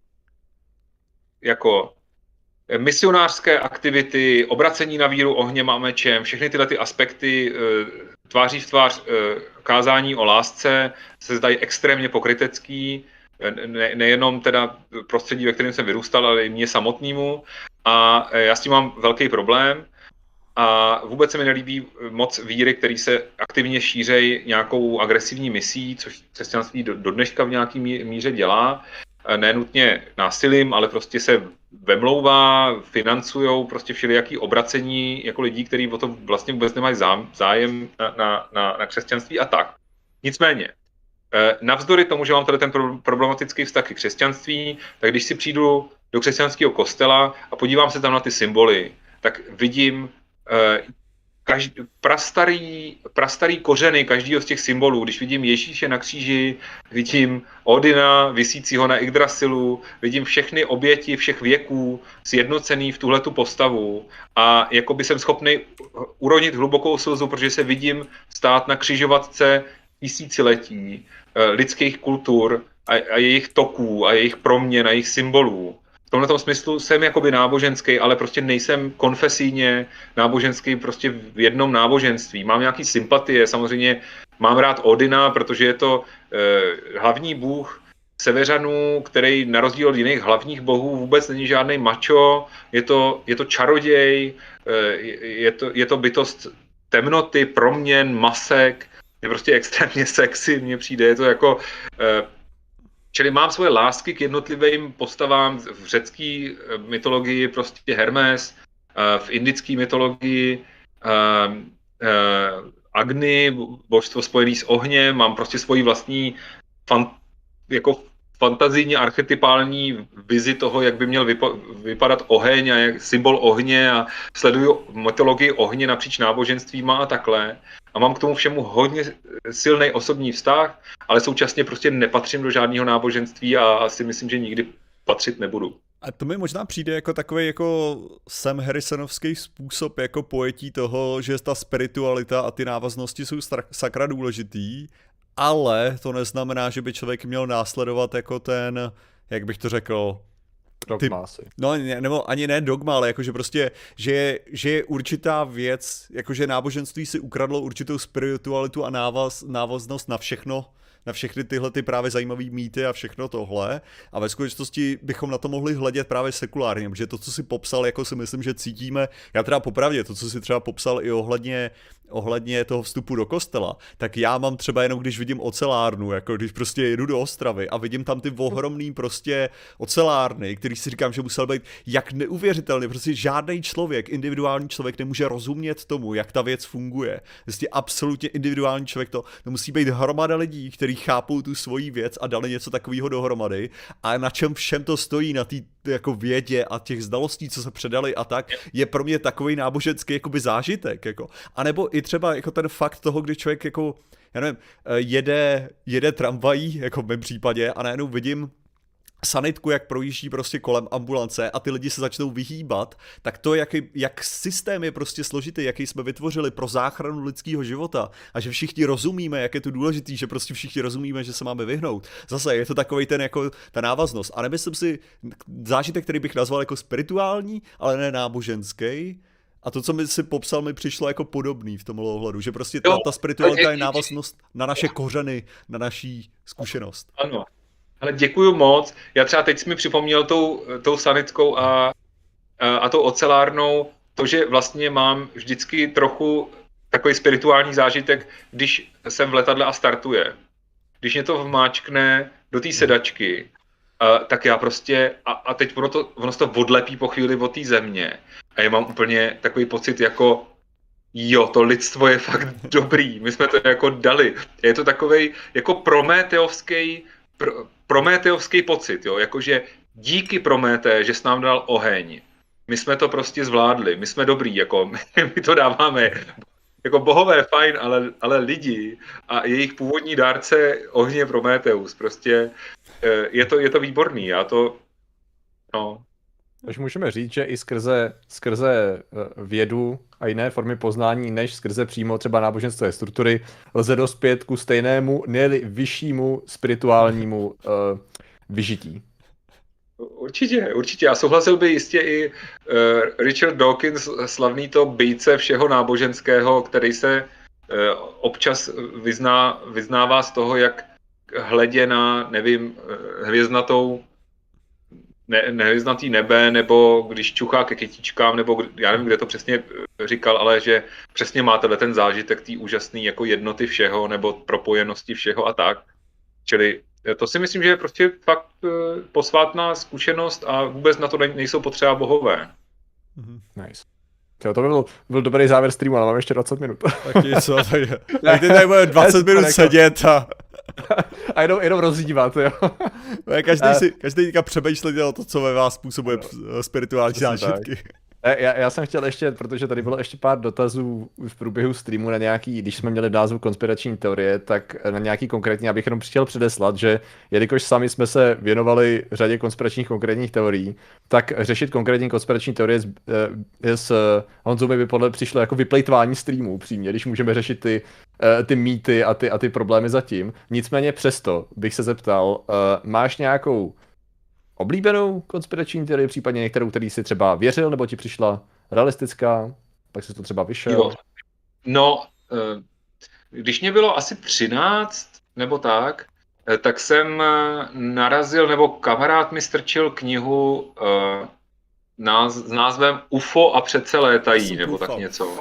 jako misionářské aktivity, obracení na víru ohněm a mečem, všechny tyhle ty aspekty e, tváří v tvář e, kázání o lásce se zdají extrémně pokrytecký, Ne, nejenom teda prostředí, ve kterém jsem vyrůstal, ale i mě samotnému. A já s tím mám velký problém. A vůbec se mi nelíbí moc víry, které se aktivně šířejí nějakou agresivní misí, což křesťanství do, do dneška v nějaký míře dělá. Nenutně násilím, ale prostě se vemlouvá, financujou prostě všelijaký obracení jako lidí, kteří o to vlastně vůbec nemají zájem na, na, na, na křesťanství a tak. Nicméně, navzdory tomu, že mám tady ten problematický vztah k křesťanství, tak když si přijdu do křesťanského kostela a podívám se tam na ty symboly, tak vidím každý, prastarý, prastarý kořeny každého z těch symbolů. Když vidím Ježíše na kříži, vidím Odina visícího na Yggdrasilu, vidím všechny oběti všech věků sjednocený v tuhletu postavu a jakoby jsem schopný uronit hlubokou slzu, protože se vidím stát na křižovatce tisíciletí lidských kultur a, a jejich toků a jejich proměn a jejich symbolů. V tomhle smyslu jsem jakoby náboženský, ale prostě nejsem konfesijně náboženský prostě v jednom náboženství. Mám nějaký sympatie, samozřejmě mám rád Odina, protože je to eh, hlavní bůh Severanů, který na rozdíl od jiných hlavních bohů vůbec není žádný macho, je to, je to čaroděj, eh, je, to, je to bytost temnoty, proměn, masek, je prostě extrémně sexy, mně přijde, je to jako... Eh, čili mám svoje lásky k jednotlivým postavám v řecké mytologii, prostě Hermes, v indické mytologii Agni, božstvo spojené s ohněm, mám prostě svoji vlastní fan, jako fantazijně archetypální vizi toho, jak by měl vypa- vypadat oheň a jak symbol ohně a sleduju mytologii ohně napříč náboženstvíma a takhle. A mám k tomu všemu hodně silný osobní vztah, ale současně prostě nepatřím do žádného náboženství a asi myslím, že nikdy patřit nebudu. A to mi možná přijde jako takový jako Sam Harrisonovský způsob jako pojetí toho, že ta spiritualita a ty návaznosti jsou sakra důležitý, ale to neznamená, že by člověk měl následovat jako ten, jak bych to řekl, Dogma asi. No, ne, nebo ani ne dogma, ale jakože prostě, že je, že je určitá věc, jakože náboženství si ukradlo určitou spiritualitu a návaz, návaznost na všechno, na všechny tyhle ty právě zajímavé mýty a všechno tohle. A ve skutečnosti bychom na to mohli hledět právě sekulárně, protože to, co si popsal, jako si myslím, že cítíme, já teda popravdě, to, co si třeba popsal i ohledně, ohledně toho vstupu do kostela, tak já mám třeba jenom, když vidím ocelárnu, jako když prostě jedu do Ostravy a vidím tam ty ohromný prostě ocelárny, který si říkám, že musel být jak neuvěřitelný, prostě žádný člověk, individuální člověk nemůže rozumět tomu, jak ta věc funguje. Prostě absolutně individuální člověk to, to musí být hromada lidí, kteří chápou tu svoji věc a dali něco takového dohromady a na čem všem to stojí, na té jako vědě a těch znalostí, co se předali a tak, je pro mě takový náboženský jakoby zážitek, jako. A nebo i třeba jako ten fakt toho, kdy člověk jako, já nevím, jede, jede tramvají, jako v mém případě, a najednou vidím sanitku, jak projíždí prostě kolem ambulance a ty lidi se začnou vyhýbat, tak to, jak, jak systém je prostě složitý, jaký jsme vytvořili pro záchranu lidského života a že všichni rozumíme, jak je to důležitý, že prostě všichni rozumíme, že se máme vyhnout. Zase je to takovej ten jako ta návaznost. A nemyslím si zážitek, který bych nazval jako spirituální, ale ne náboženský. A to, co mi si popsal, mi přišlo jako podobný v tomhle ohledu, že prostě ta, ta spiritualita je návaznost na naše kořeny, na naší zkušenost. Ano. Ale děkuju moc. Já třeba teď jsi mi připomněl tou, tou sanitkou a, a, a tou ocelárnou to, že vlastně mám vždycky trochu takový spirituální zážitek, když jsem v letadle a startuje. Když mě to vmáčkne do té sedačky, a, tak já prostě, a, a teď ono, to, ono se to odlepí po chvíli od té země. A já mám úplně takový pocit jako, jo, to lidstvo je fakt dobrý, my jsme to jako dali. Je to takovej jako prométeovský Pro, prométeovský pocit, jo, jakože díky Promété, že jsi nám dal oheň, my jsme to prostě zvládli, my jsme dobrý, jako my, my to dáváme, jako bohové fajn, ale, ale lidi a jejich původní dárce ohně Prométeus, prostě je to, je to výborný, já to, no. Takže můžeme říct, že i skrze, skrze vědu a jiné formy poznání, než skrze přímo třeba náboženské struktury, lze dospět ku stejnému, ne vyššímu spirituálnímu uh, vyžití. Určitě, určitě. A souhlasil by jistě i uh, Richard Dawkins, slavný to bejce všeho náboženského, který se uh, občas vyzná, vyznává z toho, jak hledě na, nevím, hvězdnatou Ne, nevyznatý nebe, nebo když čuchá ke kytičkám, nebo já nevím, kde to přesně říkal, ale že přesně máte ten zážitek té úžasné jako jednoty všeho, nebo propojenosti všeho a tak. Čili to si myslím, že je prostě fakt posvátná zkušenost a vůbec na to nejsou potřeba bohové. Nice. To by byl, byl dobrý závěr streamu, ale mám ještě dvacet minut. Tak něco, tak, tak ty tady bude dvacet minut sedět a... A jenom, jenom rozdívat, jo. Každý si, každý teďka přemýšlíte o to, co ve vás způsobuje spirituální zážitky. Já, já jsem chtěl ještě, protože tady bylo ještě pár dotazů v průběhu streamu na nějaký, když jsme měli názvu konspirační teorie, tak na nějaký konkrétní, abych jenom chtěl předeslat, že jelikož sami jsme se věnovali řadě konspiračních konkrétních teorií, tak řešit konkrétní konspirační teorie s, s Honzou by podle přišlo jako vyplejtvání streamu, přímě, když můžeme řešit ty, ty mýty a ty, a ty problémy zatím. Nicméně přesto bych se zeptal, máš nějakou oblíbenou konspirační teorii, případně některou, který si třeba věřil, nebo ti přišla realistická, pak si to třeba vyšel? Jo. No, když mě bylo asi třináct nebo tak, tak jsem narazil, nebo kamarád mi strčil knihu s názvem U F O a přece létají, nebo tak něco.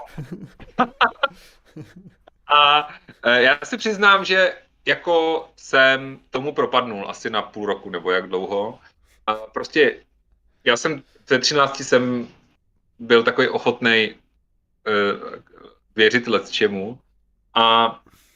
A já si přiznám, že jako jsem tomu propadnul asi na půl roku, nebo jak dlouho. A prostě já jsem ve třinácti jsem byl takový ochotnej uh, věřit lecčemu a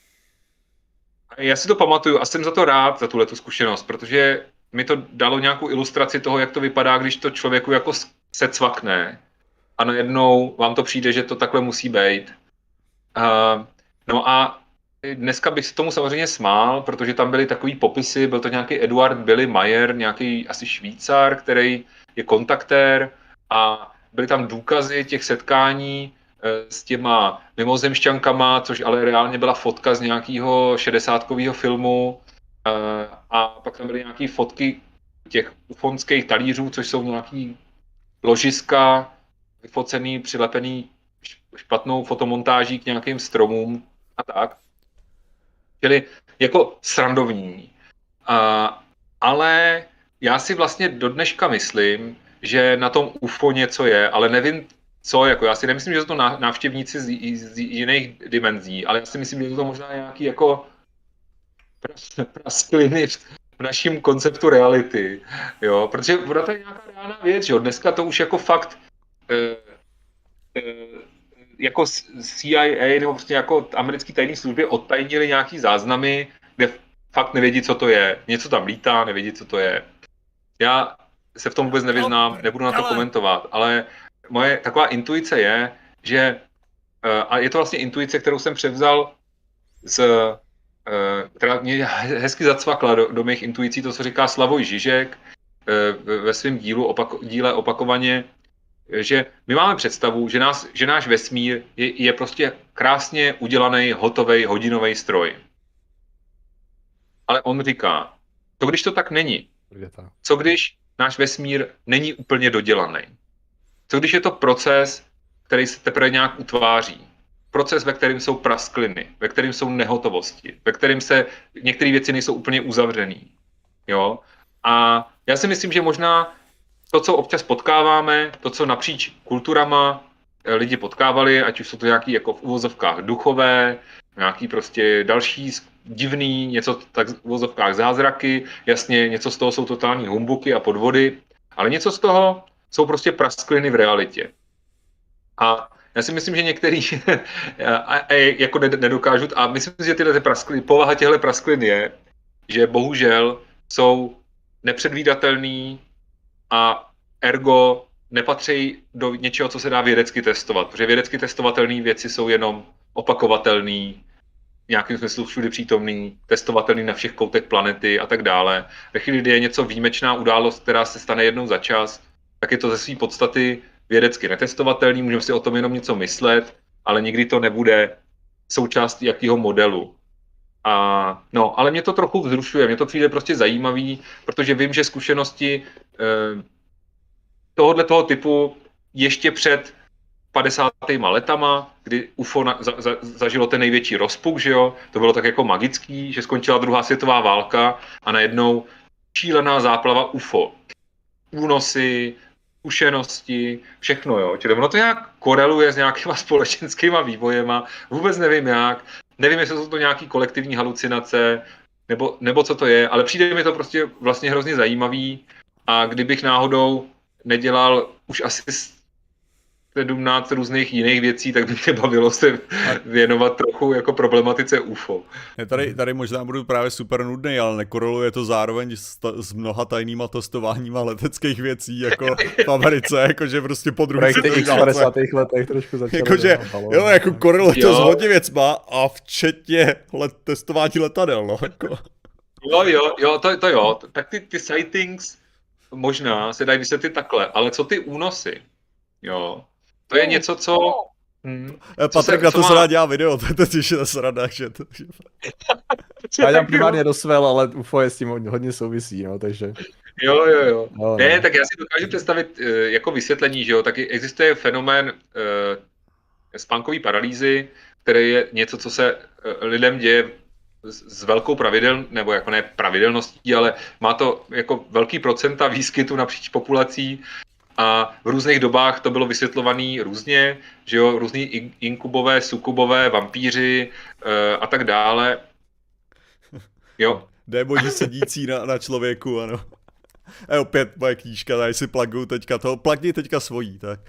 já si to pamatuju a jsem za to rád, za tuhletu zkušenost, protože mi to dalo nějakou ilustraci toho, jak to vypadá, když to člověku jako se cvakne a najednou vám to přijde, že to takhle musí být. Uh, no a dneska bych se tomu samozřejmě smál, protože tam byly takový popisy, byl to nějaký Eduard Billy Mayer, nějaký asi Švýcar, který je kontaktér a byly tam důkazy těch setkání s těma mimozemšťankama, což ale reálně byla fotka z nějakého šedesátkového filmu. A pak tam byly nějaké fotky těch ufonských talířů, což jsou nějaký ložiska, vyfocený, přilepený špatnou fotomontáží k nějakým stromům a tak. Čili jako srandovní. A, ale já si vlastně do dneška myslím, že na tom U F O něco je, ale nevím co, jako já si nemyslím, že jsou to návštěvníci z, z jiných dimenzí, ale já si myslím, že jsou to možná nějaký jako praskliny v naším konceptu reality, jo, protože voda to je nějaká reálná věc, jo, dneska to už jako fakt eh, eh, jako C I A nebo prostě jako americké tajné služby odtajnili nějaký záznamy, kde fakt nevědí, co to je. Něco tam lítá, nevědí, co to je. Já se v tom vůbec nevyznám, nebudu na to komentovat, ale moje taková intuice je, že, a je to vlastně intuice, kterou jsem převzal z, která mě hezky zacvakla do, do mých intuicí, to, co říká Slavoj Žižek ve svém dílu, opak, díle opakovaně, že my máme představu, že, nás, že náš vesmír je, je prostě krásně udělaný, hotový hodinový stroj. Ale on říká, co když to tak není? Co když náš vesmír není úplně dodělaný? Co když je to proces, který se teprve nějak utváří? Proces, ve kterém jsou praskliny, ve kterém jsou nehotovosti, ve kterém se některé věci nejsou úplně uzavřený. Jo? A já si myslím, že možná to, co občas potkáváme, to, co napříč kulturama lidi potkávali, ať už jsou to nějaký jako v uvozovkách duchové, nějaký prostě další divný, něco tak v uvozovkách zázraky, jasně něco z toho jsou totální humbuky a podvody, ale něco z toho jsou prostě praskliny v realitě. A já si myslím, že některý jako nedokážu, a myslím si, že tyhle praskliny, povaha těchto prasklin je, že bohužel jsou nepředvídatelný a ergo nepatří do něčeho, co se dá vědecky testovat, protože vědecky testovatelné věci jsou jenom opakovatelný, v nějakém smyslu všude přítomný, testovatelný na všech koutech planety a tak dále. Ve chvíli, kdy je něco výjimečná událost, která se stane jednou za čas, tak je to ze své podstaty vědecky netestovatelný, můžeme si o tom jenom něco myslet, ale nikdy to nebude součástí jakého modelu. A, no, ale mě to trochu vzrušuje, mě to přijde prostě zajímavý, protože vím, že zkušenosti eh, tohohle toho typu ještě před padesátýma letama, kdy U F O na, za, za, zažilo ten největší rozpuk, že jo, to bylo tak jako magický, že skončila druhá světová válka a najednou šílená záplava U F O. Únosy, zkušenosti, všechno, jo. Čili ono to nějak koreluje s nějakýma společenskýma vývojema, vůbec nevím jak, nevím, jestli jsou to nějaký kolektivní halucinace, nebo, nebo co to je, ale přijde mi to prostě vlastně hrozně zajímavý a kdybych náhodou nedělal už asi sedmnáct různých jiných věcí, tak by mě bavilo se věnovat trochu jako problematice U F O. Tady, tady možná budu právě super nudný, ale nekoreluje to zároveň s, s mnoha tajnýma testováníma leteckých věcí, jako v Americe, jakože prostě po druhé světové padesátých letech trošku začalo. Jakože, jo, jako koreluje to s hodně věcma a včetně let, testování letadel, no, jako. Jo, jo, jo, to, to jo, tak ty, ty sightings možná se dají vysvětlit takhle, ale co ty únosy, jo, to je něco, co... Hmm, Patrik, na to se má... dá dělat video, to je totiž ta sranda, že to... Já tam primárně dosvel, ale U F O je s tím hodně souvisí, no, takže... Jo, jo, jo. No, ne, no. Tak já si dokážu představit jako vysvětlení, že jo, taky existuje fenomén uh, spánkové paralýzy, který je něco, co se uh, lidem děje s velkou pravidel, nebo jako ne pravidelností, ale má to jako velký procenta výskytu napříč populací a v různých dobách to bylo vysvětlované různě, že jo, různý inkubové, sukubové, vampíři uh, a tak dále. Jo. Démoni sedící na, na člověku, ano. A opět moje knížka, tady si plagu teďka toho, plagni teďka svojí, tak.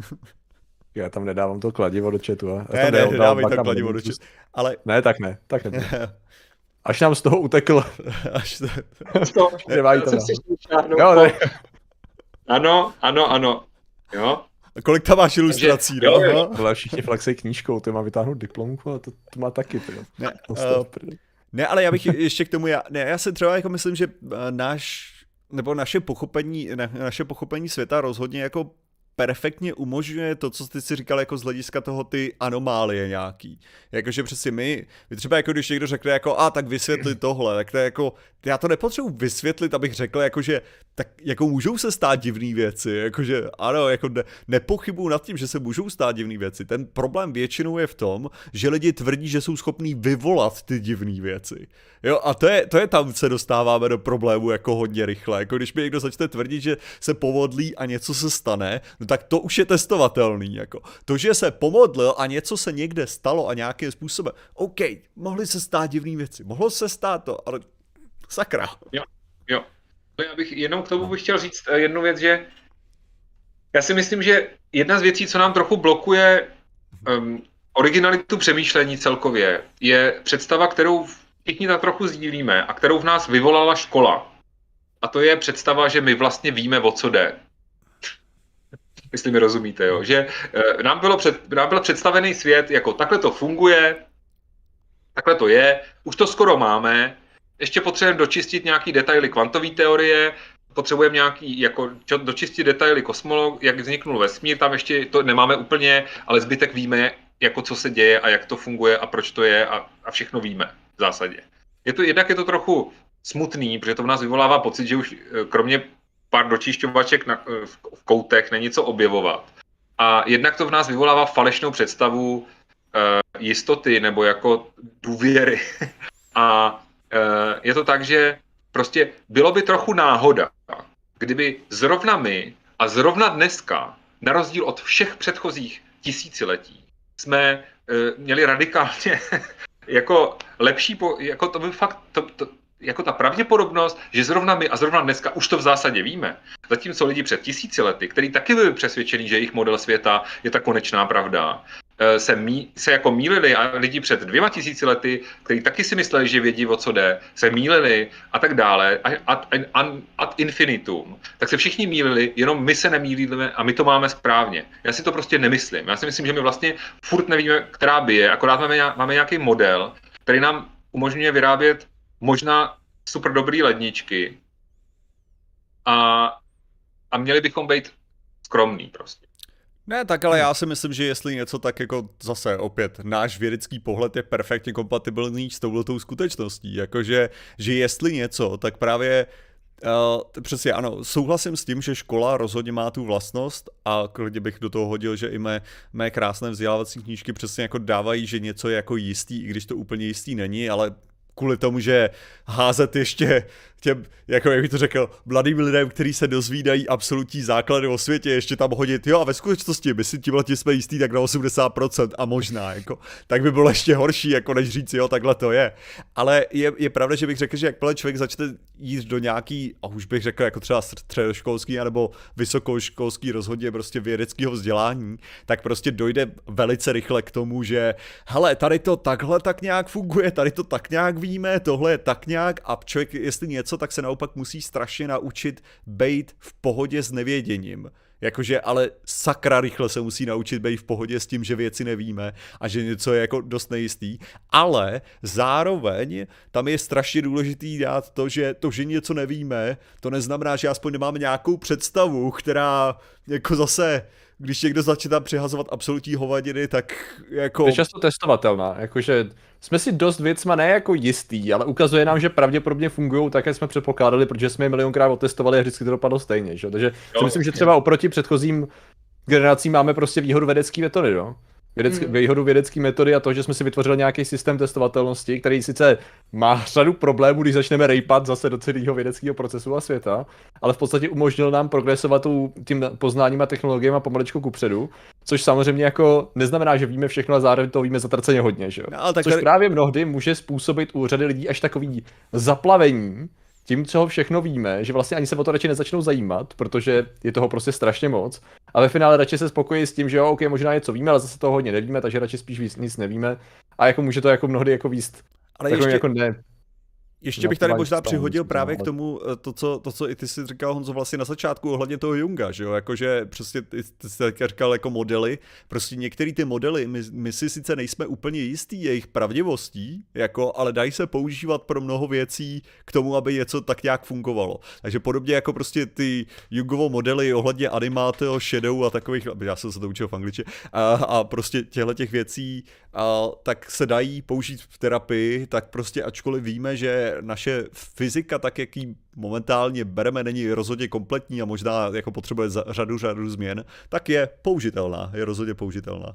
Já tam nedávám to kladivo do chatu. A ne, ne, nedávej to kladivo do chatu. Ale... Ne, tak ne, tak ne. Až nám z toho uteklo. Až to... Nevají to jo, ne. Ano, ano, ano. Jo. A kolik tam máš ilustrací, no? Jo, jo. Ale všichni flexej knížkou, ty má vytáhnout diplomku a to, to má taky. Ne, uh, ne, ale já bych ještě k tomu, já, ne, já si třeba jako myslím, že náš, nebo naše pochopení, na, naše pochopení světa rozhodně jako perfektně umožňuje to, co ty si říkal jako z hlediska toho ty anomálie nějaký. Jakože přesně my, my třeba jako když někdo řekne jako a tak vysvětli tohle, tak to je jako, já to nepotřebuji vysvětlit, abych řekl jakože, tak jako můžou se stát divné věci, jakože ano, jako ne, nepochybuju nad tím, že se můžou stát divné věci. Ten problém většinou je v tom, že lidi tvrdí, že jsou schopní vyvolat ty divné věci. Jo, a to je, to je tam, se dostáváme do problému jako hodně rychle. Jako když mi někdo začne tvrdit, že se pomodlí a něco se stane, no tak to už je testovatelný. Jako. To, že se pomodlil a něco se někde stalo a nějakým způsobem, OK, mohly se stát divné věci, mohlo se stát to, ale sakra. Jo, jo. Já bych jenom k tomu bych chtěl říct jednu věc, že já si myslím, že jedna z věcí, co nám trochu blokuje um, originalitu přemýšlení celkově, je představa, kterou všichni tak trochu sdílíme a kterou v nás vyvolala škola. A to je představa, že my vlastně víme, o co jde. Jestli mi rozumíte, jo? Že e, nám, bylo před, nám byl představený svět, jako takhle to funguje, takhle to je, už to skoro máme, ještě potřebujeme dočistit nějaký detaily kvantové teorie, potřebujeme nějaký, jako dočistit detaily kosmolog, jak vzniknul vesmír, tam ještě to nemáme úplně, ale zbytek víme, jako co se děje a jak to funguje a proč to je a, a všechno víme v zásadě. Je to, jednak je to trochu smutný, protože to v nás vyvolává pocit, že už kromě pár dočišťovaček na, v, v koutech není co objevovat. A jednak to v nás vyvolává falešnou představu uh, jistoty nebo jako důvěry. A uh, je to tak, že prostě bylo by trochu náhoda, kdyby zrovna my a zrovna dneska, na rozdíl od všech předchozích tisíciletí, jsme uh, měli radikálně jako lepší, po, jako to by fakt, to, to, jako ta pravděpodobnost, že zrovna my a zrovna dneska už to v zásadě víme, zatímco lidi před tisíci lety, kteří taky byli přesvědčení, že jejich model světa je ta konečná pravda, se, mí, se jako mýlili a lidi před dvěma tisíci lety, kteří taky si mysleli, že vědí, o co jde, se mýlili a tak dále, ad, ad, ad infinitum, tak se všichni mýlili, jenom my se nemýlíme a my to máme správně. Já si to prostě nemyslím. Já si myslím, že my vlastně furt nevíme, která by je, akorát máme, máme nějaký model, který nám umožňuje vyrábět možná super dobrý ledničky a, a měli bychom být skromný prostě. Ne, tak ale já si myslím, že jestli něco, tak jako zase opět náš vědecký pohled je perfektně kompatibilní s touhletou skutečností, jakože, že jestli něco, tak právě Uh, přesně ano, souhlasím s tím, že škola rozhodně má tu vlastnost a klidně bych do toho hodil, že i mé, mé krásné vzdělávací knížky přesně jako dávají, že něco je jako jistý, i když to úplně jistý není, ale kvůli tomu, že házet ještě těm, jako jak bych to řekl, mladým lidem, kteří se dozvídají absolutní základy o světě, ještě tam hodit, jo a ve skutečnosti, my si tímhle jsme jistý tak na osmdesát procent a možná, jako, tak by bylo ještě horší, jako než říct, jo, takhle to je. Ale je, je pravda, že bych řekl, že jakmile člověk začne jít do nějaký, a už bych řekl, jako třeba středoškolský nebo vysokoškolský rozhodně prostě vědeckého vzdělání, tak prostě dojde velice rychle k tomu, že hele, tady to takhle tak nějak funguje, tady to tak nějak víme, tohle je tak nějak a člověk, jestli něco, tak se naopak musí strašně naučit bejt v pohodě s nevěděním. Jakože, ale sakra rychle se musí naučit být v pohodě s tím, že věci nevíme a že něco je jako dost nejistý, ale zároveň tam je strašně důležitý dát to, že to, že něco nevíme, to neznamená, že aspoň nemáme nějakou představu, která jako zase, když někdo začne tam přihazovat absolutní hovadiny, tak jako... To je často testovatelná, jakože jsme si dost věcma ne jako jistý, ale ukazuje nám, že pravděpodobně fungují tak, jak jsme předpokládali, protože jsme je milionkrát otestovali a vždycky to dopadlo stejně, že? Takže jo, si myslím, že třeba oproti předchozím generacím máme prostě výhodu vědecké metody, no? Vědecký, hmm. výhodu vědecké metody a to, že jsme si vytvořili nějaký systém testovatelnosti, který sice má řadu problémů, když začneme rejpat zase do celého vědeckého procesu a světa, ale v podstatě umožnil nám progresovat tím poznáním a technologiemi pomaličku kupředu, což samozřejmě jako neznamená, že víme všechno a zároveň to víme zatraceně hodně, že jo. No, tak což tady... právě mnohdy může způsobit u řady lidí až takový zaplavení tím, co všechno víme, že vlastně ani se o to radši nezačnou zajímat, protože je toho prostě strašně moc. A ve finále radši se spokojí s tím, že jo, ok, možná něco víme, ale zase toho hodně nevíme, takže radši spíš víc nic nevíme. A jako může to jako mnohdy jako víst. Ale ještě, jako ne. Ještě bych tady naplňování možná stavu, přihodil myslím, právě ale- k tomu, eh, to co, to, co i ty si říkal, Honzo, vlastně na začátku ohledně toho Junga, že jo, jakože přesně ty, ty jsi taky říkal jako modely, prostě některé ty modely, my, my si sice nejsme úplně jistí jejich pravdivostí, jako, ale dají se používat pro mnoho věcí k tomu, aby něco tak nějak fungovalo. Takže podobně jako prostě ty Jungovo modely ohledně animáteo, shadow a takových, já jsem se to učil v angličtině, a, a prostě těchto těch věcí, a, tak se dají použít v terapii, tak prostě ačkoliv víme, že naše fyzika, tak jak ji momentálně bereme, není rozhodně kompletní a možná jako potřebuje za, řadu, řadu změn, tak je použitelná, je rozhodně použitelná.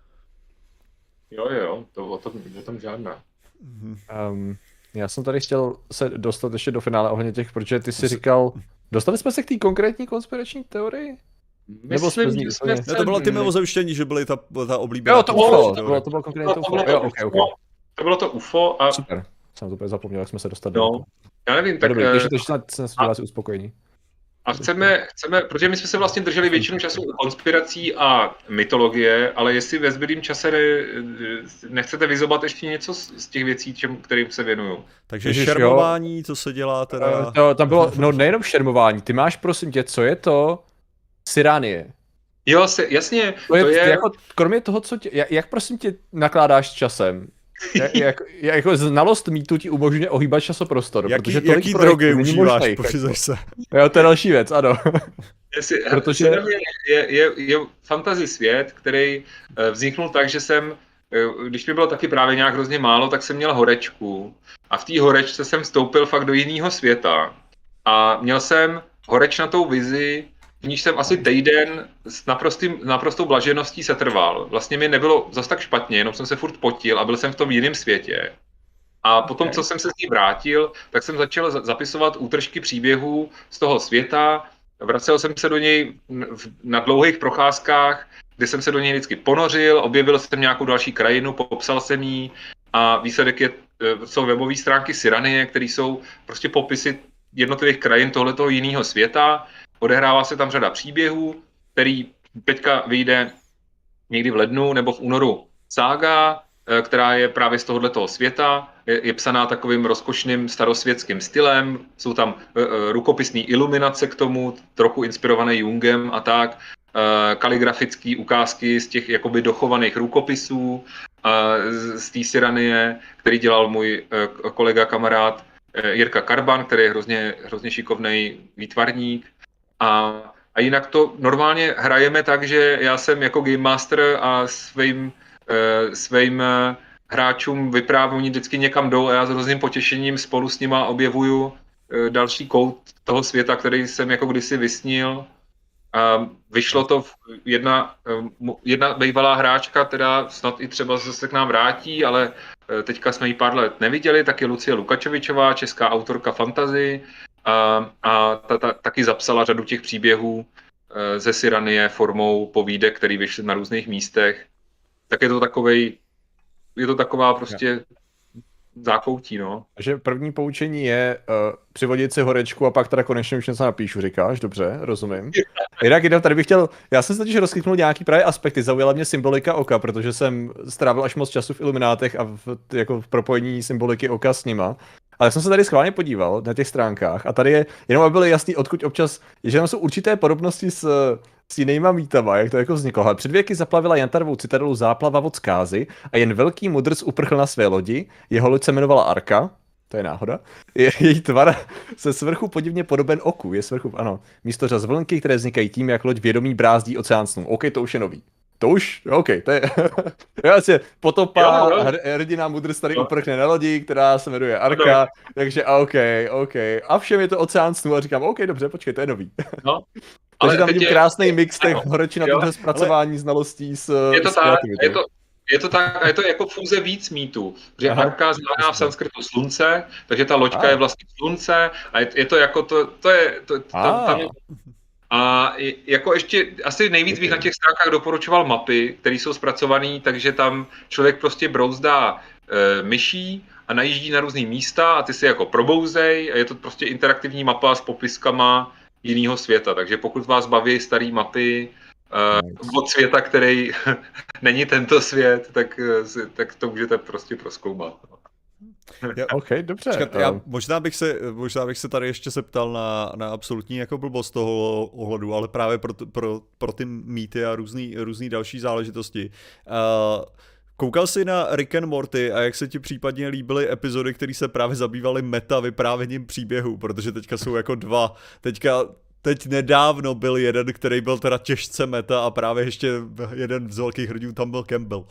Jo, jo, to o tom, o tom žádná. Um, já jsem tady chtěl se dostat ještě do finále ohledně těch, protože ty jsi říkal, dostali jsme se k té konkrétní konspirační teorii? Nebo jsme z ní úplně- Ne, to bylo ty mimozemštění, že byly ta, ta oblíbená. Jo, to konspirační U F O, to teorie. bylo, to bylo konkrétně to U F O. bylo Jo, to ok, ok. U F O, to bylo to U F O a Super. Jsem to úplně zapomněl, jak jsme se dostali. no, do já nevím, tak, tak dobrý, eh, ještě to, že snad jsme asi uspokojení. a chceme, chceme, protože my jsme se vlastně drželi většinu času u konspirací a mytologie, ale jestli ve zbylým čase ne, nechcete vyzobat ještě něco z, z těch věcí, čem, kterým se věnuju. Takže Ježiš, jo. šermování, co se dělá teda... Uh, to, tam bylo, no nejenom šermování, ty máš prosím tě, co je to Siranie? Jo, se, jasně, To je, to je, jako, kromě toho, co tě, jak, jak prosím tě nakládáš s časem? Jak, jak, jako znalost mýtu ti umožňuje ohýbat časoprostor, Jaký, protože tolik jaký projektů drogy není užíváš, možných, přiznaj se. jako. Jo, to je další věc, ano. jestli, protože- protože... je, je, je fantasy svět, který eh, vzniknul tak, že jsem, eh, když mi bylo taky právě nějak hrozně málo, tak jsem měl horečku a v té horečce jsem vstoupil fakt do jiného světa a měl jsem horečnatou vizi, v níž jsem asi týden s naprostým, naprostou blažeností setrval. Vlastně mi nebylo zas tak špatně, jenom jsem se furt potil a byl jsem v tom jiném světě. A potom, Okay. co jsem se z ní vrátil, tak jsem začal za- zapisovat útržky příběhů z toho světa. Vracel jsem se do něj v- na dlouhých procházkách, kde jsem se do něj vždycky ponořil, objevil jsem nějakou další krajinu, popsal jsem jí a výsledek je, e, jsou webové stránky Siranie, které jsou prostě popisy jednotlivých krajin tohletoho jiného světa. Odehrává se tam řada příběhů, který teďka vyjde někdy v lednu nebo v únoru sága, eh, která je právě z tohoto světa, je, je psaná takovým rozkošným starosvětským stylem, jsou tam uh, rukopisné iluminace k tomu, trochu inspirované Jungem a tak, uh, kaligrafické ukázky z těch jakoby dochovaných rukopisů uh, z, z té Siranie, který dělal můj uh, kolega, kamarád uh, Jirka Karban, který je hrozně, hrozně šikovnej výtvarník. A, a jinak to normálně hrajeme tak, že já jsem jako game master a svým, uh, svým uh, hráčům vyprávěm, oni vždycky někam jdou a já s hrozných potěšením spolu s nima objevuju uh, další kout toho světa, který jsem jako kdysi vysnil. A vyšlo to, v jedna, uh, jedna bývalá hráčka, teda snad i třeba se k nám vrátí, ale uh, teďka jsme ji pár let neviděli, tak je Lucie Lukačevičová, česká autorka fantasy. A, a ta, ta, taky zapsala řadu těch příběhů e, ze Siranie formou povídek, které vyšly na různých místech. Tak je to takovej, je to taková prostě zákoutí, no. Takže první poučení je uh, přivodit si horečku a pak teda konečně už něco napíšu, říkáš, dobře, rozumím. Jinak jdem, tady bych chtěl, já jsem se totiž rozkliknul nějaký právě aspekty, zaujala mě symbolika oka, protože jsem strávil až moc času v Iluminátech a v, jako v propojení symboliky oka s nima. Ale jsem se tady schválně podíval na těch stránkách a tady je, jenom aby bylo jasný, odkud občas, že tam jsou určité podobnosti s, s jinýma mýtama, jak to jako vzniklo. Ale před věky zaplavila Jantarovou citadelu záplava od zkázy a jen velký mudrc uprchl na své lodi, jeho loď se jmenovala Arka, to je náhoda, je, její tvar se svrchu podivně podoben oku, je svrchu, ano, místo řas vlnky, které vznikají tím, jak loď vědomí brázdí oceán snů. OK, to už je nový. To už? OK, to je... Vlastně potopa, Jo, jo. hr- hrdina mudrc tady Jo. uprchne na lodi, která se jmenuje Arka, takže OK, OK. A všem je to oceán snů a říkám, OK, dobře, počkej, to je nový. No. Takže tam teď vidím je- krásný mix těch ano, horečin na jo, tomhle zpracování znalostí s, Je to s tak, kreativitou. je to, je to tak a je to jako fúze víc mýtů, protože Aha. Arka znamená v sanskritu slunce, takže ta loďka Ah. je vlastně slunce a je, je to jako to, to je, to, to, Ah. tam je. A i- jako ještě asi nejvíc bych na těch stránkách doporučoval mapy, které jsou zpracované, takže tam člověk prostě brouzdá e, myší a najíždí na různý místa a ty si jako probouzej a je to prostě interaktivní mapa s popiskama jiného světa, takže pokud vás baví staré mapy uh, od světa, který není tento svět, tak, eh, si- tak to můžete prostě prozkoumat. Já, OK, dobře. Čekat, já, možná, bych se, možná bych se tady ještě zeptal na, na absolutní jako blbost toho ohledu, ale právě pro, pro, pro ty mýty a různý, různý další záležitosti. Uh, koukal jsi na Rick and Morty a jak se ti případně líbily epizody, které se právě zabývaly meta vyprávěním příběhu, protože teďka jsou jako dva. Teďka Teď nedávno byl jeden, který byl teda těžce meta a právě ještě jeden z velkých hrdinů tam byl Campbell.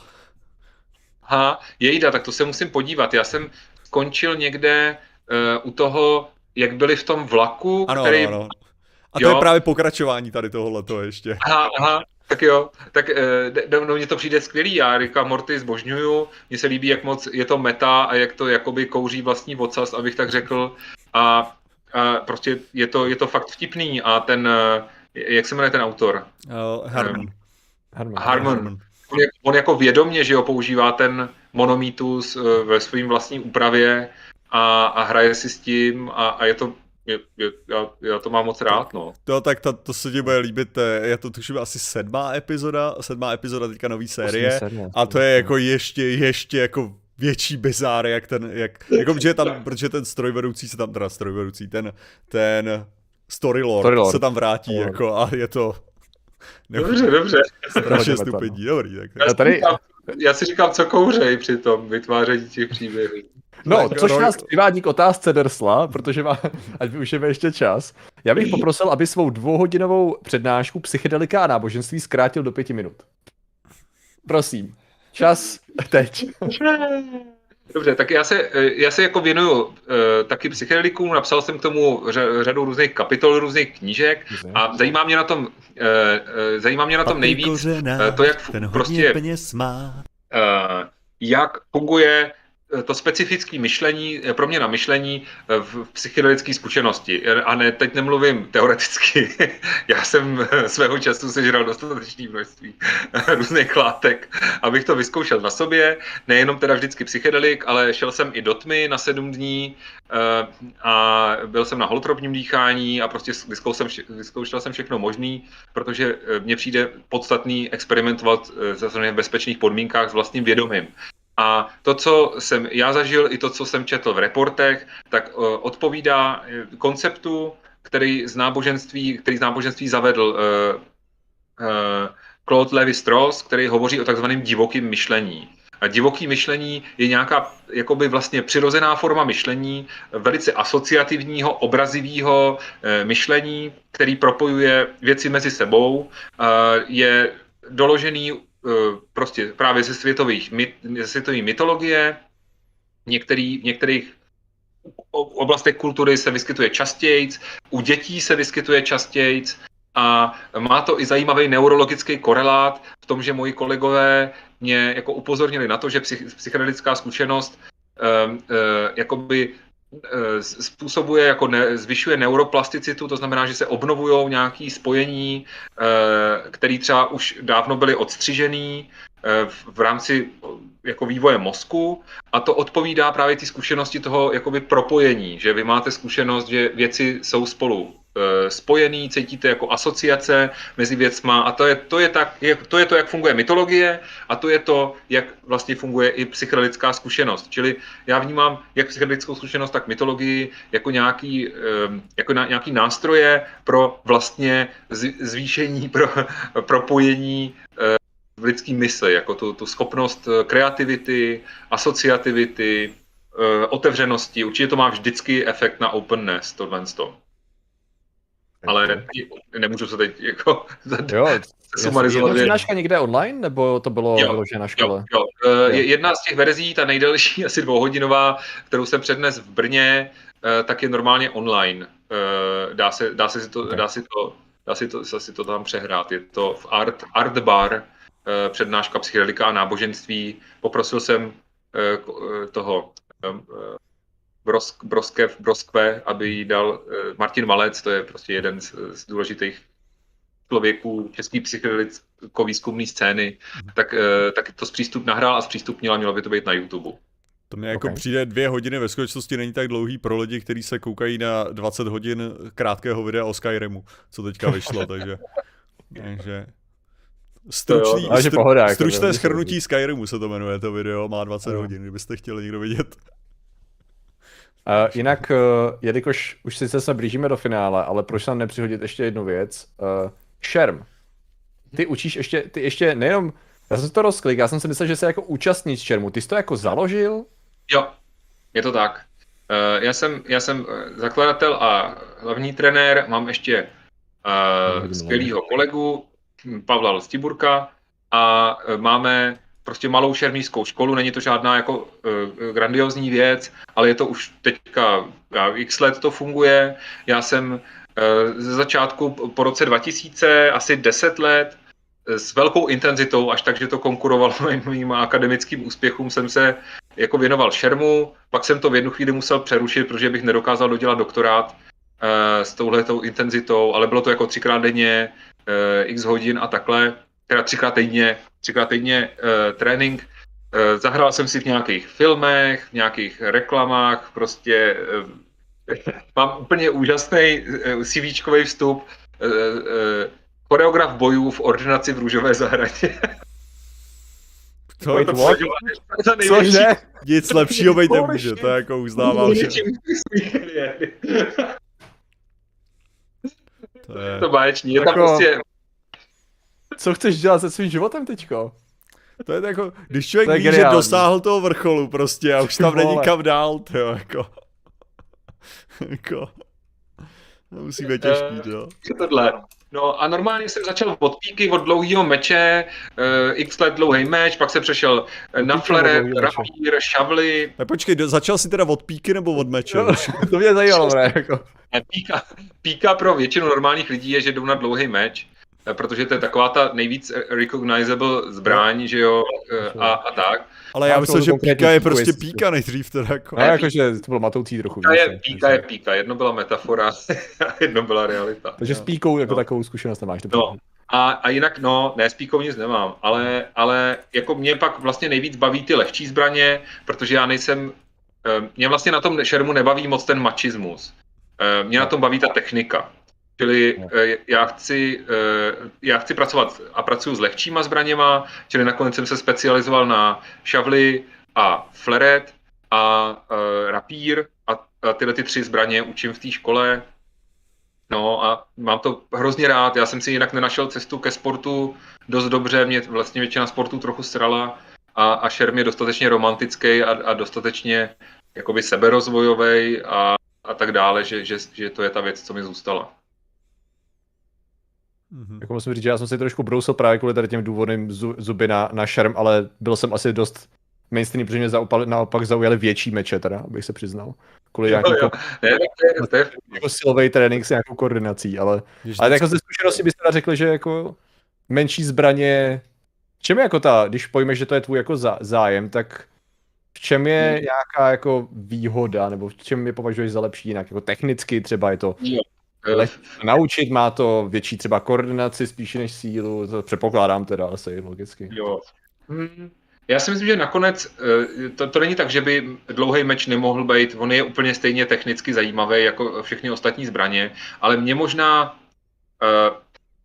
Aha, jejda, tak to se musím podívat. Já jsem skončil někde uh, u toho, jak byli v tom vlaku, ano, který... Ano, ano. A to jo. je právě pokračování tady tohohletoho ještě. Aha, aha, tak jo, tak uh, no, mně to přijde skvělý, já Ricka Morty zbožňuju, mně se líbí, jak moc je to meta a jak to jakoby kouří vlastní ocas, abych tak řekl. A A prostě je to, je to fakt vtipný a ten, jak se jmenuje ten autor? Uh, Harmon. Harmon. Harmon. On, on jako vědomě, že ho používá ten monomýtus ve svým vlastní úpravě a, a hraje si s tím a, a je to, je, je, já, já to mám moc rád, no. To tak to, to se ti bude líbit, je to tuším asi sedmá epizoda, sedmá epizoda teďka nový série a to je jako ještě, ještě jako větší bizár, jak ten, jak, jako protože tam, protože ten strojvedoucí se tam, teda strojvedoucí, ten, ten Storylord, Storylord se tam vrátí, Storylord. Jako a je to... Dobře, dobře. Strašně stupidní, dobrý. Tak. Já, tady... říkám, já si říkám, co kouřej při tom vytváření těch příběhů. No, což nás přivádí k otázce Dersla, protože má, ať využijeme ještě čas. Já bych poprosil, aby svou dvouhodinovou přednášku psychedelika a náboženství zkrátil do pěti minut. Prosím. Čas teď. Dobře, tak já se, já se jako věnuju uh, taky psychedelikům, napsal jsem k tomu řadu různých kapitol, různých knížek a zajímá mě na tom, uh, uh, zajímá mě na tom nejvíc kořena, uh, to, jak ten prostě, peněz má. Uh, jak funguje to specifické myšlení, pro mě na myšlení v psychedelické zkušenosti. A ne, teď nemluvím teoreticky. Já jsem svého času sežral dostatečné množství různých látek, abych to vyzkoušel na sobě. Nejenom teda vždycky psychedelik, ale šel jsem i do tmy na sedm dní a byl jsem na holotropním dýchání a prostě vyzkoušel jsem, vyzkoušel jsem všechno možný, protože mně přijde podstatný experimentovat v bezpečných podmínkách s vlastním vědomím. A to, co jsem já zažil, i to, co jsem četl v reportech, tak uh, odpovídá konceptu, který z náboženství, který z náboženství zavedl uh, uh, Claude Lévi-Strauss, který hovoří o takzvaném divokém myšlení. A divoký myšlení je nějaká jakoby vlastně přirozená forma myšlení, velice asociativního, obrazivého uh, myšlení, který propojuje věci mezi sebou, uh, je doložený prostě právě ze světových, ze světové mytologie, některý, v některých oblastech kultury se vyskytuje častějc, u dětí se vyskytuje častějc a má to i zajímavý neurologický korelát v tom, že moji kolegové mě jako upozornili na to, že psychedelická zkušenost um, uh, jakoby způsobuje, jako ne, zvyšuje neuroplasticitu, to znamená, že se obnovují nějaké spojení, které třeba už dávno byly odstřižený v rámci jako vývoje mozku a to odpovídá právě té zkušenosti toho jakoby propojení, že vy máte zkušenost, že věci jsou spolu spojený, cítíte jako asociace mezi věcma a to je to, je tak, to je to, jak funguje mytologie a to je to, jak vlastně funguje i psychedelická zkušenost. Čili já vnímám jak psychedelickou zkušenost, tak mytologii jako nějaký, jako nějaký nástroje pro vlastně zvýšení, pro propojení v lidský mysli, jako tu, tu schopnost kreativity, asociativity, otevřenosti. Určitě to má vždycky efekt na openness, tohle z toho. Ale ne, nemůžu se teď jako sumarizovat. Je to přednáška někde online, nebo to bylo vyložené na škole? Jo, jo. Jedna z těch verzí, ta nejdelší, asi dvouhodinová, kterou jsem přednes v Brně, tak je normálně online. Dá se, dá se si to, okay. dá si to, dá si to, si to tam přehrát. Je to v Art, Art Bar, přednáška psychedelika a náboženství. Poprosil jsem toho Brosk, Broskev, Broskve, aby jí dal Martin Malec, to je prostě jeden z, z důležitých člověků české psychedelicko-výzkumné scény, tak, tak to zpřístup nahrál a zpřístupnila, mělo by to být na YouTube. To mi jako okay. přijde dvě hodiny, ve skutečnosti není tak dlouhý pro lidi, kteří se koukají na dvacet hodin krátkého videa o Skyrimu, co teďka vyšlo, takže... takže... Stručný, jo, stru, pohoda, stručné shrnutí Skyrimu se to jmenuje, to video, má dvacet no. hodin, kdybyste chtěli někdo vidět. Uh, jinak, uh, jelikož už sice se blížíme do finále, ale proč nám nepřihodit ještě jednu věc? Uh, šerm. Ty učíš ještě, ty ještě nejenom, já jsem to rozklik, já jsem si myslel, že jsi jako účastník šermu, ty jsi to jako založil? Jo, je to tak. Uh, já jsem, já jsem zakladatel a hlavní trenér, mám ještě uh, skvělýho kolegu, Pavla Lstiburka, a máme prostě malou šermířskou školu, není to žádná jako uh, grandiozní věc, ale je to už teďka x let to funguje. Já jsem uh, ze začátku po roce dva tisíce, asi deset let, s velkou intenzitou, až tak, že to konkurovalo mým akademickým úspěchům, jsem se jako věnoval šermu, pak jsem to v jednu chvíli musel přerušit, protože bych nedokázal dodělat doktorát uh, s touhletou intenzitou, ale bylo to jako třikrát denně, uh, x hodin a takhle, teda třikrát týdně, třikrát týdně uh, trénink. Uh, zahrál jsem si v nějakých filmech, v nějakých reklamách, prostě uh, mám úplně úžasný uh, CVčkový vstup, uh, uh, choreograf bojů v ordinaci v Růžové zahradě. To Wait, je what? Cože? Nic lepšího být nemůže, to jako uznávám, že... To je... To báječní, je tam Jako- prostě... Co chceš dělat se svým životem teďko? To je jako, když člověk To je ví, že geniální. dosáhl toho vrcholu prostě a už tam není Vole. kam dál, tyjo, jako. Jako. To musí být těžký, jo. Je tohle. No a normálně jsem začal od píky, od dlouhého meče, uh, x let dlouhý meč, pak se přešel eh, na píky, od flare, dlouhýho meče. rapír, šavly. Tak počkej, do, začal jsi teda od píky nebo od meče? No, to mě zajímalo, ne? Jako. Ne, Píka, píka pro většinu normálních lidí je, že jdou na dlouhý meč, eh, protože to je taková ta nejvíc recognizable zbraň, že jo, eh, a, a tak. Ale já A myslím, to že konkrétně píka je píku, prostě jestli- píka nejdřív teda jako. No, jakože to bylo matoucí trochu. Píka víš, je ne? píka, je píka, jedno byla metafora a jedno byla realita. Takže s píkou jako No. takovou zkušenost nemáš. dobře. No. A, a jinak, no, ne, s píkou nic nemám, ale, ale jako mě pak vlastně nejvíc baví ty lehčí zbraně, protože já nejsem, eh, mě vlastně na tom šermu nebaví moc ten mačismus. Eh, Mě na tom baví ta technika. Čili eh, já chci, eh, já chci pracovat a pracuji s lehčíma zbraněma, čili nakonec jsem se specializoval na šavly a fleret a eh, rapír a, a tyhle ty tři zbraně učím v té škole. No a mám to hrozně rád, já jsem si jinak nenašel cestu ke sportu dost dobře, mě vlastně většina sportů trochu srala a, a šerm je dostatečně romantický a, a dostatečně jakoby seberozvojový a, a tak dále, že, že, že to je ta věc, co mi zůstala. Mhm. Jako musím říct, že já jsem si trošku brousil právě kvůli tady těm důvodným zu- zuby na, na šerm, ale byl jsem asi dost mainstream, protože mě zaupali, naopak zaujaly větší meče teda, abych se přiznal. Kvůli nějakým Jo, jo. Ne, tak to je, to je, jako silový trénink s nějakou koordinací, ale, Když ale jako vždycky- ze zkušenosti byste teda řekli, že jako menší zbraně, v čem je jako ta, když pojmeš, že to je tvůj jako zá, zájem, tak v čem je Hmm. nějaká jako výhoda, nebo v čem je považuješ za lepší jinak, jako technicky třeba je to eh, naučit, má to větší třeba koordinaci spíše než sílu, to předpokládám teda asi logicky. jo. Hmm. Já si myslím, že nakonec eh, to, to není tak, že by dlouhý meč nemohl být, on je úplně stejně technicky zajímavý jako všechny ostatní zbraně, ale mě možná eh,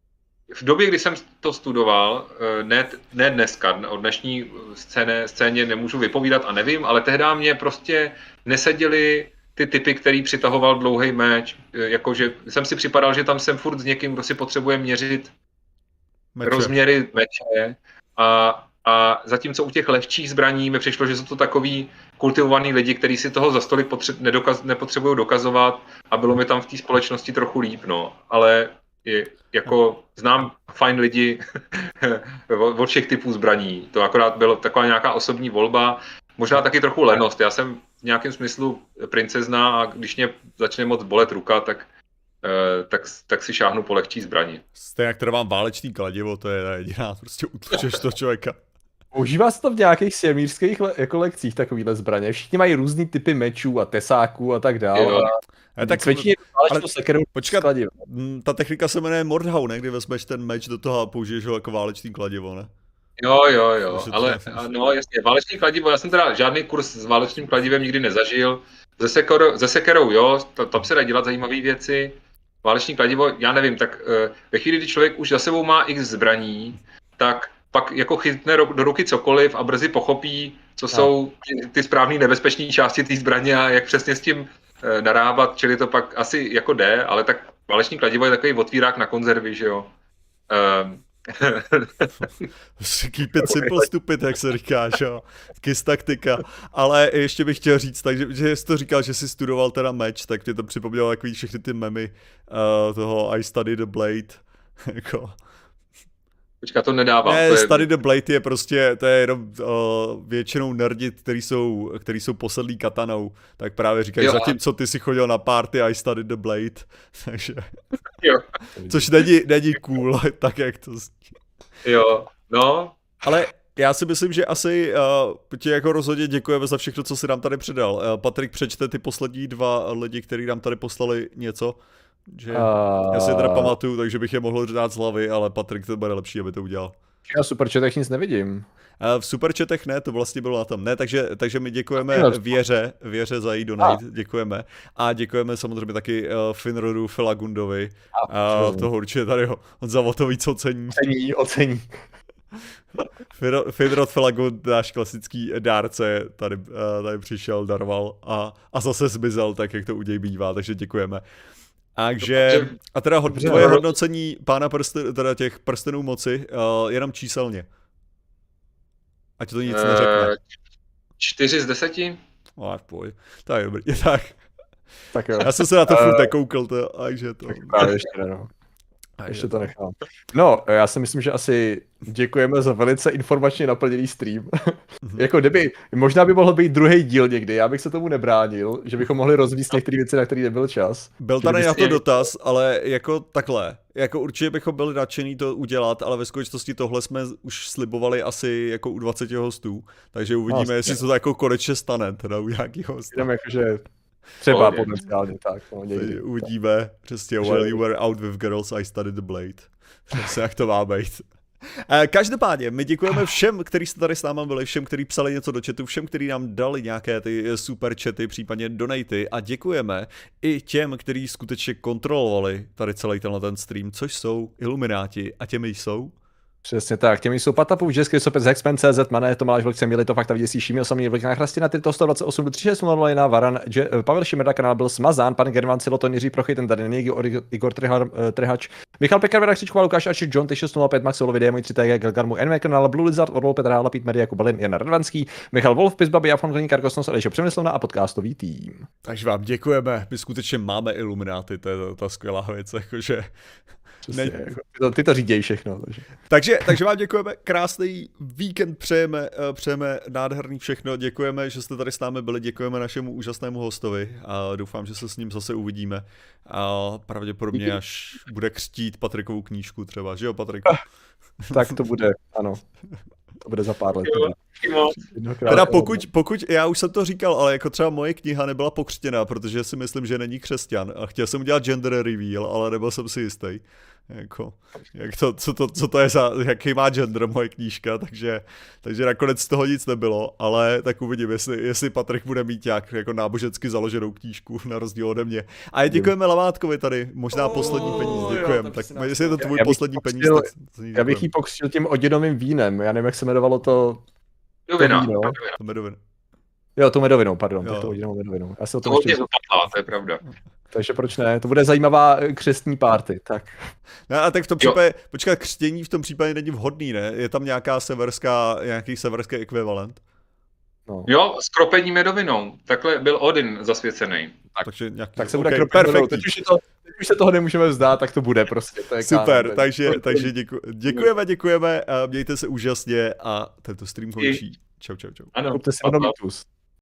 v době, kdy jsem to studoval, eh, ne, ne dneska, o dnešní scéně, scéně nemůžu vypovídat a nevím, ale tehdy mě prostě neseděly ty typy, který přitahoval dlouhý meč, eh, jakože jsem si připadal, že tam jsem furt s někým, kdo si potřebuje měřit Meče. rozměry meče a, a zatímco u těch lehčích zbraní mi přišlo, že jsou to takový kultivovaný lidi, kteří si toho za stolik potře- nedokaz- nepotřebují dokazovat a bylo mi tam v té společnosti trochu líp, no. Ale je, jako znám fajn lidi od všech typů zbraní. To akorát byla taková nějaká osobní volba, možná taky trochu lenost. Já jsem v nějakém smyslu princezna a když mě začne moc bolet ruka, tak eh, tak, tak si šáhnu po lehčí zbraní. Stejně jak teda mám válečný kladivo, to je ta jediná, prostě utlučeš toho člověka. Používá se to v nějakých sjemířských le- jako lekcích takovýhle zbraně. Všichni mají různý typy mečů a tesáků a tak dále. Jo. A Tak tak cvičí ale- válečnou sekerou počkat. skladivem. mm, ta technika se jmenuje Mordhau, ne? Kdy vezmeš ten meč do toho a použiješ ho jako válečný kladivo, ne? Jo, jo, jo, Takže to ale je- a no jasně, váleční kladivo, já jsem teda žádný kurz s válečným kladivem nikdy nezažil. Ze, sekor, ze sekerou, jo, to, tam se dá dělat zajímavé věci. Váleční kladivo, já nevím, tak uh, ve chvíli, kdy člověk už za sebou má x zbraní, tak pak jako chytne ro- do ruky cokoliv a brzy pochopí, co jsou ty, ty správné nebezpečné části té zbraně a jak přesně s tím e, narábat, čili to pak asi jako jde, ale tak váleční kladivo je takový otvírák na konzervy, že jo. Um, Keep it simple stupid, jak se říká, že jo. Kiss taktika. Ale ještě bych chtěl říct, takže, že jsi to říkal, že jsi studoval teda meč, tak mě to připomnělo takový všechny ty memy uh, toho I study the blade. Jako. Počka, to nedávám. Ne, to je... Study the Blade je prostě, to je jenom uh, většinou nerdi, který jsou, který jsou posedlí katanou, tak právě říkají, jo, zatímco ty si chodil na party I Study the Blade, takže, jo. což není, není cool, tak jak to zní. Jo, no. Ale já si myslím, že asi uh, ti jako rozhodně děkujeme za všechno, co jsi nám tady předal. Uh, Patrik, přečte ty poslední dva lidi, kteří nám tady poslali něco. Že uh... Já si je teda pamatuju, takže bych je mohl dát z hlavy, ale Patrik to bude lepší, aby to udělal. Já v superchatech nic nevidím. V superchatech ne, to vlastně bylo na tom. Ne, takže, takže my děkujeme Věře, Věře za její donate, a. děkujeme. A děkujeme samozřejmě taky uh, Finrodu Felagundovi. A uh, toho určitě tady ho, on za to víc ocení. Ocení, ocení. Finrod Felagund, náš klasický dárce, tady, uh, tady přišel, daroval a, a zase zmizel, tak jak to u něj bývá, takže děkujeme. Takže, a teda hod, tvoje hodnocení pána prsten, teda těch prstenů moci, uh, jenom číselně. Ať to nic neřekne. Čtyři z deseti? No, pojď. Tak dobrý, tak. Tak jo. Já jsem se na to uh, furt nekoukal, to, takže to... Tak právě ještě ne, no. Ještě to nechám. No, já si myslím, že asi děkujeme za velice informačně naplněný stream. Mm-hmm. Jako kdyby, možná by mohl být druhý díl někdy, já bych se tomu nebránil, že bychom mohli rozvíjet některé věci, na které nebyl čas. Byl tady na to je... dotaz, ale jako takhle, jako určitě bychom byli nadšený to udělat, ale ve skutečnosti tohle jsme už slibovali asi jako u dvaceti hostů, takže uvidíme, no, jestli se to jako konečně stane, teda u nějakých hostů. Jenom jakože... Třeba okay. Potenciálně tak. No, někdy, uvidíme, tak. Přesně, while you were out with girls, I studied the blade. Přesně, jak to má být. Každopádně, my děkujeme všem, kteří jste tady s náma byli, všem, kteří psali něco do chatu, všem, kteří nám dali nějaké ty super chaty, případně donaty a děkujeme i těm, kteří skutečně kontrolovali tady celý tenhle ten stream, což jsou Ilumináti a těmi jsou... Přesně tak, těmi jsou Patapův, Český sopec, Hexpen tečka cé zet, Mané, Tomáš Vlkce, Měli to Fakta, Viděsí, Šímil, Samý, Vlk, Nachrastina, Tyto, sto dvacet osm, tři šest nula nula, Varan, Je, Pavel Šimrda, kanál byl smazán, pan Gerván, Siloton, Jiří Prochy, ten tady není, Igor Trhar, Trhač, Michal Pekar, Věda Křičková, Lukáš Ačik, John, T šest nula pět, Max Olovi, Můj tři T G, Galgarmu, N V kanál, Blue Lizard, Orlov, Petr Hála, Pít Media, Kubalin, Jan Radvanský, Michal Wolf, Pizbaby, Jafon Kleník, Karkosnos, Eliša Přemyslovna a podcastový tým. Takže vám děkujeme, my skutečně máme Ilumináty, to je ta skvělá věc, jakože... Ne... Ty, to, ty to řídějí všechno. Takže. takže, takže vám děkujeme, krásný víkend přejeme, přejeme nádherný všechno, děkujeme, že jste tady s námi byli, děkujeme našemu úžasnému hostovi a doufám, že se s ním zase uvidíme a pravděpodobně Díky. Až bude křtít Patrikovou knížku třeba, že jo Patriku? Tak to bude, ano. To bude za pár let. Teda pokud, pokud, já už jsem to říkal, ale jako třeba moje kniha nebyla pokřtěná, protože si myslím, že není křesťan a chtěl jsem udělat gender reveal, ale nebyl jsem si jistý. Jako, jak to, co, to, co to je za, jaký má gender moje knížka, takže, takže nakonec z toho nic nebylo, ale tak uvidím, jestli, jestli Patrik bude mít nějak jako nábožensky založenou knížku, na rozdíl ode mě. A děkujeme Lavátkovi tady, možná poslední peníz, děkujeme. Tak jestli je to tvůj poslední peníz, tak já bych ji pokřtil tím oděnovým vínem, já nevím, jak se jmenovalo to... Medovina. To víno. To medovina. Jo, to medovinou, pardon, jo. To oděnovou medovinou. Já se o tom to ještě... zapadla, to je pravda. Takže proč ne? To bude zajímavá křestní party, tak. No a tak v tom případě, počkat, křtění v tom případě není vhodný, ne? Je tam nějaká severská, nějaký severský ekvivalent? No. Jo, s kropením medovinou. Takhle byl Odin zasvěcený. Tak, takže nějaký, tak se bude okay, perfektní. Teď už, to, teď už se toho nemůžeme vzdát, tak to bude prostě. To je super, kámen, takže, takže děku, děkujeme, děkujeme, mějte se úžasně a tento stream končí. Čau, čau, čau. Ano, kupte si Monomitus.